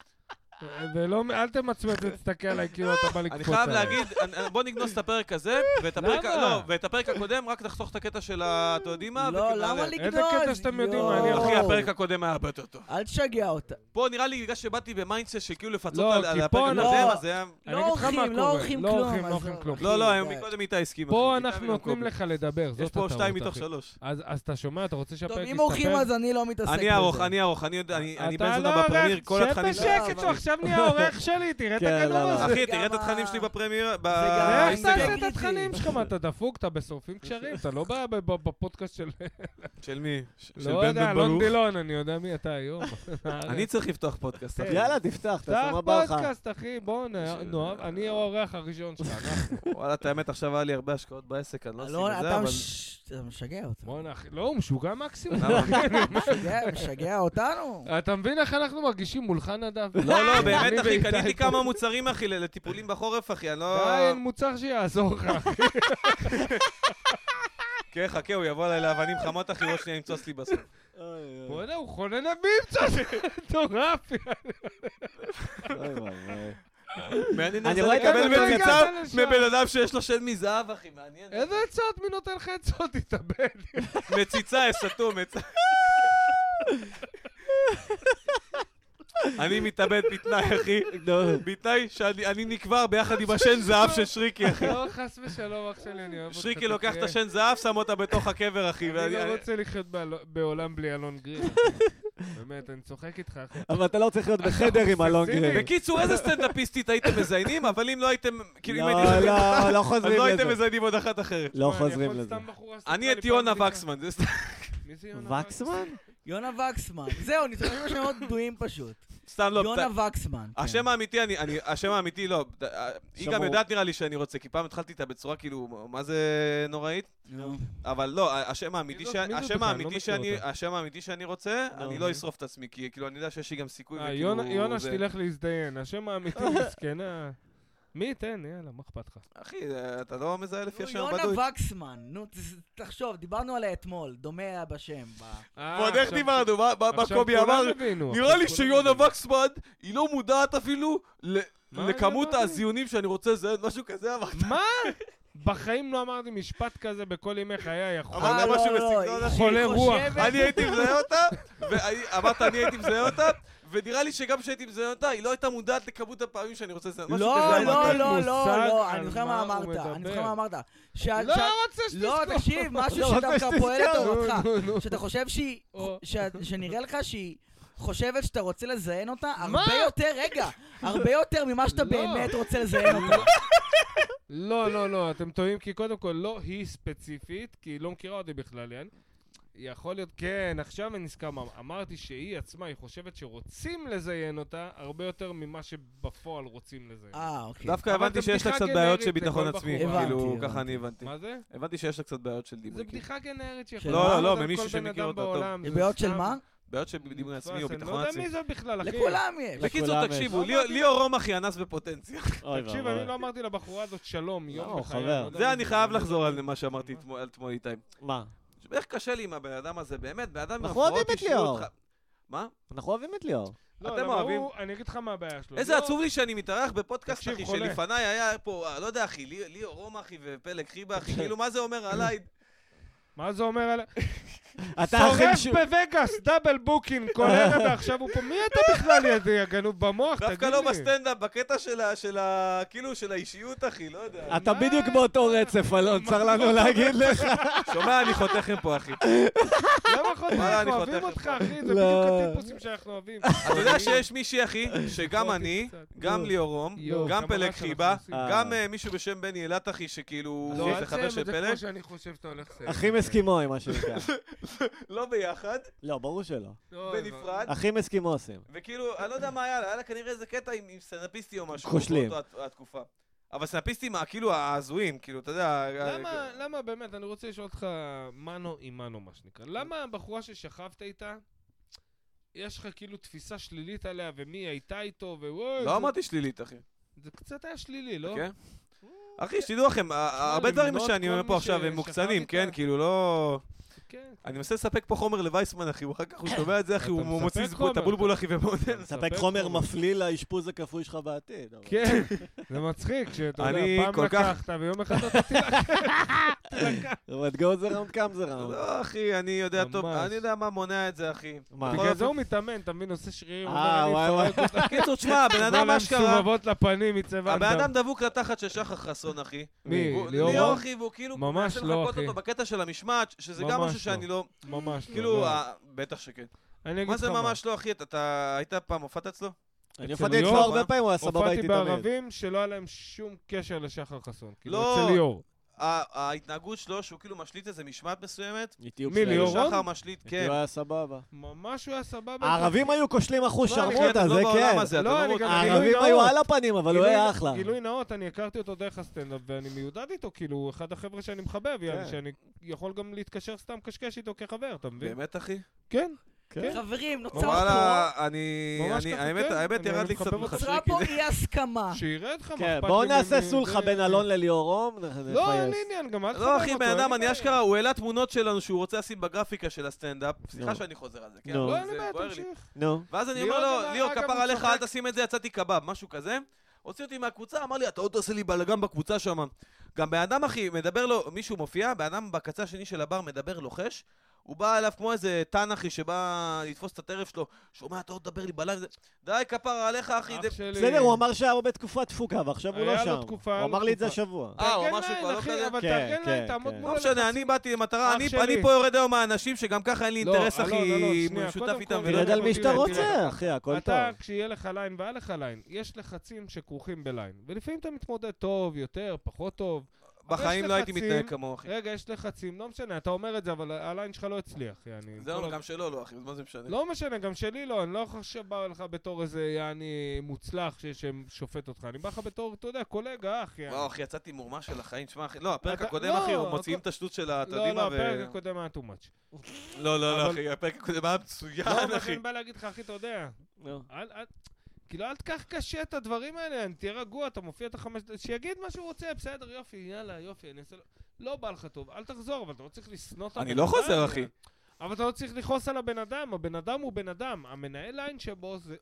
אל תמצמץ ותסתכל עליי כאילו אתה בא לקפוץ עליי. אני חייב להגיד, בוא נגנוס את הפרק הזה, ואת הפרק הקודם רק תחתוך את הקטע של אתה יודעים מה? לא, למה לגנוז? איזה קטע שאתם יודעים מה? אחי, הפרק הקודם היה הרבה יותר טוב. אל תשגע אותה. פה נראה לי בגלל שבאתי במיינדסט שכאילו לפצות על הפרק הקודם, אז זה היה... לא עורכים כלום. לא, הם מקודם איתה הסכים. פה אנחנו נותנים לך לדבר, זאת יש פה 2 מתוך 3. אז אתה שומע, אתה רוצה שהפרק אם עורכים אז אני לא מתעסק בזה. אני ארוך, אני בן זונה בפרמיר, כל התכנים עכשיו נהיה העורך שלי, תראה את הכדור הזה. אחי, תראה את התכנים שלי בפרמיר, איך תעשה את התכנים שלך? מה, אתה דפוק? אתה בשורפים קשרים? אתה לא בא בפודקאסט של... של מי? לא יודע, אלון דילון, אני יודע מי אתה היום. אני צריך לפתוח פודקאסט. יאללה, תפתח, תעשה מה בא לך. תפתח פודקאסט, אחי, בוא נאהב. אני העורך הראשון שלך. וואלה, את האמת, עכשיו היה לי הרבה השקעות בעסק, אני לא עושים את זה, אבל... אתה משגע אותנו. בוא נח... לא, הוא משוגע מקסימום. משגע אותנו. אתה מבין איך אנחנו מרגישים מולך נדב? לא, באמת, אחי, קניתי כמה מוצרים, אחי, לטיפולים בחורף, אחי, אני לא... די, אין מוצר שיעזור לך, אחי. כן, חכה, הוא יבוא אליי לאבנים חמות, אחי, עוד שנייה ימצוס לי בסוף. בוא נה, הוא חולה נבימצוס, מטורף. מעניין איך זה לקבל מציצה מבן אדם שיש לו שן מזהב, אחי, מעניין. איזה עצות? מי נותן לך עצות? תתאבד. מציצה, סתום, אני מתאבד בתנאי, אחי. בתנאי שאני נקבר ביחד עם השן זהב של שריקי, אחי. לא, חס ושלום, אח שלי, אני אוהב אותך. שריקי לוקח את השן זהב, שם אותה בתוך הקבר, אחי. אני לא רוצה לחיות בעולם בלי אלון גרין. באמת, אני צוחק איתך, אחי. אבל אתה לא צריך להיות בחדר עם אלון גרין. בקיצור, איזה סטנדאפיסטית הייתם מזיינים, אבל אם לא הייתם... לא חוזרים לזה. אז לא הייתם מזיינים עוד אחת אחרת. לא חוזרים לזה. אני את יונה וקסמן. מי זה יונה וקסמן? יונה וקסמן. זהו, נתחילים שמות דויים פשוט. סתם לא. יונה וקסמן. השם האמיתי לא. היא גם יודעת נראה לי שאני רוצה, כי פעם התחלתי איתה בצורה כאילו, מה זה נוראית? אבל לא, השם האמיתי שאני רוצה, אני לא אשרוף את עצמי, כי כאילו אני יודע שיש לי גם סיכוי. יונה שתלך להזדיין, השם האמיתי מסכנה. מי ייתן? יאללה, מה אכפת לך? אחי, אתה לא מזהה לפי השם בדוי. יונה וקסמן, נו, תחשוב, דיברנו עליה אתמול, דומה בשם. ועוד איך דיברנו, מה קובי אמר? נראה לי שיונה וקסמן, היא לא מודעת אפילו לכמות הזיונים שאני רוצה, זה משהו כזה אמרת. מה? בחיים לא אמרתי משפט כזה בכל ימי חיי, אבל זה משהו בסגנון חולה רוח. אני הייתי מזהה אותה, ואמרת אני הייתי מזהה אותה, ונראה לי שגם כשהייתי מזהה אותה, היא לא הייתה מודעת לכמות הפעמים שאני רוצה לזהה. לא, אני זוכר מה אמרת. לא רוצה שתזכור. לא, תקשיב, משהו שדווקא פועל לטובתך. שאתה חושב שנראה לך שהיא חושבת שאתה רוצה לזיין אותה, הרבה יותר ממה שאתה באמת רוצה לזיין אותה. לא, אתם טועים, כי קודם כל לא היא ספציפית, כי היא לא מכירה אותי בכלל, יכול להיות, כן, עכשיו אני נזכר, אמרתי שהיא עצמה, היא חושבת שרוצים לזיין אותה, הרבה יותר ממה שבפועל רוצים לזיין. אוקיי. דווקא הבנתי שיש לה קצת בעיות של ביטחון עצמי, כאילו, ככה אני הבנתי. מה זה? הבנתי שיש לה קצת בעיות של דימוי. זה בדיחה גנרית לא, ממישהו שמכיר אותה טוב. בעיות של מה? בעיות של דימוי עצמי או ביטחון עצמי. לא יודע מי זה בכלל, אחי. לכולם יש. בקיצור, תקשיבו, ליאור רום אחי אנס בפוטנציה. תקשיב, אני לא אמרתי לבחורה הזאת שלום, יום בחיי. זה אני חייב לחזור על מה שאמרתי אתמול איתי. מה? איך קשה לי עם הבן אדם הזה, באמת, בן אדם עם אנחנו אוהבים את ליאור. מה? אנחנו אוהבים את ליאור. אתם אוהבים? אני אגיד לך מה הבעיה שלו. איזה עצוב לי שאני מתארח בפודקאסט, אחי, שלפניי היה פה, לא יודע, אחי, ליאור רום, אחי, ופלג חיבה, אחי, כאילו, מה זה אומר עליי? מה זה אומר עליי? שורף בווגאס, דאבל בוקינג, כל ערב, ועכשיו הוא פה, מי אתה בכלל יגנוב במוח? דווקא לא בסטנדאפ, בקטע כאילו של האישיות, אחי, לא יודע. אתה בדיוק באותו רצף, אלון, צריך לנו להגיד לך. שומע, אני חותך פה, אחי. למה חותך? אנחנו אוהבים אותך, אחי, זה בדיוק הטיפוסים שאנחנו אוהבים. אתה יודע שיש מישהי, אחי, שגם אני, גם ליאור רום, גם פלג חיבה, גם מישהו בשם בני אלת, אחי, שכאילו, זה חבר של פלג. אחים אסקימואים, מה שנקרא. לא ביחד. לא, ברור שלא. בנפרד. אחים אסקימוסים. וכאילו, אני לא יודע מה היה לה כנראה איזה קטע עם סנאפיסטי או משהו. כושלים. באותה התקופה. אבל סנאפיסטים, כאילו, ההזויים, כאילו, אתה יודע... למה באמת, אני רוצה לשאול אותך, מנו עם מנו, מה שנקרא. למה הבחורה ששכבת איתה, יש לך כאילו תפיסה שלילית עליה, ומי הייתה איתו, לא אמרתי שלילית, אחי. זה קצת היה שלילי, לא? כן. אחי, שתדעו לכם, הרבה דברים שאני אומר פה עכשיו הם מוקצנים, כן? כאילו, לא... אני מנסה לספק פה חומר לווייסמן, אחי, אחר כך הוא שומע את זה, אחי, הוא מוציא את הבולבול, אחי, ומודל. לספק חומר מפליל לאשפוז הכפוי שלך בעתיד. כן, זה מצחיק, שאתה יודע, פעם לקחת ויום אחד אתה תלקח. What goes around comes around. לא, אחי, אני יודע טוב, אני יודע מה מונע את זה, אחי. בגלל זה הוא מתאמן, אתה מבין, עושה שרירים. וואי. קיצור, תשמע, הבן אדם מה שקרה... סובבות לפנים מצבע. הבן אדם דבוק לתחת של שחר חסון, אחי. מי? ליאור, אחי, והוא כאילו... ממש לא, אחי. בקטע של המשמעת, שזה גם משהו שאני לא... ממש לא. כאילו, בטח שכן. מה זה ממש לא, אחי? אתה היית פעם הופעת אצלו? אני הופעתי אצלו הרבה פעמים, הוא היה סבבה איתי תמיד. הופעתי בערבים שלא היה להם שום קשר לשחר חסון. לא. אצל ליאור. ההתנהגות שלו, שהוא כאילו משליט איזה משמעת מסוימת. מי, ליאור? שחר משליט, כן. הוא היה סבבה. ממש הוא היה סבבה. הערבים היו כושלים אחוז שרמוטה, זה כן. הערבים היו על הפנים, אבל הוא היה אחלה. גילוי נאות, אני הכרתי אותו דרך הסטנדאפ, ואני מיודד איתו, כאילו, אחד החבר'ה שאני מחבב, שאני יכול גם להתקשר סתם קשקש איתו כחבר, אתה מבין? באמת, אחי? כן. חברים, נוצר פה... האמת ירד לי קצת מחשריק. נוצרה פה אי הסכמה. שירד לך, כן, בואו נעשה סולחה בין אלון לליאור רום. לא, אין לי עניין, גם אל תחבר אותו. לא, אחי, בן אדם, אני אשכרה, הוא העלה תמונות שלנו שהוא רוצה לשים בגרפיקה של הסטנדאפ. סליחה שאני חוזר על זה, כן? לא, אין לי בעיה, תמשיך. ואז אני אומר לו, ליאור, כפר עליך, אל תשים את זה, יצאתי קבב, משהו כזה. הוציא אותי מהקבוצה, אמר לי, אתה עוד תעשה לי בלגן בקבוצה שם. גם בן אדם, אחי, מדבר לו, מישהו מופיע, בן אדם בקצה השני של הבר מדבר לוחש, הוא בא אליו כמו איזה טן, אחי, שבא לתפוס את הטרף שלו, שומע, אתה עוד תדבר לי בלייב, די, כפר עליך, אחי. בסדר, הוא אמר שהיה בתקופה תפוקה, ועכשיו הוא לא שם. הוא אמר לי את זה השבוע. הוא אמר שהוא כבר לא כזה. אבל תארגן להם, תעמוד מול... לא משנה, אני באתי למטרה, אני פה יורד היום מהאנשים שגם ככה אין לי אינטרס, אחי, משותף איתם. תרד על מי שאתה רוצה, אחי, הכל טוב. אתה, כשיהיה לך ליין והיה לך ליין, יש לחצים שכרוכים בליין, ולפעמים אתה מתמודד טוב, יותר, פחות טוב. בחיים לא הייתי מתנהג כמוהו, אחי. רגע, יש לחצים, לא משנה, אתה אומר את זה, אבל הליין שלך לא הצליח, יעני. זהו, גם שלו לא, אחי, מה זה משנה? לא משנה, גם שלי לא, אני לא חושב בא לך בתור איזה יעני מוצלח ששופט אותך, אני בא לך בתור, אתה יודע, קולגה, אחי. וואו, אחי, יצאתי מורמה של החיים, תשמע, אחי, לא, הפרק הקודם, אחי, הוא מוציאים את השטות של התדימה לא, הפרק הקודם היה too much. לא, אחי, הפרק הקודם היה מצוין, אחי. לא, אני בא להגיד לך, אחי, אתה יודע, כאילו, אל תקח קשה את הדברים האלה, תהיה רגוע, אתה מופיע את החמש... שיגיד מה שהוא רוצה, בסדר, יופי, יאללה, יופי, אני אעשה... לא בא לך טוב, אל תחזור, אבל אתה לא צריך לסנות את הבן אדם. אני לא חוזר, אחי. אבל אתה לא צריך לכעוס על הבן אדם, הבן אדם הוא בן אדם. המנהל ליין שבו זה...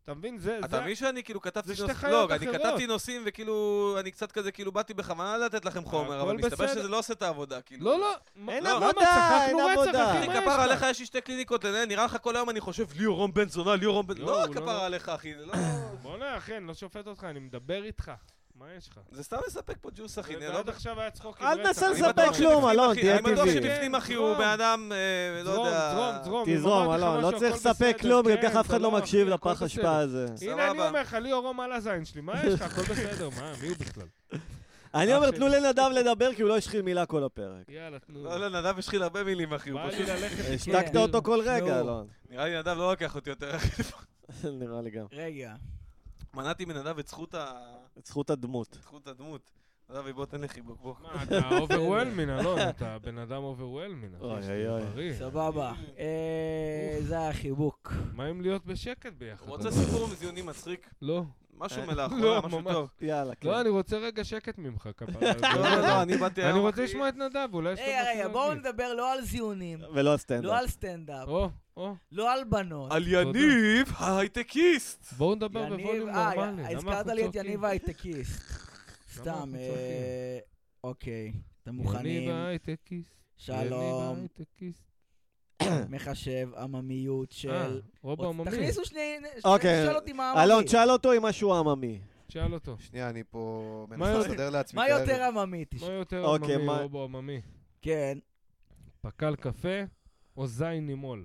אתה מבין? זה... אתה מבין שאני כאילו כתבתי זה שתי נושאים, חיות לא, אני אחרות. כתבתי נושאים וכאילו, אני קצת כזה כאילו באתי בכוונה לתת לכם חומר, אבל מסתבר שזה לא עושה את העבודה, כאילו. לא. אין למה? עבודה, אין צחקנו רצח, עבודה. אחי, אחי, מה יש כפרה לך? עליך יש לי שתי קליניקות, נראה לך כל היום אני חושב ליאור רום בן זונה, ליאור רום בן... לא, כפרה עליך, אחי, זה לא... בוא'נה, אחי, אני לא שופט אותך, אני מדבר איתך. מה יש לך? זה סתם מספק פה ג'וס, אחי. עד עכשיו היה צחוק עם אל תנסה רצח. לספק כלום, אלון, תהיה אני בטוח טבעי. שבפנים, אחי, הוא בן אדם, לא יודע... זרום. תזרום, אלון, לא צריך לספק כלום, גם ככה אף אחד לא מקשיב לפח אשפה הזה. הנה, אני אומר לך, ליאור רום על הזין שלי, מה יש לך? הכל בסדר, מה? מי הוא בכלל? אני אומר, תנו לנדב לדבר, כי הוא לא השחיל מילה כל הפרק. יאללה, תנו. לא, נדב השחיל הרבה מילים, אחי, הוא בא לי פשוט... ללכת... השתקת אותו כל רגע, אלון. נראה לי נדב לא לקח אותי יותר, אחי. נראה לי גם. רגע. מנעתי מנדב את זכות את זכות הדמות. זכות הדמות. נדב, בוא תן לי חיבוק, בוא. מה, אתה אוברוולמין, אלון, אתה בן אדם אוברוולמין. אוי. סבבה. זה היה חיבוק. מה אם להיות בשקט ביחד? רוצה סיפור מזיוני מצחיק? לא. משהו מלאכולה, לא, משהו ממש. טוב. יאללה, כן. לא, אני רוצה רגע שקט ממך, כפרה. לא, אני באתי אני היום, רוצה אחי. לשמוע את נדב, אולי יש לו משהו רגע, בואו להגיד. נדבר לא על זיונים, ולא הסטנדאפ. לא על סטנדאפ, או, לא על בנות. על יניב ההייטקיסט. בואו נדבר יניב, בווליום נורמלי. למה הזכרת אנחנו לי את צוחקים? יניב ההייטקיסט. סתם, אנחנו צוחקים? אוקיי, אתם יניב מוכנים? ההייטקיסט. שלום, יניב ההייטקיסט. מחשב עממיות של... רובו עממי. תכניסו שני... אוקיי. שאל אותי מה עממי. אלון, תשאל אותו עם משהו עממי. שאל אותו. שנייה, אני פה מה מנסה יותר- לסדר לעצמי מה כרגע. יותר עממי? מה יותר אוקיי, עממי, מה- רובו עממי? כן. פקל קפה או זין נימול?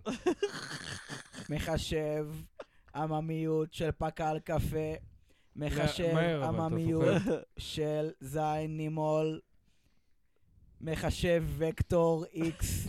מחשב עממיות של פקל קפה. מחשב מהר, אבל, אתה עממיות של זין נימול. מחשב וקטור איקס.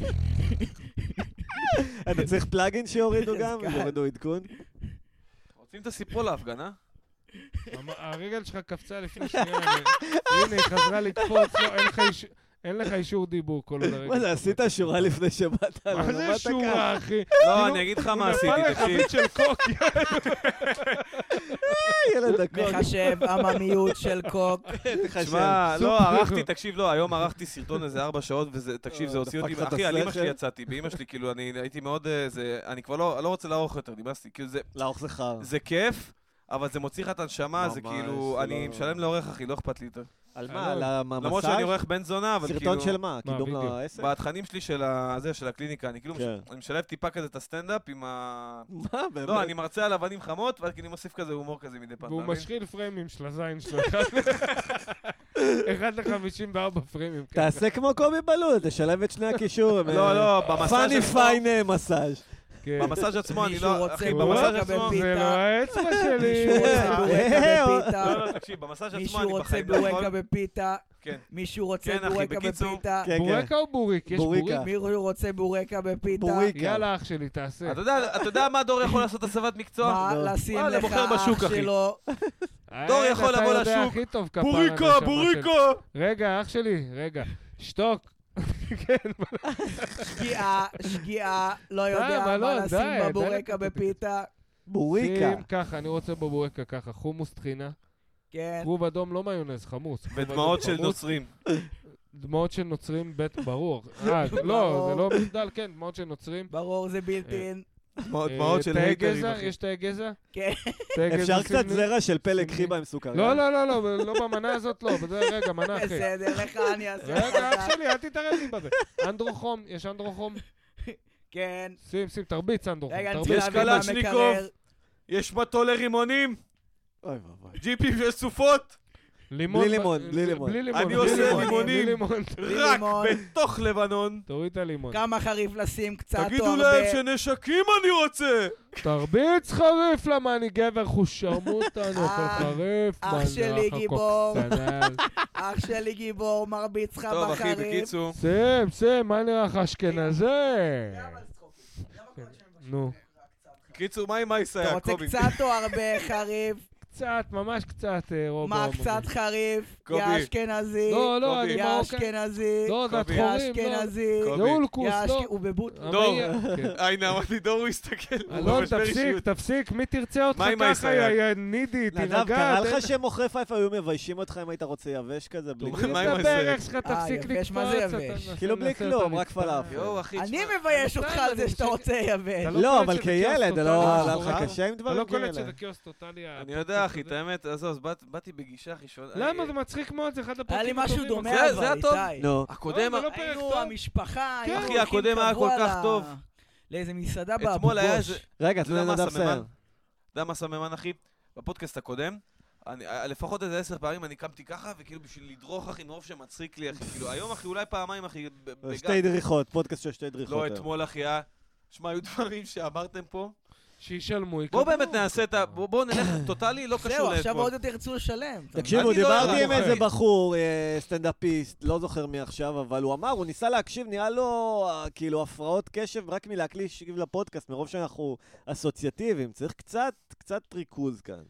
אתה צריך פלאגין שיורידו גם? חזקה. יורידו עדכון? רוצים את הסיפור להפגנה? הרגל שלך קפצה לפני שנייה. הנה, היא חזרה לקפוץ. לא, אין לך אישור דיבור כל עוד הרגל. מה זה, עשית שורה לפני שבאת? אלון? מה זה שורה, אחי? לא, אני אגיד לך מה עשיתי, הוא נפל תקשיב. לחבית של קוק. ילד הקוק. מחשב עממיות של קוק. שמע, לא, ערכתי, תקשיב, לא, היום ערכתי סרטון איזה 4 שעות, וזה, תקשיב, זה הוציא אותי, דפק לך את אחי, על אמא השכל? שלי יצאתי, באמא שלי, כאילו, אני הייתי מאוד, אני כבר לא רוצה לערוך יותר, נמאסתי, כאילו, לערוך זה חר. זה כיף, אבל זה מוציא לך את הנשמה, זה ממש, כאילו, זה אני לא- משלם לעורך, אחי, לא אכפת לי יותר. על מה? על המסאז'? למרות שאני עורך בן זונה, אבל כאילו... סרטון של מה? מה, קידום בדיוק. לעסק? בתכנים שלי של הקליניקה, אני כאילו, כן. אני משלב טיפה כזה את הסטנדאפ עם ה... מה, באמת? לא, אני מרצה על אבנים חמות, ואז כאילו מוסיף כזה הומור כזה מדי פעם, והוא אתה מבין? משחיל פריימים של הזין שלו. 1 ל-54 פריימים. תעשה כמו קובי בלול, תשלב את שני הקישורים. לא, במסאז' פאני עצמו, פיין מסאז'. כן. במסאז' עצמו, אני מישהו לא... רוצה אחי, בורקה במסאז' עצמו... בפיתה. זה לא האצבע שלי. מישהו רוצה בורקה לא, בפיתה. תקשיב, במסאז' עצמו מישהו אני רוצה בחיים לא יכול... בורקה בפיתה. כן. מישהו רוצה כן, אחי, בורקה בקיצור. בפיתה. כן, כן. בורקה או בוריק? יש בוריקה. בוריק? מישהו רוצה בורקה בפיתה. בוריקה. יאללה, אח שלי, תעשה. אתה יודע מה דור יכול לעשות הסבת מקצוע? מה, לא. לשים וואלה, לך בוחר אח בשוק, אחי. שלו. דור יכול לבוא אתה יודע לשוק. הכי טוב כפרה. בוריקה, נשמה בוריקה! שלי. רגע, אח שלי, רגע. שתוק. כן, שגיאה, לא יודע די, מה אלון, לשים די, בבורקה די. בפיתה. בוריקה. שים ככה, אני רוצה בבורקה ככה. חומוס טחינה. כן. כרוב אדום, לא מיונז, חמוץ. כרוב ודמעות אדום, של חמוץ. נוצרים. דמעות של נוצרים, ברור. לא, ברור. זה לא מגדל, כן, דמעות של נוצרים. ברור, זה בילטין. דמעות של תאי הייטרים, גזע, אחי. יש תאי גזע? כן. תאי גזע אפשר שים קצת לי? זרע של פלג שים חיבה לי. עם סוכר. לא, לא במנה הזאת לא, בזה רגע, מנה אחי. בסדר, לך אני אעשה רגע, לך. אח שלי, אל תתערב לי בזה. אנדרוחום, יש אנדרוחום? כן. שים, תרביץ אנדרוחום. רגע, אני תרביץ. צריך יש להבין מה קלצ'ניקוב. המקרר. יש מטול לרימונים, אוי ואבוי. ג'יפים וסופות, לימון. בלי לימון, בלי לימון. בלי לימון. אני בלי עושה לימון, לימונים. בלי לימון. בלי רק לימון. בתוך לבנון. תוריד את הלימון. כמה חריף לשים קצת או תגידו הרבה. להם שנשקים אני רוצה! תרביץ חריף, למה אני גבר חושרמוטה, אני אוכל חריף. אח מלאך שלי גיבור. הקוקסנל. אח שלי גיבור, מרביץ לך טוב, אחי, בחריף. בקיצור. שים, מה נראה לך אשכנזי? נו. בקיצור, מה עם מייס אתה היה, רוצה קובי? קצת או הרבה חריף? קצת, ממש קצת, רובו. מה קצת חריף? קובי. יא אשכנזי. לא, אני יא מרוקאי. אשכנזי. לא, זה קובי. יא התחורים, לא. אשכנזי. קובי. זה אולקוס, לא. הוא בבוט. דור. כן. הנה, אמרתי דור, הוא הסתכל. הוא אלון, במשבר אישיות. תפסיק, מי תרצה אותך מה עם ככה, הישראלי? יא נידי, נדב, תירגע. קרא לך שמוכרי פייפה היו מביישים אותך אם היית רוצה יבש כזה, בלי מה כלום? עם תדבר, הישראלי? איך שלך, תפסיק יבש, מה זה לקפוץ. יבש? אתה כאילו בלי מנסה כלום, אותה רק מצטער. פלאפל. יואו, אחי, אני תשמע, מבייש אותך על זה שאתה רוצה יבש. אתה לא, קולט אבל שזה כילד, כאוס לא טוטלי, היה לך נכון? קשה עם אתה דברים לא קולט כאלה. שזה כאוס טוטלי. אני יודע, אחי, את האמת, עזוב, באתי בגישה ראשונה. למה? זה מצחיק מאוד, זה אחד הפרקים היה לי הטובים. משהו דומה זה אבל, הטוב. איתי. נו. הקודם, לא, זה לא פרק היינו טוב. המשפחה, כן. היינו אחי, הולכים הקודם היה קבוע כל כך טוב. לאיזה מסעדה אתמול היה באבו-גוש. איזה... רגע, אתה תנו יודע מה לנדב הסממן? לסיים. אתה יודע מה סממן, אחי? בפודקאסט הקודם, לפחות איזה 10 פעמים אני קמתי ככה, וכאילו בשביל לדרוך, אחי, מרוב שמצחיק לי, אחי. כאילו, היום, אחי, אולי פעמיים, אחי, שתי דריכות, פודקאסט של שתי דריכות. לא, אתמול, אחי, שמע, היו דברים שאמרתם פה. שישלמו, בואו באמת נעשה את ה... בואו נלך טוטלי, לא קשור זהו, עכשיו לאתמול. עוד יותר ירצו לשלם. תקשיבו, אני לא דיברתי עם יודע, איזה אחי. בחור, סטנדאפיסט, לא זוכר מי עכשיו, אבל הוא אמר, הוא ניסה להקשיב, נהיה לו כאילו הפרעות קשב רק מלהקשיב לפודקאסט, מרוב שאנחנו אסוציאטיביים. צריך קצת ריכוז כאן.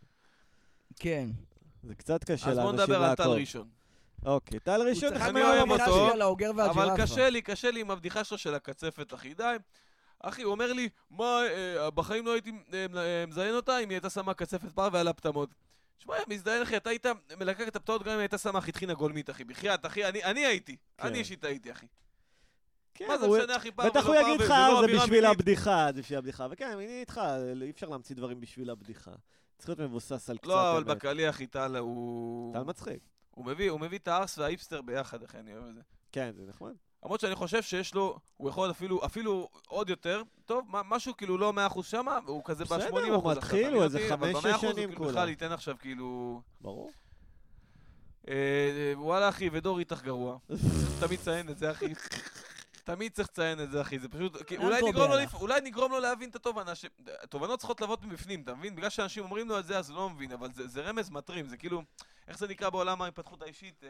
כן. זה קצת קשה אז בואו לאנשים נדבר על טל לעקוב. ראשון. אוקיי, טל ראשון, הוא צריך אני לדבר אוהב על הבדיחה אותו, של האוגר אבל והג'ירפה. קשה לי עם הבדיחה שלו של הקצפת, אחי, די. אחי, הוא אומר לי, מה, בחיים לא הייתי מזיין אותה אם היא הייתה שמה קצפת פר ועל הפטמות. שמע, מזדיין, אחי, אתה היית מלקק את הפטמות גם אם הייתה שמה חיטחינה גולמית, אחי. בחייאת, אחי, אני הייתי. אני אישית הייתי, אחי. כן, מה זה הוא- משנה, אחי, פר ולא בטח פר, הוא יגיד לך, ולא זה אווירה בשביל מינית. הבדיחה, זה בשביל הבדיחה. וכן, אני איתך, אי אפשר להמציא דברים בשביל הבדיחה. צריך להיות מבוסס על קצת לא, אבל אמת. בקלי, אחי, טל הוא... טל מצחיק. הוא מביא את הארס והאיפסטר ביחד, אחי, אני אוהב את זה. כן, זה נחמד. למרות שאני חושב שיש לו, הוא יכול אפילו עוד יותר, טוב, משהו כאילו לא 100% שמה, הוא כזה ב-80%. בסדר, הוא מתחיל, הוא איזה 5-6 שנים הוא כולה. בכלל ייתן עכשיו כאילו... ברור. וואלה אחי, ודור איתך גרוע. תמיד ציין את זה, אחי. תמיד צריך לציין את זה, אחי. זה פשוט... אולי נגרום לו להבין את התובנה. תובנות צריכות לבוא מבפנים, אתה מבין? בגלל שאנשים אומרים לו את זה, אז הוא לא מבין, אבל זה רמז מטרים, זה כאילו... איך זה נקרא בעולם ההתפתחות האישית?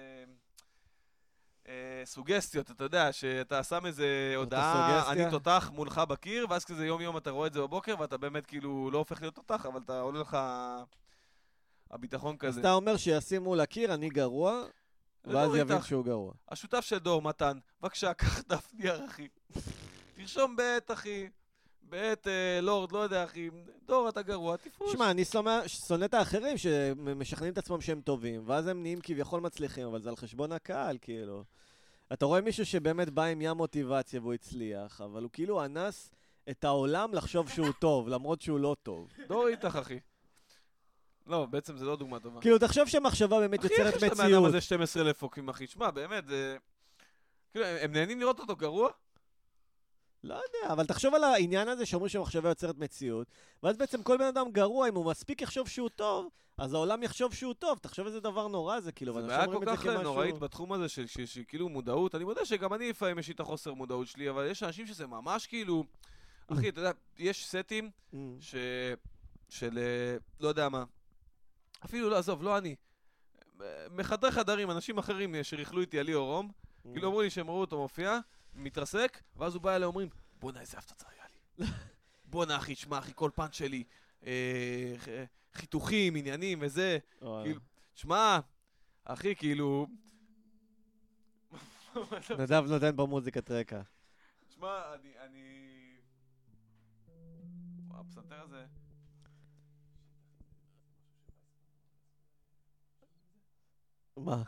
סוגסטיות, אתה יודע, שאתה שם איזה הודעה, אני תותח מולך בקיר, ואז כזה יום יום אתה רואה את זה בבוקר, ואתה באמת כאילו לא הופך להיות תותח, אבל אתה עולה לך הביטחון כזה. אז אתה אומר שישימו לקיר, אני גרוע, ואז יבין שהוא גרוע. השותף של דור, מתן, בבקשה, קח דף נייר, אחי. תרשום בעת, אחי. בעת לורד, לא יודע, אחי. דור, אתה גרוע, תפרוש. שמע, אני שונא את האחרים שמשכנעים את עצמם שהם טובים, ואז הם נהיים כביכול מצליחים, אבל זה על חשבון הקהל, כאילו. אתה רואה מישהו שבאמת בא עם ים מוטיבציה והוא הצליח, אבל הוא כאילו אנס את העולם לחשוב שהוא טוב, למרות שהוא לא טוב. דור איתך, אחי. לא, בעצם זה לא דוגמה טובה. כאילו, תחשוב שהמחשבה באמת יוצרת אחי, איך שאתה מאדם מציאות. הזה 12,000 פוקים, אחי? שמע, באמת, זה... כאילו, הם נהנים לראות אותו גרוע? לא יודע, אבל תחשוב על העניין הזה שאומרים שהמחשבה יוצרת מציאות, ואז בעצם כל בן אדם גרוע, אם הוא מספיק יחשוב שהוא טוב, אז העולם יחשוב שהוא טוב. תחשוב איזה דבר נורא זה, כאילו, זה ואנשים בעיה אומרים כל את זה כך כמשהו... נוראית בתחום הזה של כאילו מודעות. אני מודה שגם אני לפעמים יש לי את החוסר מודעות שלי, אבל יש אנשים שזה ממש כאילו... אחי, אתה יודע, יש סטים של... לא יודע מה. אפילו לא, עזוב, לא אני. מחדרי חדרים, אנשים אחרים שריחלו איתי עלי או רום, כאילו אמרו לי שהם ראו אותו מופיע, מתרסק, ואז הוא בא אליי ואומרים, בוא'נה, איזה הפצצה היה לי. בוא'נה, אחי, שמע, אחי, כל פאנץ' שלי, חיתוכים, עניינים וזה. שמע, אחי, כאילו... נדב נותן פה מוזיקת רקע. שמע, אני... הפסנתר הזה... מה?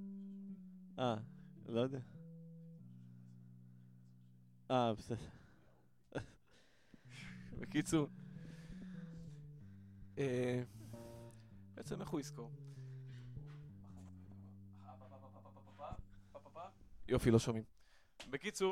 לא יודע. בסדר. בקיצור, בעצם איך הוא יזכור? יופי, לא שומעים. בקיצור,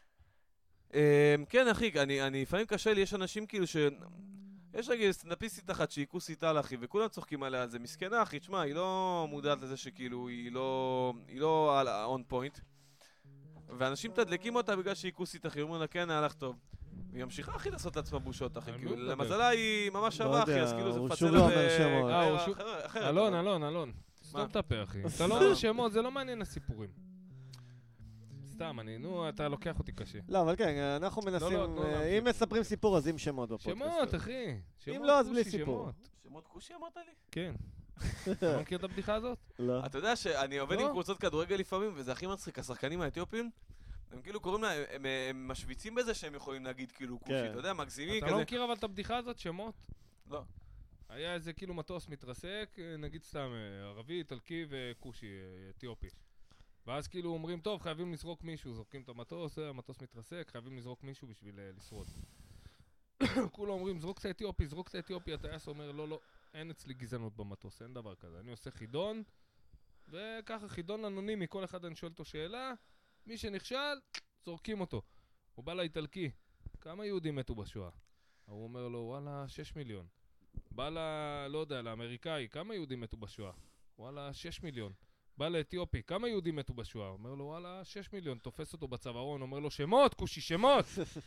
כן אחי, אני לפעמים קשה לי, יש אנשים כאילו ש... יש רגע סטנדאפיסטית אחת שהיא כוסית על אחי, וכולם צוחקים עליה על זה. מסכנה אחי, תשמע, היא לא מודעת לזה שכאילו היא לא על ה-on point. ואנשים תדלקים אותה בגלל שהיא כוסית אחי, אומרים לה כן, הלך טוב. והיא ממשיכה אחי לעשות לעצמה בושות אחי, כאילו למזלה היא ממש שווה אחי, אז כאילו זה מפצל שוב לא אומר שמות. אחרת. אלון, סתום את הפה אחי. אתה לא אומר שמות, זה לא מעניין הסיפורים. סתם, אתה לוקח אותי קשה. לא, אבל כן, אנחנו מנסים, אם מספרים סיפור אז עם שמות בפודקאסט. שמות, אחי. אם לא, אז בלי סיפור. שמות כושי אמרת לי? כן. אתה מכיר את הבדיחה הזאת? לא. אתה יודע שאני עובד עם קבוצות כדורגל לפעמים, וזה הכי מצחיק, השחקנים האתיופים, הם כאילו קוראים להם, הם משוויצים בזה שהם יכולים להגיד כאילו כושי, אתה יודע, מגזימים כזה. אתה לא מכיר אבל את הבדיחה הזאת, שמות? לא. היה איזה כאילו מטוס מתרסק, נגיד סתם ערבי, איטלקי וכושי, אתיופי. ואז כאילו אומרים, טוב, חייבים לזרוק מישהו, זורקים את המטוס, המטוס מתרסק, חייבים לזרוק מישהו בשביל לשרוד. כולם אומרים, זרוק את האתיופי, זרוק את האתיופי, הטייס אומר, לא, לא, אין אצלי גזענות במטוס, אין דבר כזה. אני עושה חידון, וככה חידון אנונימי, כל אחד אני שואל אותו שאלה, מי שנכשל, זורקים אותו. הוא בא לאיטלקי, כמה יהודים מתו בשואה? הוא אומר לו, וואלה, 6 מיליון. בא לא יודע, לאמריקאי, כמה יהודים מתו בשואה? וואלה, 6 מיליון. בא לאתיופי, כמה יהודים מתו בשואה? אומר לו, וואלה, 6 מיליון. תופס אותו בצווארון, אומר לו, שמות, כושי, שמות!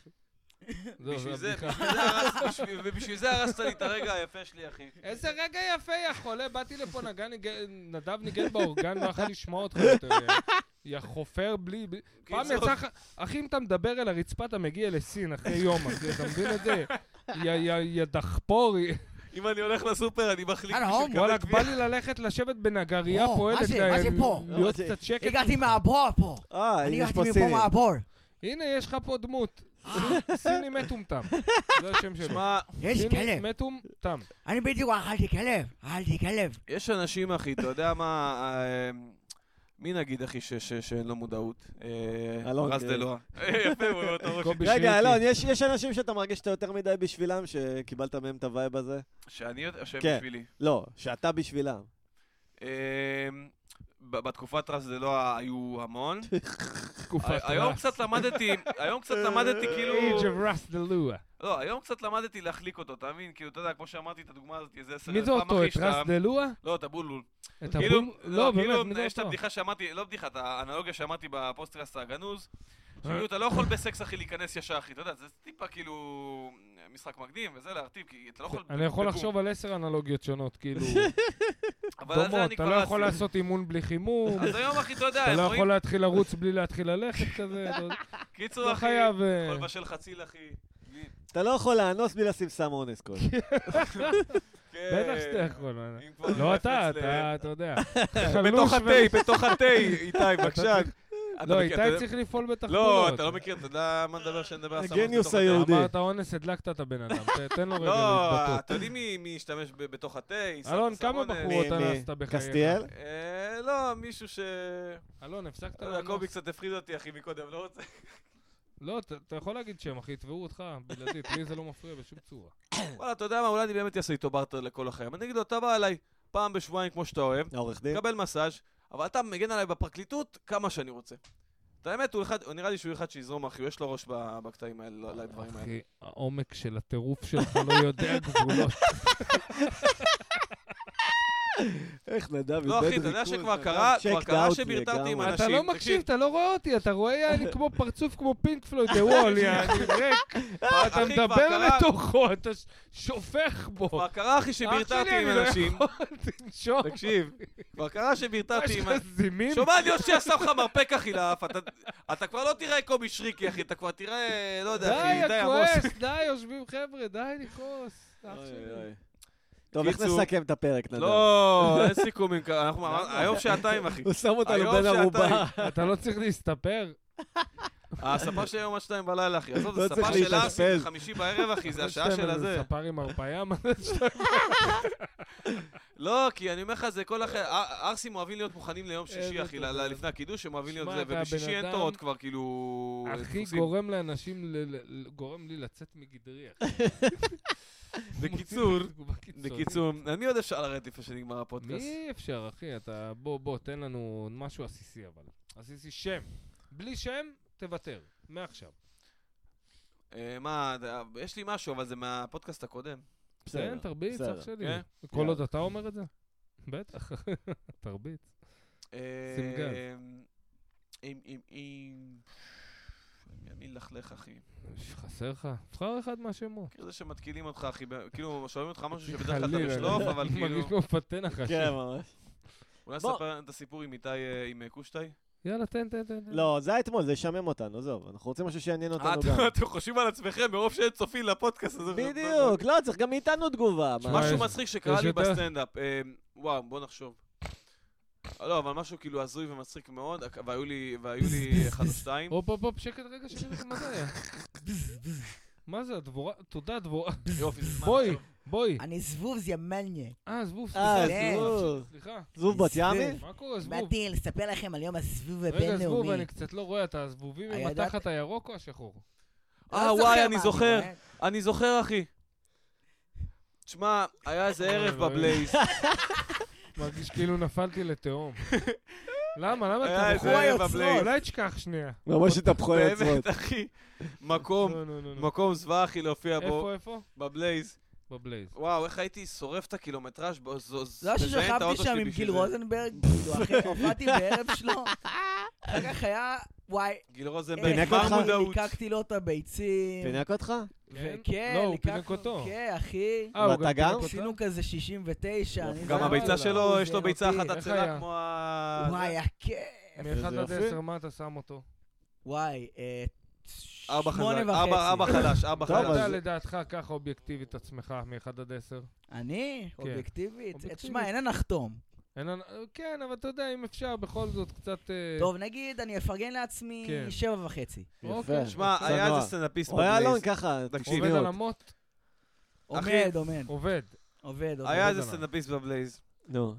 ובשביל זה הרסת לי את הרגע היפה שלי, אחי. איזה רגע יפה, יא חולה, באתי לפה, נדב ניגן באורגן, לא יכול לשמוע אותך יותר. יא חופר בלי... פעם יצא לך... אחי, אם אתה מדבר אל הרצפה, אתה מגיע לסין אחרי יום, אחי, אתה מבין את זה? יא דחפור. אם אני הולך לסופר, אני מחליק בשביל וואלה, בא לי ללכת לשבת בנגריה פועלת. מה זה פה? להיות קצת שקט. הגעתי מהבור פה. אני הגעתי מפה מהבור. הנה, יש לך פה דמות. סיני מטומטם. זה השם שלו. יש כלב. סיני מטומטם. אני בדיוק אכלתי כלב. יש אנשים, אחי, אתה יודע מה... מי נגיד, אחי, שאין לו מודעות? רז דלואה. יפה, הוא אותו ראש. רגע, אלון, יש אנשים שאתה מרגיש שאתה יותר מדי בשבילם, שקיבלת מהם את הווייב הזה? שאני או שהם בשבילי? לא, שאתה בשבילם. בתקופת רז דלואה היו המון. היום קצת למדתי כאילו... Age of רז דלואה. לא, היום קצת למדתי להחליק אותו, אתה מבין? כאילו, אתה יודע, כמו שאמרתי את הדוגמה הזאת, איזה 10 מי זה אותו, את רז דלואה? לא, את הבולבול. את הבולבול? לא, באמת, מי זה אותו? יש את הבדיחה שאמרתי, לא בדיחה, את האנלוגיה שאמרתי בפוסטקאסט הגנוז, שכאילו, אתה לא יכול בסקס, אחי, להיכנס ישר, אחי, אתה יודע, זה טיפה כאילו משחק מקדים, וזה להרטיב, כי אתה לא יכול... אני יכול לחשוב על 10 אנלוגיות שונות, כאילו... דומות, אתה לא יכול לעשות אימון בלי חימום. אז היום, אחי, אתה יודע, אתה לא יכול להתחיל לרוץ בלי להתחיל ללכת כזה. קיצור, אחי, יכול בשל חציל, אחי. אתה לא יכול לאנוס בלי לשים סם אונס כל. בטח שאתה יכול. לא אתה יודע. בתוך התה, איתי, בבקשה. לא, איתי צריך לפעול בתחבולות. לא, אתה לא מכיר, אתה יודע מה נדבר שנדבר על סם אונס גניוס היהודי. אמרת אונס, הדלקת את הבן אדם. תן לו רגע לא, להתבטאות. אתה יודעים מי ישתמש בתוך התה? אלון, כמה בחורות אנסת בחייך? קסטיאל? לא, מישהו ש... אלון, הפסקת לאנוס. קובי קצת הפחיד אותי, אחי, מקודם, לא רוצה. לא, אתה יכול להגיד שם, אחי, תבעו אותך, בלעדית, לי זה לא מפריע בשום צורה. וואלה, אתה יודע מה, אולי אני באמת אעשה איתו בארטר לכל החיים. אני אגיד לו, אתה בא אליי פעם בשבועיים כמו שאתה אוהב, קבל מסאז', אבל אתה מגן עליי בפרקליטות כמה שאני רוצה. את האמת, הוא נראה לי שהוא אחד שיזרום, אחי, יש לו ראש בקטעים האלה, לדברים האלה. אחי, העומק של הטירוף שלך לא יודע גבולות. איך נדב, לא אחי, אתה יודע שכבר קרה שברטרתי עם אנשים. אתה לא מקשיב, אתה לא רואה אותי, אתה רואה אני כמו פרצוף כמו פינק פלויד, The Wall, אני ריק. אתה מדבר לתוכו, אתה שופך בו. כבר קרה אחי שברטרתי עם אנשים. תקשיב, כבר קרה שברטרתי עם אנשים. שומע, אני עושה עשה לך מרפק אחי לאף. אתה כבר לא תראה קובי שריקי אחי, אתה כבר תראה, לא יודע אחי, די הכוס, די יושבים חבר'ה, די לכוס. טוב, איך נסכם את הפרק, נדב? לא, אין סיכומים, היום שעתיים, אחי. הוא שם אותנו בין ערובה. אתה לא צריך להסתפר. הספה שלי היום עד 2 בלילה, אחי. עזוב, זה ספה של ארסי, 5 בערב, אחי, זה השעה של הזה. ספר עם הרפאיה, מה זה 2? לא, כי אני אומר לך, זה כל אחרי... ארסים אוהבים להיות מוכנים ליום שישי, אחי, לפני הקידוש, הם אוהבים להיות זה, ובשישי אין תורות כבר, כאילו... אחי, גורם לאנשים, גורם לי לצאת מגדרי, אחי. בקיצור, על מי עוד אפשר לרדת לפני שנגמר הפודקאסט? מי אפשר, אחי? אתה, בוא, תן לנו משהו עסיסי, אבל. עסיסי שם. בלי שם, תוותר. מעכשיו. מה, יש לי משהו, אבל זה מהפודקאסט הקודם. כן, תרביץ, אח שלי. כל עוד אתה אומר את זה? בטח. תרביץ. שים גז. מי לחלך, אחי? חסר לך? תבחר אחד מהשמות. כאילו זה שמתקילים אותך, אחי, כאילו שומעים אותך משהו שבדרך כלל אתה בשלוף, אבל כאילו... מרגיש כמו פתן אחרי. כן, ממש. אולי נספר את הסיפור עם איתי, עם קושטאי? יאללה, תן. לא, זה היה אתמול, זה ישמם אותנו, עזוב. אנחנו רוצים משהו שיעניין אותנו גם. אתם חושבים על עצמכם מרוב שאין צופים לפודקאסט הזה. בדיוק, לא, צריך גם מאיתנו תגובה. משהו מצחיק שקרה לי בסטנדאפ. וואו, בוא נחשוב. לא, אבל משהו כאילו הזוי ומצחיק מאוד, והיו לי 1 או 2. הופ, שקט רגע, מה זה היה? מה זה, הדבורה? תודה, דבורה. יופי, זה זמן. בואי. אני זבוב זימניה. זבוב, סליחה. זבוב בת ימי? מה קורה, זבוב? באתי לספר לכם על יום הזבוב רגע, הבינלאומי. זבוב, אני קצת לא רואה, אתה הזבובים עם התחת הירוק או השחור? וואי, אני זוכר, אחי. תשמע, היה איזה ערב בבלייז. מרגיש כאילו נפלתי לתהום. למה? היה איזה ערב בבלייז. אולי תשכח שנייה. ממש התהפכו היוצרות. באמת, אחי. מקום זווה, אחי, להופיע בו. איפה? בבלייז. וואו, איך הייתי שורף את הקילומטראז' לא ששכבתי שם עם גיל רוזנברג, אחרי הופעתי בערב שלו. אחר כך היה, וואי, גיל רוזנברג, מה מודעות? ליקקתי לו את הביצים. פינק אותך? כן, לא, הוא פינק אותו. כן, אחי. ואתה גם? עשינו כזה 69. גם הביצה שלו, יש לו ביצה אחת עצלה כמו וואי, היה כיף. מ-1 עד 10, מה אתה שם אותו? וואי, 4.5. 4 חלש. אתה יודע לדעתך ככה אובייקטיבית עצמך מ-1 עד 10? אני? אובייקטיבית? תשמע, אין הנחתום. כן, אבל אתה יודע, אם אפשר בכל זאת קצת... טוב, נגיד, אני אפרגן לעצמי 7.5. יפה. שמע, היה איזה סטנדאפיסט בבלייז. היה אלון ככה, עובד על המות? עומד. היה איזה סטנדאפיסט בבלייז. נו.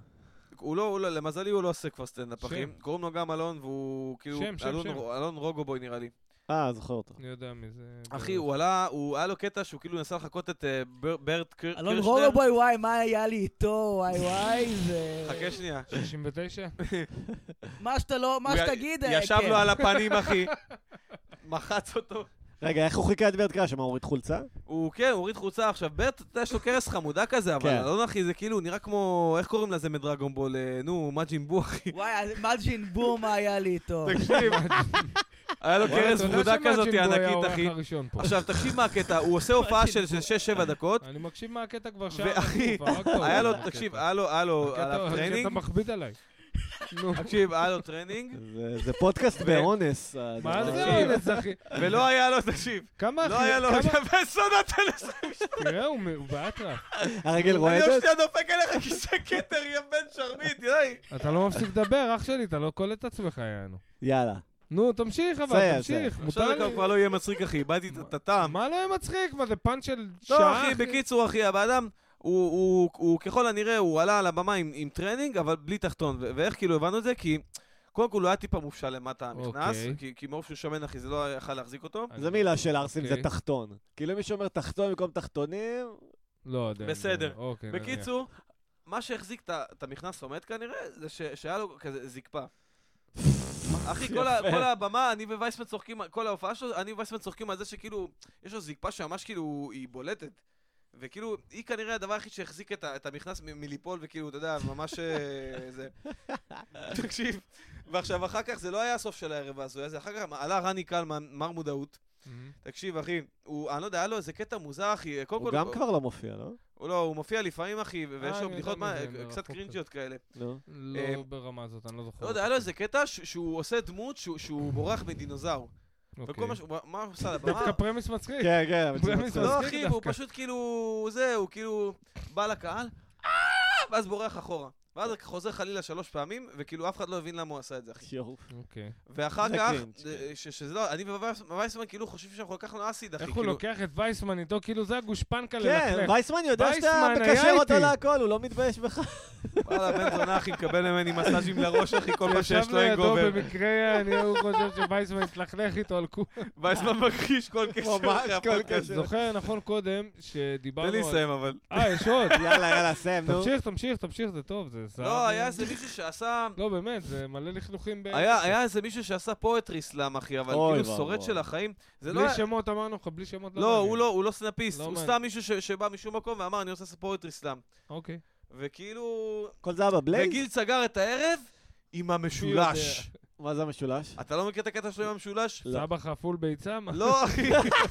למזלי הוא לא עושה כבר סטנדאפ, אחי. קוראים לו גם אלון, והוא כאילו... אלון רוגובוי נראה לי. זוכר אותו. אני יודע מי זה. אחי, היה לו קטע שהוא כאילו נסה לחכות את ברט קירשנר. אלון רוגובוי, וואי, מה היה לי איתו, וואי, זה... חכה שנייה. 69? מה שתגיד... ישב לו על הפנים, אחי. מחץ אותו. רגע, איך הוא חיכה את ברט קירשנר? מה, הוא הוריד חולצה? הוא הוריד חולצה. עכשיו, ברט, אתה יודע, יש לו קרס חמודה כזה, אבל אלון, אחי, זה כאילו נראה כמו... איך קוראים לזה מדרגון בול? נו, מג'ין בו, אחי. וואי, מג'ין בו, מה היה לי איתו? תקשיב. היה לו קרס ורודה כזאת ענקית, אחי. עכשיו, תקשיב מה הקטע, הוא עושה הופעה של 6-7 דקות. אני מקשיב מה הקטע כבר שעה. ואחי, היה לו, תקשיב, היה לו טרנינג. אתה מכביד עליי. תקשיב, היה לו טרנינג. זה פודקאסט באונס. מה זה אונס, אחי? ולא היה לו, תקשיב. כמה, אחי? לא היה לו, וסודה טלס. תראה, הוא באטרף. הרגל רועדת? אני שנייה דופק עליך כיסא כתר, יא בן שרמית, די. אתה לא מפסיק לדבר, אח שלי, אתה לא קולט את עצמך, יענו. יאללה. נו, תמשיך אבל, תמשיך. עכשיו זה כבר לא יהיה מצחיק, אחי, איבדתי את הטעם. מה לא יהיה מצחיק? מה, זה פאנץ' של שעה? לא, אחי, בקיצור, אחי, האדם, הוא ככל הנראה, הוא עלה על הבמה עם טרנינג, אבל בלי תחתון. ואיך כאילו הבנו את זה? כי קודם כל הוא היה טיפה מופשל למטה המכנס, כי מרוב שהוא שמן, אחי, זה לא יכל להחזיק אותו. זה מילה של ארסים, זה תחתון. כאילו מי שאומר תחתון במקום תחתונים... לא יודע. בסדר. בקיצור, מה שהחזיק את המכנס עומד כנראה, זה שהיה לו כזה זקפה. אחי, כל הבמה, אני ווייסמן צוחקים, כל ההופעה שלו, אני ווייסמן צוחקים על זה שכאילו, יש לו זקפה שממש כאילו, היא בולטת. וכאילו, היא כנראה הדבר הכי שהחזיק את המכנס מליפול, וכאילו, אתה יודע, ממש זה... תקשיב. ועכשיו, אחר כך, זה לא היה הסוף של הערב הזה, אחר כך עלה רני קלמן, מר מודעות. תקשיב, אחי, אני לא יודע, היה לו איזה קטע מוזר, אחי. הוא גם כבר לא מופיע, לא? הוא מופיע לפעמים, אחי, ויש לו בדיחות קצת קרינג'יות כאלה. לא ברמה הזאת, אני לא זוכר. לא יודע, היה לו איזה קטע שהוא עושה דמות שהוא בורח מדינוזאור. וכל מה הוא עושה לבמה? דווקא פרמיס מצחיק. כן, כן. לא, אחי, הוא פשוט כאילו, הוא כאילו בא לקהל, ואז בורח אחורה. ואז חוזר חלילה 3 פעמים, וכאילו אף אחד לא הבין למה הוא עשה את זה, אחי. אוקיי. ואחר כך, שזה לא, אני ווייסמן כאילו חושבים שאנחנו לקחנו אסיד, אחי. איך הוא לוקח את וייסמן איתו, כאילו זה הגושפנקה ללכלך. כן, וייסמן יודע שאתה מקשר אותו להכל, הוא לא מתבייש בך. וואלה, בן זונה, אחי, מקבל ממני מסאז'ים לראש, אחי, כל מה שיש לו אין גובר. ישב לידו במקרה, אני חושב שווייסמן התלכלך איתו על כול. וייסמן מכחיש כל קשר. זוכר, נכון קודם, שדיברנו תן לי לסיים, אבל. יש עוד. יאללה, סיים, נו. תמשיך, זה טוב, זה לא, היה איזה מישהו שעשה... לא, באמת, זה מלא לכלוכים היה איזה מישהו שעשה פואטרי סלאם, אחי, אבל כאילו שורד של החיים. בלי שמות אמרנו לך, בלי שמות לא, הוא לא סנאפיסט, הוא סתם מישהו שבא משום מקום ואמר, אני רוצה לעשות פואטרי סלאם. אוקיי. וכאילו... כל זה היה בבלייז? וגיל סגר את הערב עם המשולש. מה זה המשולש? אתה לא מכיר את הקטע שלו עם המשולש? סבא חפול ביצה? לא, אחי.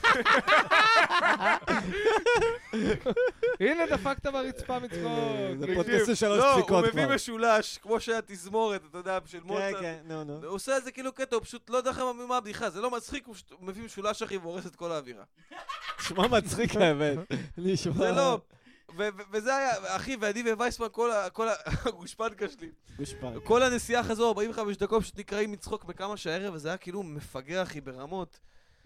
הנה, דפקת ברצפה מצחוק. זה פודקאסט של 3 לא, דפיקות הוא כבר. מביא משולש, כמו שהיה תזמורת, אתה יודע, של מוצרט. כן, נו. הוא עושה את זה כאילו קטע, הוא פשוט לא יודע לכם מה הבדיחה, זה לא מצחיק, הוא מביא משולש, אחי, והורס את כל האווירה. נשמע מצחיק האמת. זה לא. וזה היה, אחי, ואני ווייסמן, כל הגושפנקה שלי. כל הנסיעה חזור, 45 דקות, פשוט נקראים מצחוק בכמה שהערב, וזה היה כאילו מפגר, אחי, ברמות.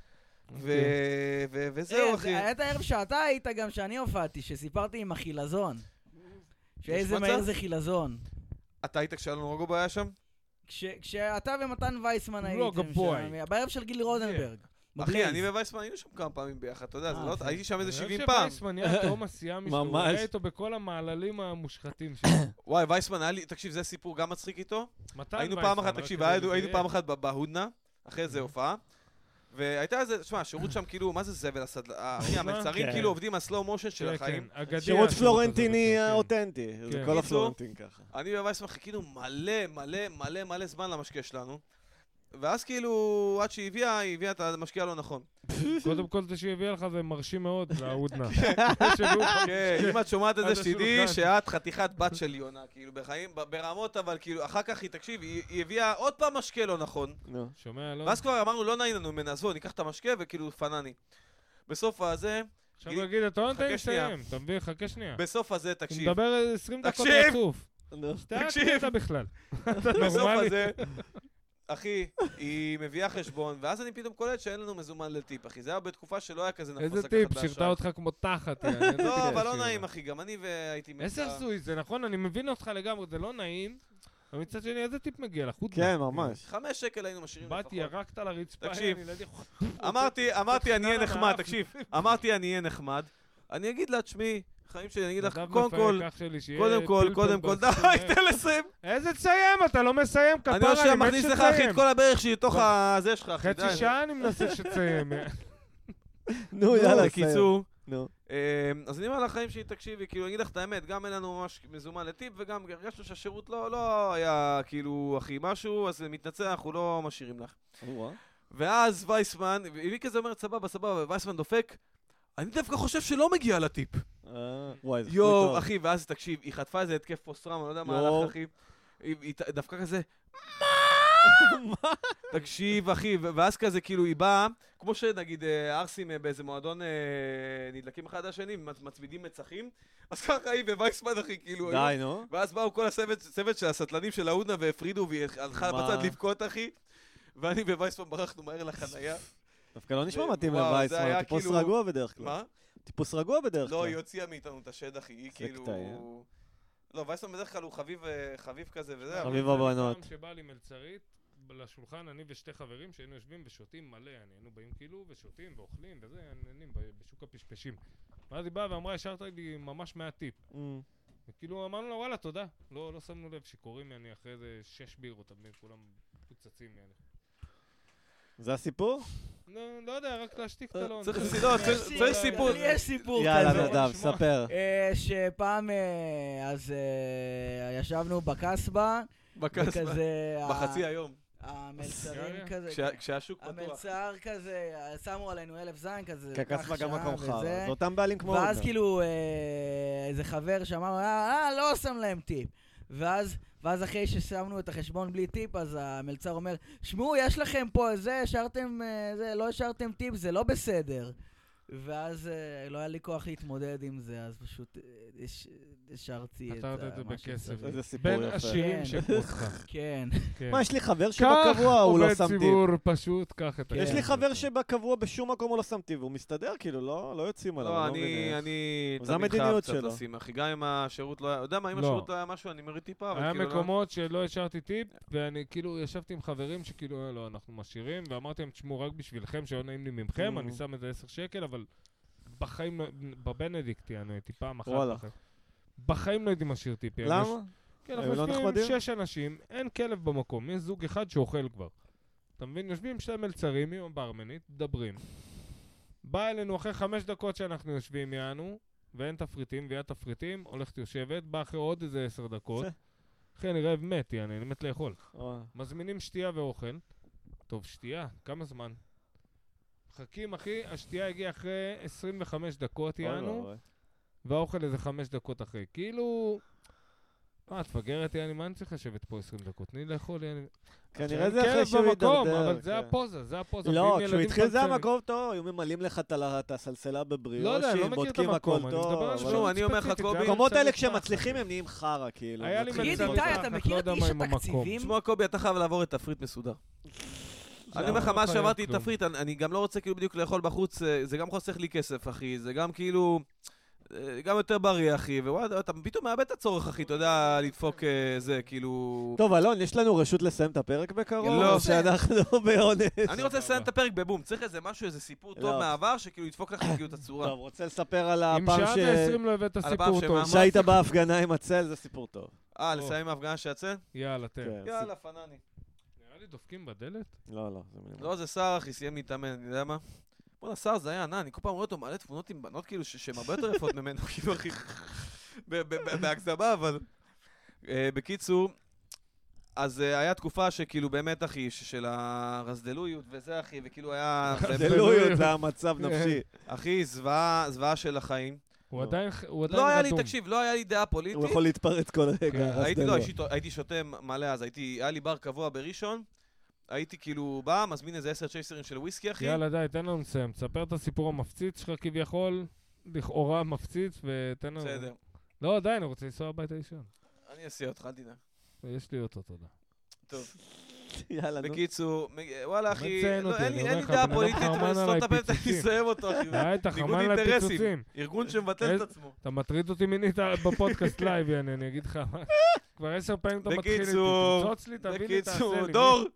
וזהו, אחי. היה את הערב שאתה היית גם שאני הופעתי, שסיפרתי עם החילזון. שאיזה מהיר זה חילזון. אתה היית כשאלון רוגו היה שם? כשאתה ומתן וייסמן הייתם רוגו-בוי. שם, בערב של גילי רוזנברג. אחי, אני ווייסמן היינו שם כמה פעמים ביחד, אתה יודע, הייתי שם איזה 70 פעם. אני חושב שווייסמן היה תאום עשייה משהו, הוא היה איתו בכל המעללים המושחתים שלו. וואי, וייסמן היה לי, תקשיב, זה סיפור גם מצחיק איתו. היינו פעם אחת, תקשיב, היינו פעם אחת בהודנה, אחרי איזה הופעה, והייתה איזה, תשמע, השירות שם כאילו, מה זה זבל הסדלה? אחי, המלצרים כאילו עובדים על סלואו מושן של החיים. שירות פלורנטיני אותנטי, זה כל הפלורנטין ככה. אני ווייסמן חיכינו מלא זמן למשקה שלנו. ואז כאילו, עד שהיא הביאה את המשקיע לא נכון. קודם כל זה שהיא הביאה לך זה מרשים מאוד, להודנה. כן, אם את שומעת את זה שתדעי שאת חתיכת בת של יונה, כאילו בחיים, ברמות, אבל כאילו, אחר כך היא, תקשיב, היא הביאה עוד פעם משקה לא נכון. שומע, לא? ואז כבר אמרנו, לא נעים לנו ממנה, עזבו, ניקח את המשקה וכאילו פנני. בסוף הזה... עכשיו הוא יגיד, אתה לא נתן לסיים, אתה מבין, חכה שנייה. בסוף הזה, תקשיב. הוא מדבר 20 דקות רצוף. תקשיב. בכלל. בסוף הזה... אחי, היא מביאה חשבון, ואז אני פתאום קולט שאין לנו מזומן לטיפ, אחי. זה היה בתקופה שלא היה כזה נפוץ לקחת באשראי. איזה טיפ? שירתה אותך כמו תחת. לא, אבל לא נעים, אחי. גם אני והייתי... איזה עשוי זה, נכון? אני מבין אותך לגמרי, זה לא נעים. אבל מצד שני, איזה טיפ מגיע לך? כן, ממש. 5 שקל היינו משאירים לפחות. באתי, ירקת לרצפה. תקשיב, אמרתי, אני אהיה נחמד, תקשיב. אמרתי, אני אהיה נחמד. אני אגיד לה, תשמעי, חיים שלי, אני אגיד לך, קודם כל, די, תן לסיים. איזה תסיים? אתה לא מסיים, כפרה, אני חושב מכניס לך, אחי, את כל הברך שלי לתוך הזה שלך, אחי, די. חצי שעה אני מנסה שתסיים. נו, יאללה, בקיצור, אז אני אומר לחיים שלי, תקשיבי, כאילו, אני אגיד לך את האמת, גם אין לנו ממש מזומן לטיפ, וגם הרגשנו שהשירות לא היה, כאילו, אחי, משהו, אז מתנצל, אנחנו לא משאירים לך. ואז וייסמן, והיא כזה אומרת, סבבה, ווייסמן דופק, אני דווקא חושב שלא מגיע לטיפ. יואו, אחי, ואז תקשיב, היא חטפה איזה התקף פוסט-טראומה, אני לא יודע מה הלך, אחי. היא דווקא כזה, מה? תקשיב, אחי, ואז כזה, כאילו, היא באה, כמו שנגיד, ארסים באיזה מועדון נדלקים אחד השני, מצמידים מצחים, אז ככה היא ווייסמן, אחי, כאילו, די, נו. ואז באו כל הצוות של הסטלנים של ההודנה והפרידו, והיא הלכה בצד לבכות, אחי, ואני ווייסמן ברחנו מהר לחנייה. דווקא לא נשמע מתאים לווייסמן, טיפוס רגוע בדרך כלל. מה? טיפוס רגוע בדרך כלל. לא, היא הוציאה מאיתנו את השד, אחי, היא כאילו... לא, וייסמן בדרך כלל הוא חביב כזה וזה. חביב הבנות. פעם שבא לי מלצרית, לשולחן אני ושתי חברים שהיינו יושבים ושותים מלא, היינו באים כאילו ושותים ואוכלים וזה, נהנים בשוק הפשפשים. ואז היא באה ואמרה, השארת לי ממש מהטיפ. וכאילו אמרנו לה, וואלה, תודה. לא שמנו לב שקוראים ממני אחרי איזה 6 בירות, כולם פוצצים ממני. זה הסיפור? לא יודע, רק להשתיק את אלון. צריך סיפור. יש סיפור כזה. יאללה, נדב, ספר. שפעם, אז ישבנו בקסבה. בחצי היום. המלצרים כזה. כשהשוק פתוח. המלצר כזה, שמו עלינו 1000 זין כזה. כקסבה גם מקום חר. זה אותם בעלים כמו... ואז כאילו, איזה חבר שאמר, לא שם להם טיפ. ואז אחרי ששמנו את החשבון בלי טיפ, אז המלצר אומר, שמעו, יש לכם פה זה, לא השארתם טיפ, זה לא בסדר. ואז לא היה לי כוח להתמודד עם זה, אז פשוט השארתי את זה בכסף. איזה סיפור יפה. בין עשירים שכמותך. כן. מה, יש לי חבר שבקבוע הוא לא שם טיפ. עובד ציבור פשוט, קח את יש לי חבר שבקבוע בשום מקום הוא לא שם טיפ, והוא מסתדר, כאילו, לא יוצאים עליו. לא, אני... זה המדיניות שלו. אחי, גם אם השירות לא היה... יודע מה, אם השירות לא היה משהו, אני מוריד טיפה, אבל היה כאילו... מקומות שלא השארתי טיפ, ואני כאילו ישבתי עם חברים שכאילו, לא, אנחנו משאירים, ואמרתי להם, תשמעו רק בשבילכם, שלא נעים לי ממכם, אני שם איזה 10 שקל, אבל בחיים, בבנדיקטי, אני הייתי פעם אחת בחיים. בחיים לא הייתי משאיר טיפי. למה? כן, אנחנו יושבים 6 אנשים, אין כלב במקום, יש זוג אחד שאוכל כבר. אתה מבין? יושבים 2 מלצרים עם הברמנית, מדברים. בא אלינו אחרי 5 דקות שאנחנו יושבים יענו, ואין תפריטים, ויהיה תפריטים, הולכת יושבת, בא אחרי עוד איזה 10 דקות. אחי, אני רעב מת, אני מת לאכול. מזמינים שתייה ואוכל. טוב, שתייה, כמה זמן? חכים, אחי, השתייה הגיעה אחרי 25 דקות, יענו, והאוכל איזה 5 דקות אחרי. כאילו... תפגרת, מה אני צריך לשבת פה 20 דקות? תני לאכול, כנראה זה אחרי שהוא ידרדר. אבל זה הפוזה, זה הפוזה. לא, כשהוא התחיל זה המקום טוב, היו ממלאים לך את הסלסלה בבריאושים, בודקים הכל טוב. אני אומר לך, קובי... המקומות האלה כשהם מצליחים הם נהיים חרה, כאילו. תגיד, איתי, אתה מכיר את איש התקציבים? שמוע, קובי, אתה חייב לעבור את תפריט מסודר. אני אומר לך, מה שעברתי את תפריט, אני גם לא רוצה כאילו בדיוק לאכול בחוץ, זה גם חוסך לי כסף, אחי, זה גם כאילו... גם יותר בריא, אחי, ווואלה, אתה פתאום מאבד את הצורך, אחי, אתה יודע, לדפוק זה, כאילו... טוב, אלון, יש לנו רשות לסיים את הפרק בקרוב? לא. שאנחנו בעונש. אני רוצה לסיים את הפרק בבום, צריך איזה משהו, איזה סיפור טוב מהעבר, שכאילו ידפוק לך כאילו את הצורה. טוב, רוצה לספר על הפעם אם שעה ו-20 לא הבאת סיפור טוב. שהיית בהפגנה עם הצל, זה סיפור טוב. לסיים עם ההפגנה שהצל? יאללה, תן. יאללה, פנני. נראה לי דופקים בדלת? לא. לא, זה שר, אחי, סיים להתאמן, אני יודע מה? בוא נסער, זה היה ענן, אני כל פעם רואה אותו מעלה תמונות עם בנות כאילו שהן הרבה יותר יפות ממנו, כאילו אחי, בהגזמה, אבל... בקיצור, אז היה תקופה שכאילו באמת, אחי, של הרזדלויות וזה, אחי, וכאילו היה... רזדלויות, זה המצב נפשי. אחי, זוועה של החיים. הוא עדיין לא היה לי, תקשיב, לא היה לי דעה פוליטית. הוא יכול להתפרץ כל רגע. הייתי שותה מלא אז, היה לי בר קבוע בראשון, הייתי כאילו בא, מזמין איזה 10 צ'ייסרים של וויסקי, אחי. יאללה, די, תן לנו לסיים. תספר את הסיפור המפציץ שלך כביכול, לכאורה מפציץ, ותן לנו... בסדר. לא, די, אני רוצה לנסוע הביתה לישון. אני אעשה אותך, אל תדע. יש לי אותו, תודה. טוב. יאללה, נו. בקיצור, וואלה, אחי, אין לי לך, דעה בן פוליטית, אדם חרמן עליי אני פיצוצים. אסיים אותו, אחי. די, אתה חרמן עליי פיצוצים. ארגון שמבטל את עצמו. אתה מטריד אותי מינית בפודקאסט לייב, אני אגיד לך. כבר 10 פעמים אתה מתחיל איתי. תמצוץ לי, תביא לי, תעשה לי.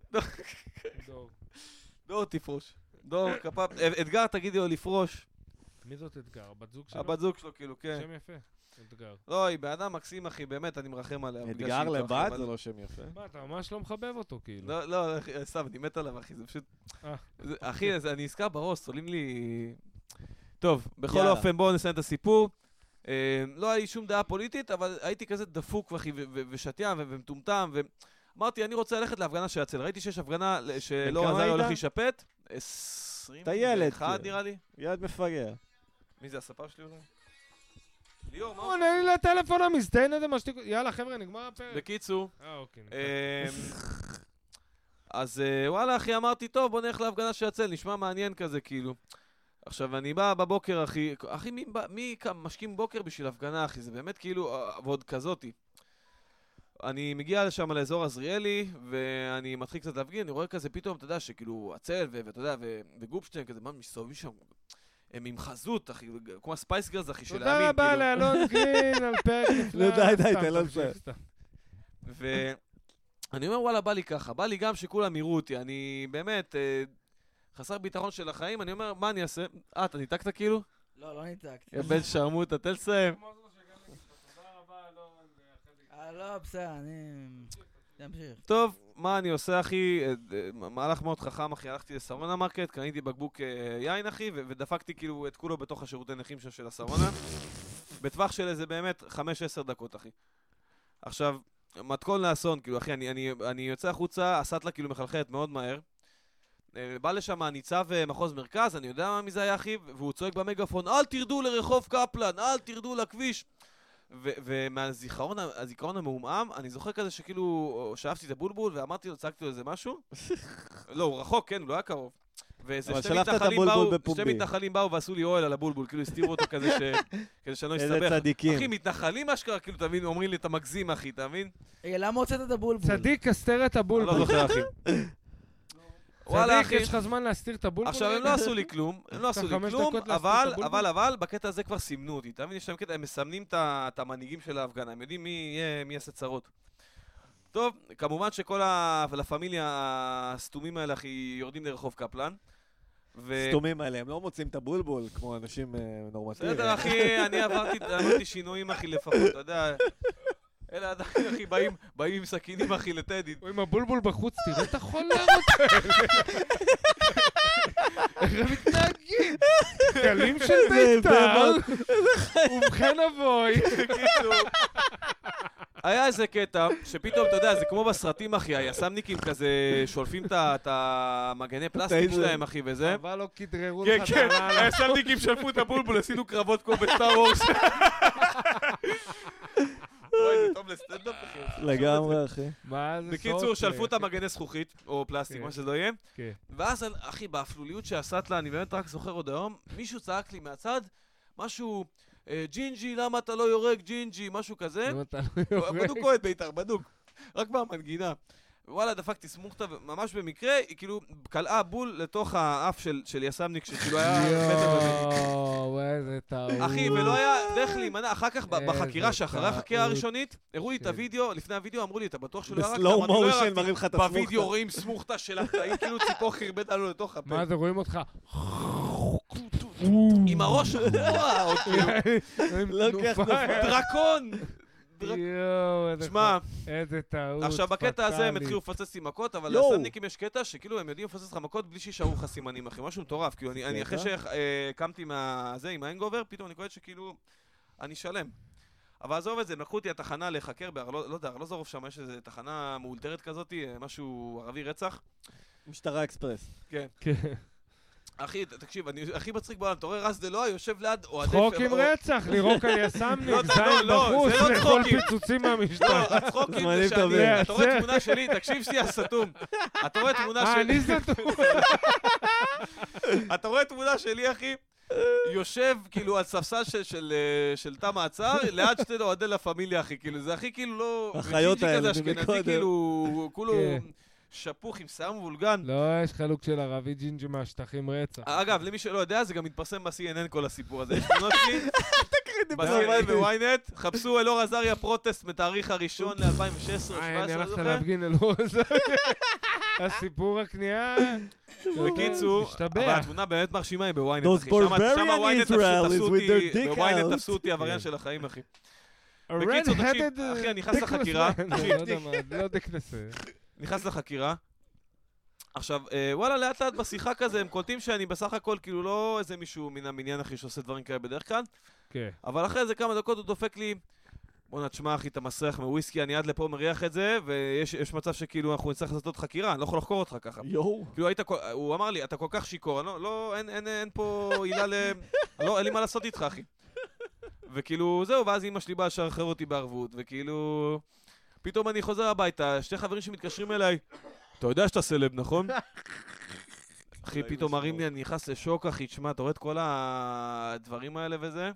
דור, תפרוש. דור, כפיים. אתגר, תגידי לו לפרוש. מי זאת אתגר? הבת זוג שלו? הבת זוג שלו, כאילו, כן. שם יפה. אתגר. לא, היא באדם מקסים, אחי, באמת, אני מרחם עליה. אתגר לבד זה לא שם יפה. מה, אתה ממש לא מחבב אותו, כאילו. לא, סתם, אני מת עליו, אחי, זה פשוט... אחי, אני נזכר בראש, עולים לי... טוב, בכל אופן, בואו נסיים את הסיפור. לא היה לי שום דעה פוליטית, אבל הייתי כזה דפוק, אחי, ושתיין, ומטומטם, אמרתי, אני רוצה ללכת להפגנה של הצל. ראיתי שיש הפגנה שלא עזר הולך להישפט. 21 נראה לי. ילד מפגר. מי זה, הספר שלי אולי? ליאור, מה? עונה לי לטלפון המסטיין הזה, יאללה חבר'ה, נגמר הפרק. בקיצור. אוקיי. אז וואלה אחי, אמרתי, טוב, בוא נלך להפגנה של הצל, נשמע מעניין כזה כאילו. עכשיו, אני בא בבוקר, אחי, מי משכים בוקר בשביל הפגנה, אחי? זה באמת כאילו, ועוד כזאתי. אני מגיע לשם לאזור עזריאלי, ואני מתחיל קצת להפגין, אני רואה כזה פתאום, אתה יודע, שכאילו הצל, ואתה יודע, וגופשטיין כזה, מה מסתובבים שם? הם עם חזות, אחי, כמו הספייס גרס, אחי, של להאמין, כאילו. תודה רבה לאלון גרין על פרק נפלא. די, תן לו לסיים. ואני אומר, וואלה, בא לי ככה, בא לי גם שכולם יראו אותי, אני באמת חסר ביטחון של החיים, אני אומר, מה אני אעשה? אתה ניתקת כאילו? לא ניתקתי. יא בן שרמוטה, תן לסיים. לא, בסדר, אני... תמשיך. טוב, מה אני עושה, אחי? מהלך מאוד חכם, אחי. הלכתי לסרונה מרקט, קניתי בקבוק יין, אחי, ודפקתי כאילו את כולו בתוך השירותי נכים של הסרונה. בטווח של איזה באמת 5-10 דקות, אחי. עכשיו, מתכון לאסון, כאילו, אחי, אני יוצא החוצה, הסטלה כאילו מחלחלת מאוד מהר. בא לשם ניצב מחוז מרכז, אני יודע מה מזה היה, אחי, והוא צועק במגפון, אל תרדו לרחוב קפלן, אל תרדו לכביש. ומהזיכרון המעומעם, אני זוכר כזה שכאילו שאפתי את הבולבול ואמרתי לו, צעקתי לו איזה משהו. לא, הוא רחוק, כן, הוא לא היה קרוב. ואיזה שתי מתנחלים באו ועשו לי אוהל על הבולבול, כאילו הסתירו אותו כזה שאני לא אסתבך. איזה צדיקים. אחי, מתנחלים אשכרה, כאילו, תבין, אומרים לי, אתה מגזים, אחי, אתה מבין? למה הוצאת את הבולבול? צדיק, הסתר את הבולבול. אני לא זוכר, אחי. צדיק, יש לך זמן להסתיר את הבולבול? עכשיו, הם לא עשו לי כלום, אבל בקטע הזה כבר סימנו אותי. אתה מבין, יש להם קטע, הם מסמנים את המנהיגים של ההפגנה, הם יודעים מי יעשה צרות. טוב, כמובן שכל הפמיליה הסתומים האלה, אחי, יורדים לרחוב קפלן. סתומים האלה, הם לא מוצאים את הבולבול כמו אנשים נורמטיביים. בסדר, אחי, אני עברתי שינויים, אחי, לפחות, אתה יודע. אלה עדיין, אחי, באים עם סכינים, אחי, לטדי. הוא עם הבולבול בחוץ, תראה את החולרות האלה. איך הם מתנהגים? גלים של ביתר, ובכן אבוי. היה איזה קטע, שפתאום, אתה יודע, זה כמו בסרטים, אחי, היס"מניקים כזה שולפים את המגני פלסטיק שלהם, אחי, וזה. אבל לא כדררו כן, לך כן, את העלה. היס"מניקים שלפו את הבולבול, עשינו קרבות כמו בסטאר וורס. וואי, זה טוב לסטנדאפ, אחי. לגמרי, אחי. מה זה בקיצור, שלפו את המגני זכוכית, או פלסטיק, מה שזה לא יהיה. כן. ואז, אחי, באפלוליות שעשת לה, אני באמת רק זוכר עוד היום, מישהו צעק לי מהצד, משהו, ג'ינג'י, למה אתה לא יורק ג'ינג'י, משהו כזה. למה אתה לא יורק? בדוק אוהד בית"ר, בדוק. רק במנגינה. וואלה, דפקתי סמוכתה, ממש במקרה, היא כאילו קלעה בול לתוך האף של יסמניק, שכאילו היה... יואו, איזה טעות. אחי, ולא היה דרך להימנע. אחר כך בחקירה, שאחרי החקירה הראשונית, הראו לי את הוידאו, לפני הוידאו אמרו לי, אתה בטוח שלא ירקת? בסלואו מושן מראים לך את הסמוכתה. בווידאו רואים סמוכתה של התאים, כאילו ציפור חרבט עלו לתוך הפה. מה זה, רואים אותך? עם הראש וואו, לוקח דרקון! יואו, תשמע, איזה טעות. עכשיו בקטע הזה הם התחילו לפוצץ לי מכות, אבל לסמניקים יש קטע שכאילו הם יודעים לפוצץ לך מכות בלי שישארו לך סימנים, אחי, משהו מטורף, כאילו אני אחרי שקמתי מהזה עם האנגובר, פתאום אני קולט שכאילו אני שלם. אבל עזוב את זה, הם לקחו אותי התחנה לחקר לא יודע, ארלוזורוב שם יש איזו תחנה מאולתרת כזאת, משהו ערבי רצח. משטרה אקספרס. כן. כן. אחי, תקשיב, אני הכי מצחיק בעולם, אתה רואה רז דלואה יושב ליד אוהדי... צחוק עם רצח, לירוק על יסמניק, זין לא, בחוץ, זה לא לאכול צחוקים. פיצוצים מהמשטרה. לא, הצחוקים זה שאני, אתה רואה תמונה שלי, תקשיב שלי הסתום. אתה רואה תמונה שלי... אני סתום. אתה רואה תמונה שלי, אחי? יושב כאילו על ספסל של תא מעצר, ליד שתי אוהדי לה פמיליה, אחי, כאילו, זה הכי כאילו לא... החיות האלה, אשכנזי, כאילו, כולו שפוך עם שיער מבולגן. לא, יש חלוק של ערבי ג'ינג'י מהשטחים רצח. אגב, למי שלא יודע, זה גם מתפרסם ב-CNN כל הסיפור הזה. יש תמונות שלי, ב-CNN ב-ynet, חפשו אלאור עזריה פרוטסט מתאריך הראשון ל-2016 או 2017, אני הלכת להפגין אלאור עזריה. הסיפור הקנייה... בקיצור, אבל התמונה באמת מרשימה היא בוויינט, Those אחי. barbarian Israelis with their dick בוויינט out. תפסו אותי עבריין של החיים, אחי. בקיצור, תקשיב, אחי, אני נכנס לחקירה. לא דקנסה. נכנס לחקירה. עכשיו, וואלה, לאט לאט בשיחה כזה, הם קולטים שאני בסך הכל כאילו לא איזה מישהו מן המניין, אחי, שעושה דברים כאלה בדרך כלל. כן. אבל אחרי איזה כמה דקות הוא דופק לי, בוא נתשמע, אחי, אתה מסריח מוויסקי, אני עד לפה מריח את זה, ויש מצב שכאילו אנחנו נצטרך לעשות חקירה, אני לא יכול לחקור אותך ככה. יואו. כאילו הוא אמר לי, אתה כל כך שיקור, לא, אין פה עילה אין לי מה לעשות איתך, אחי. וכאילו, זהו, ואז אמא שלי באה לשחרר אותי בערבות, וכאילו... פתאום אני חוזר הביתה, שתי חברים שמתקשרים אליי, אתה יודע שאתה סלב, נכון? אחי, פתאום מראים לי, אני נכנס לשוק, אחי, תשמע, אתה רואה את כל הדברים האלה וזה?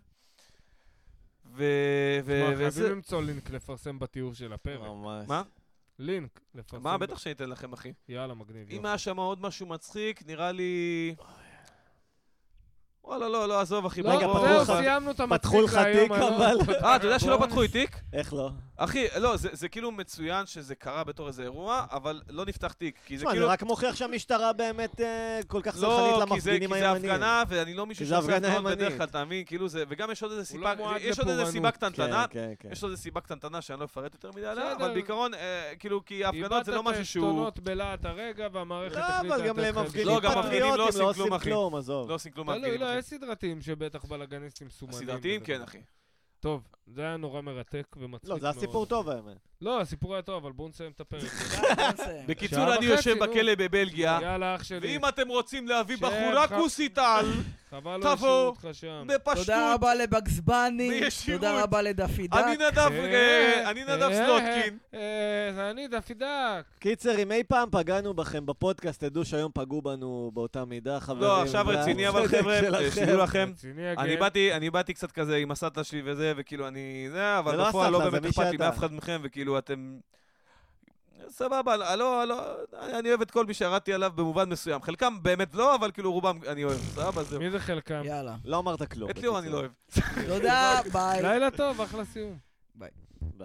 חייבים למצוא לינק לפרסם בתיאור של הפרק. ממש. מה? לינק לפרסם. מה? בטח שאני אתן לכם, אחי. יאללה, מגניב. אם היה שם עוד משהו מצחיק, נראה לי... וואלה, לא, עזוב, אחי. לא, זהו, סיימנו את המצחיק פתחו לך תיק, אבל... אתה יודע שלא פתחו לי תיק? איך לא? אחי, לא, זה כאילו מצוין שזה קרה בתור איזה אירוע, אבל לא נפתח תיק, כי זה תשמע, כאילו... זה רק מוכיח שהמשטרה באמת כל כך סלחנית למפגינים הימניים. לא, כי זה הפגנה, ואני לא מישהו שעושה הפגנות בדרך כלל, תאמין, כאילו זה... וגם יש עוד איזה סיבה... יש עוד איזה סיבה קטנטנה, יש עוד איזה סיבה קטנטנה שאני לא אפרט יותר מדי עליה, אבל בעיקרון, כאילו, כי ההפגנות זה לא משהו שהוא... איבדת את העשתונות בלהט הרגע, והמערכת לא, החליטה... אבל גם למפגינים לא, גם מפגינים לא עושים כלום, אחי. עזוב. לא עושים כלום, תלוי, לא, יש סדרתיים שבטח בלגניסטים סומנים. הסדרתיים, כן, אחי. טוב, זה היה נורא מרתק ומצחיק מאוד. לא, זה הסיפור טוב, האמת. לא, הסיפור היה טוב, אבל בואו נסיים את הפרק. בקיצור, אני יושב בכלא בבלגיה, יאללה, אח שלי. ואם אתם רוצים להביא בחורה כוסיטל, חבל לא השאירו אותך שם. בפשטות. תודה רבה לבגס בני, בישירות. תודה רבה לדפי דק. אני נדב סלוטקין. זה אני, דפי דק. קיצר, אם אי פעם פגענו בכם בפודקאסט, תדעו שהיום פגעו בנו באותה מידה, חברים. לא, עכשיו רציני, אבל חבר'ה, שידעו לכם. רציני, אני באתי קצת כזה עם הסטה שלי וזה, וכאילו אני... זה, אבל לא בפועל לא הסטלה, באמת זה מי אכפת לי שאתה. מאף אחד מכם, וכאילו אתם... סבבה, לא, אני אוהב את כל מי שירדתי עליו במובן מסוים. חלקם באמת לא, אבל כאילו רובם אני אוהב. סבבה, זהו. מי זה חלקם? יאללה. לא אמרת כלום. את ליאור אני לא אוהב. תודה, ביי. לילה טוב, אחלה סיום. ביי.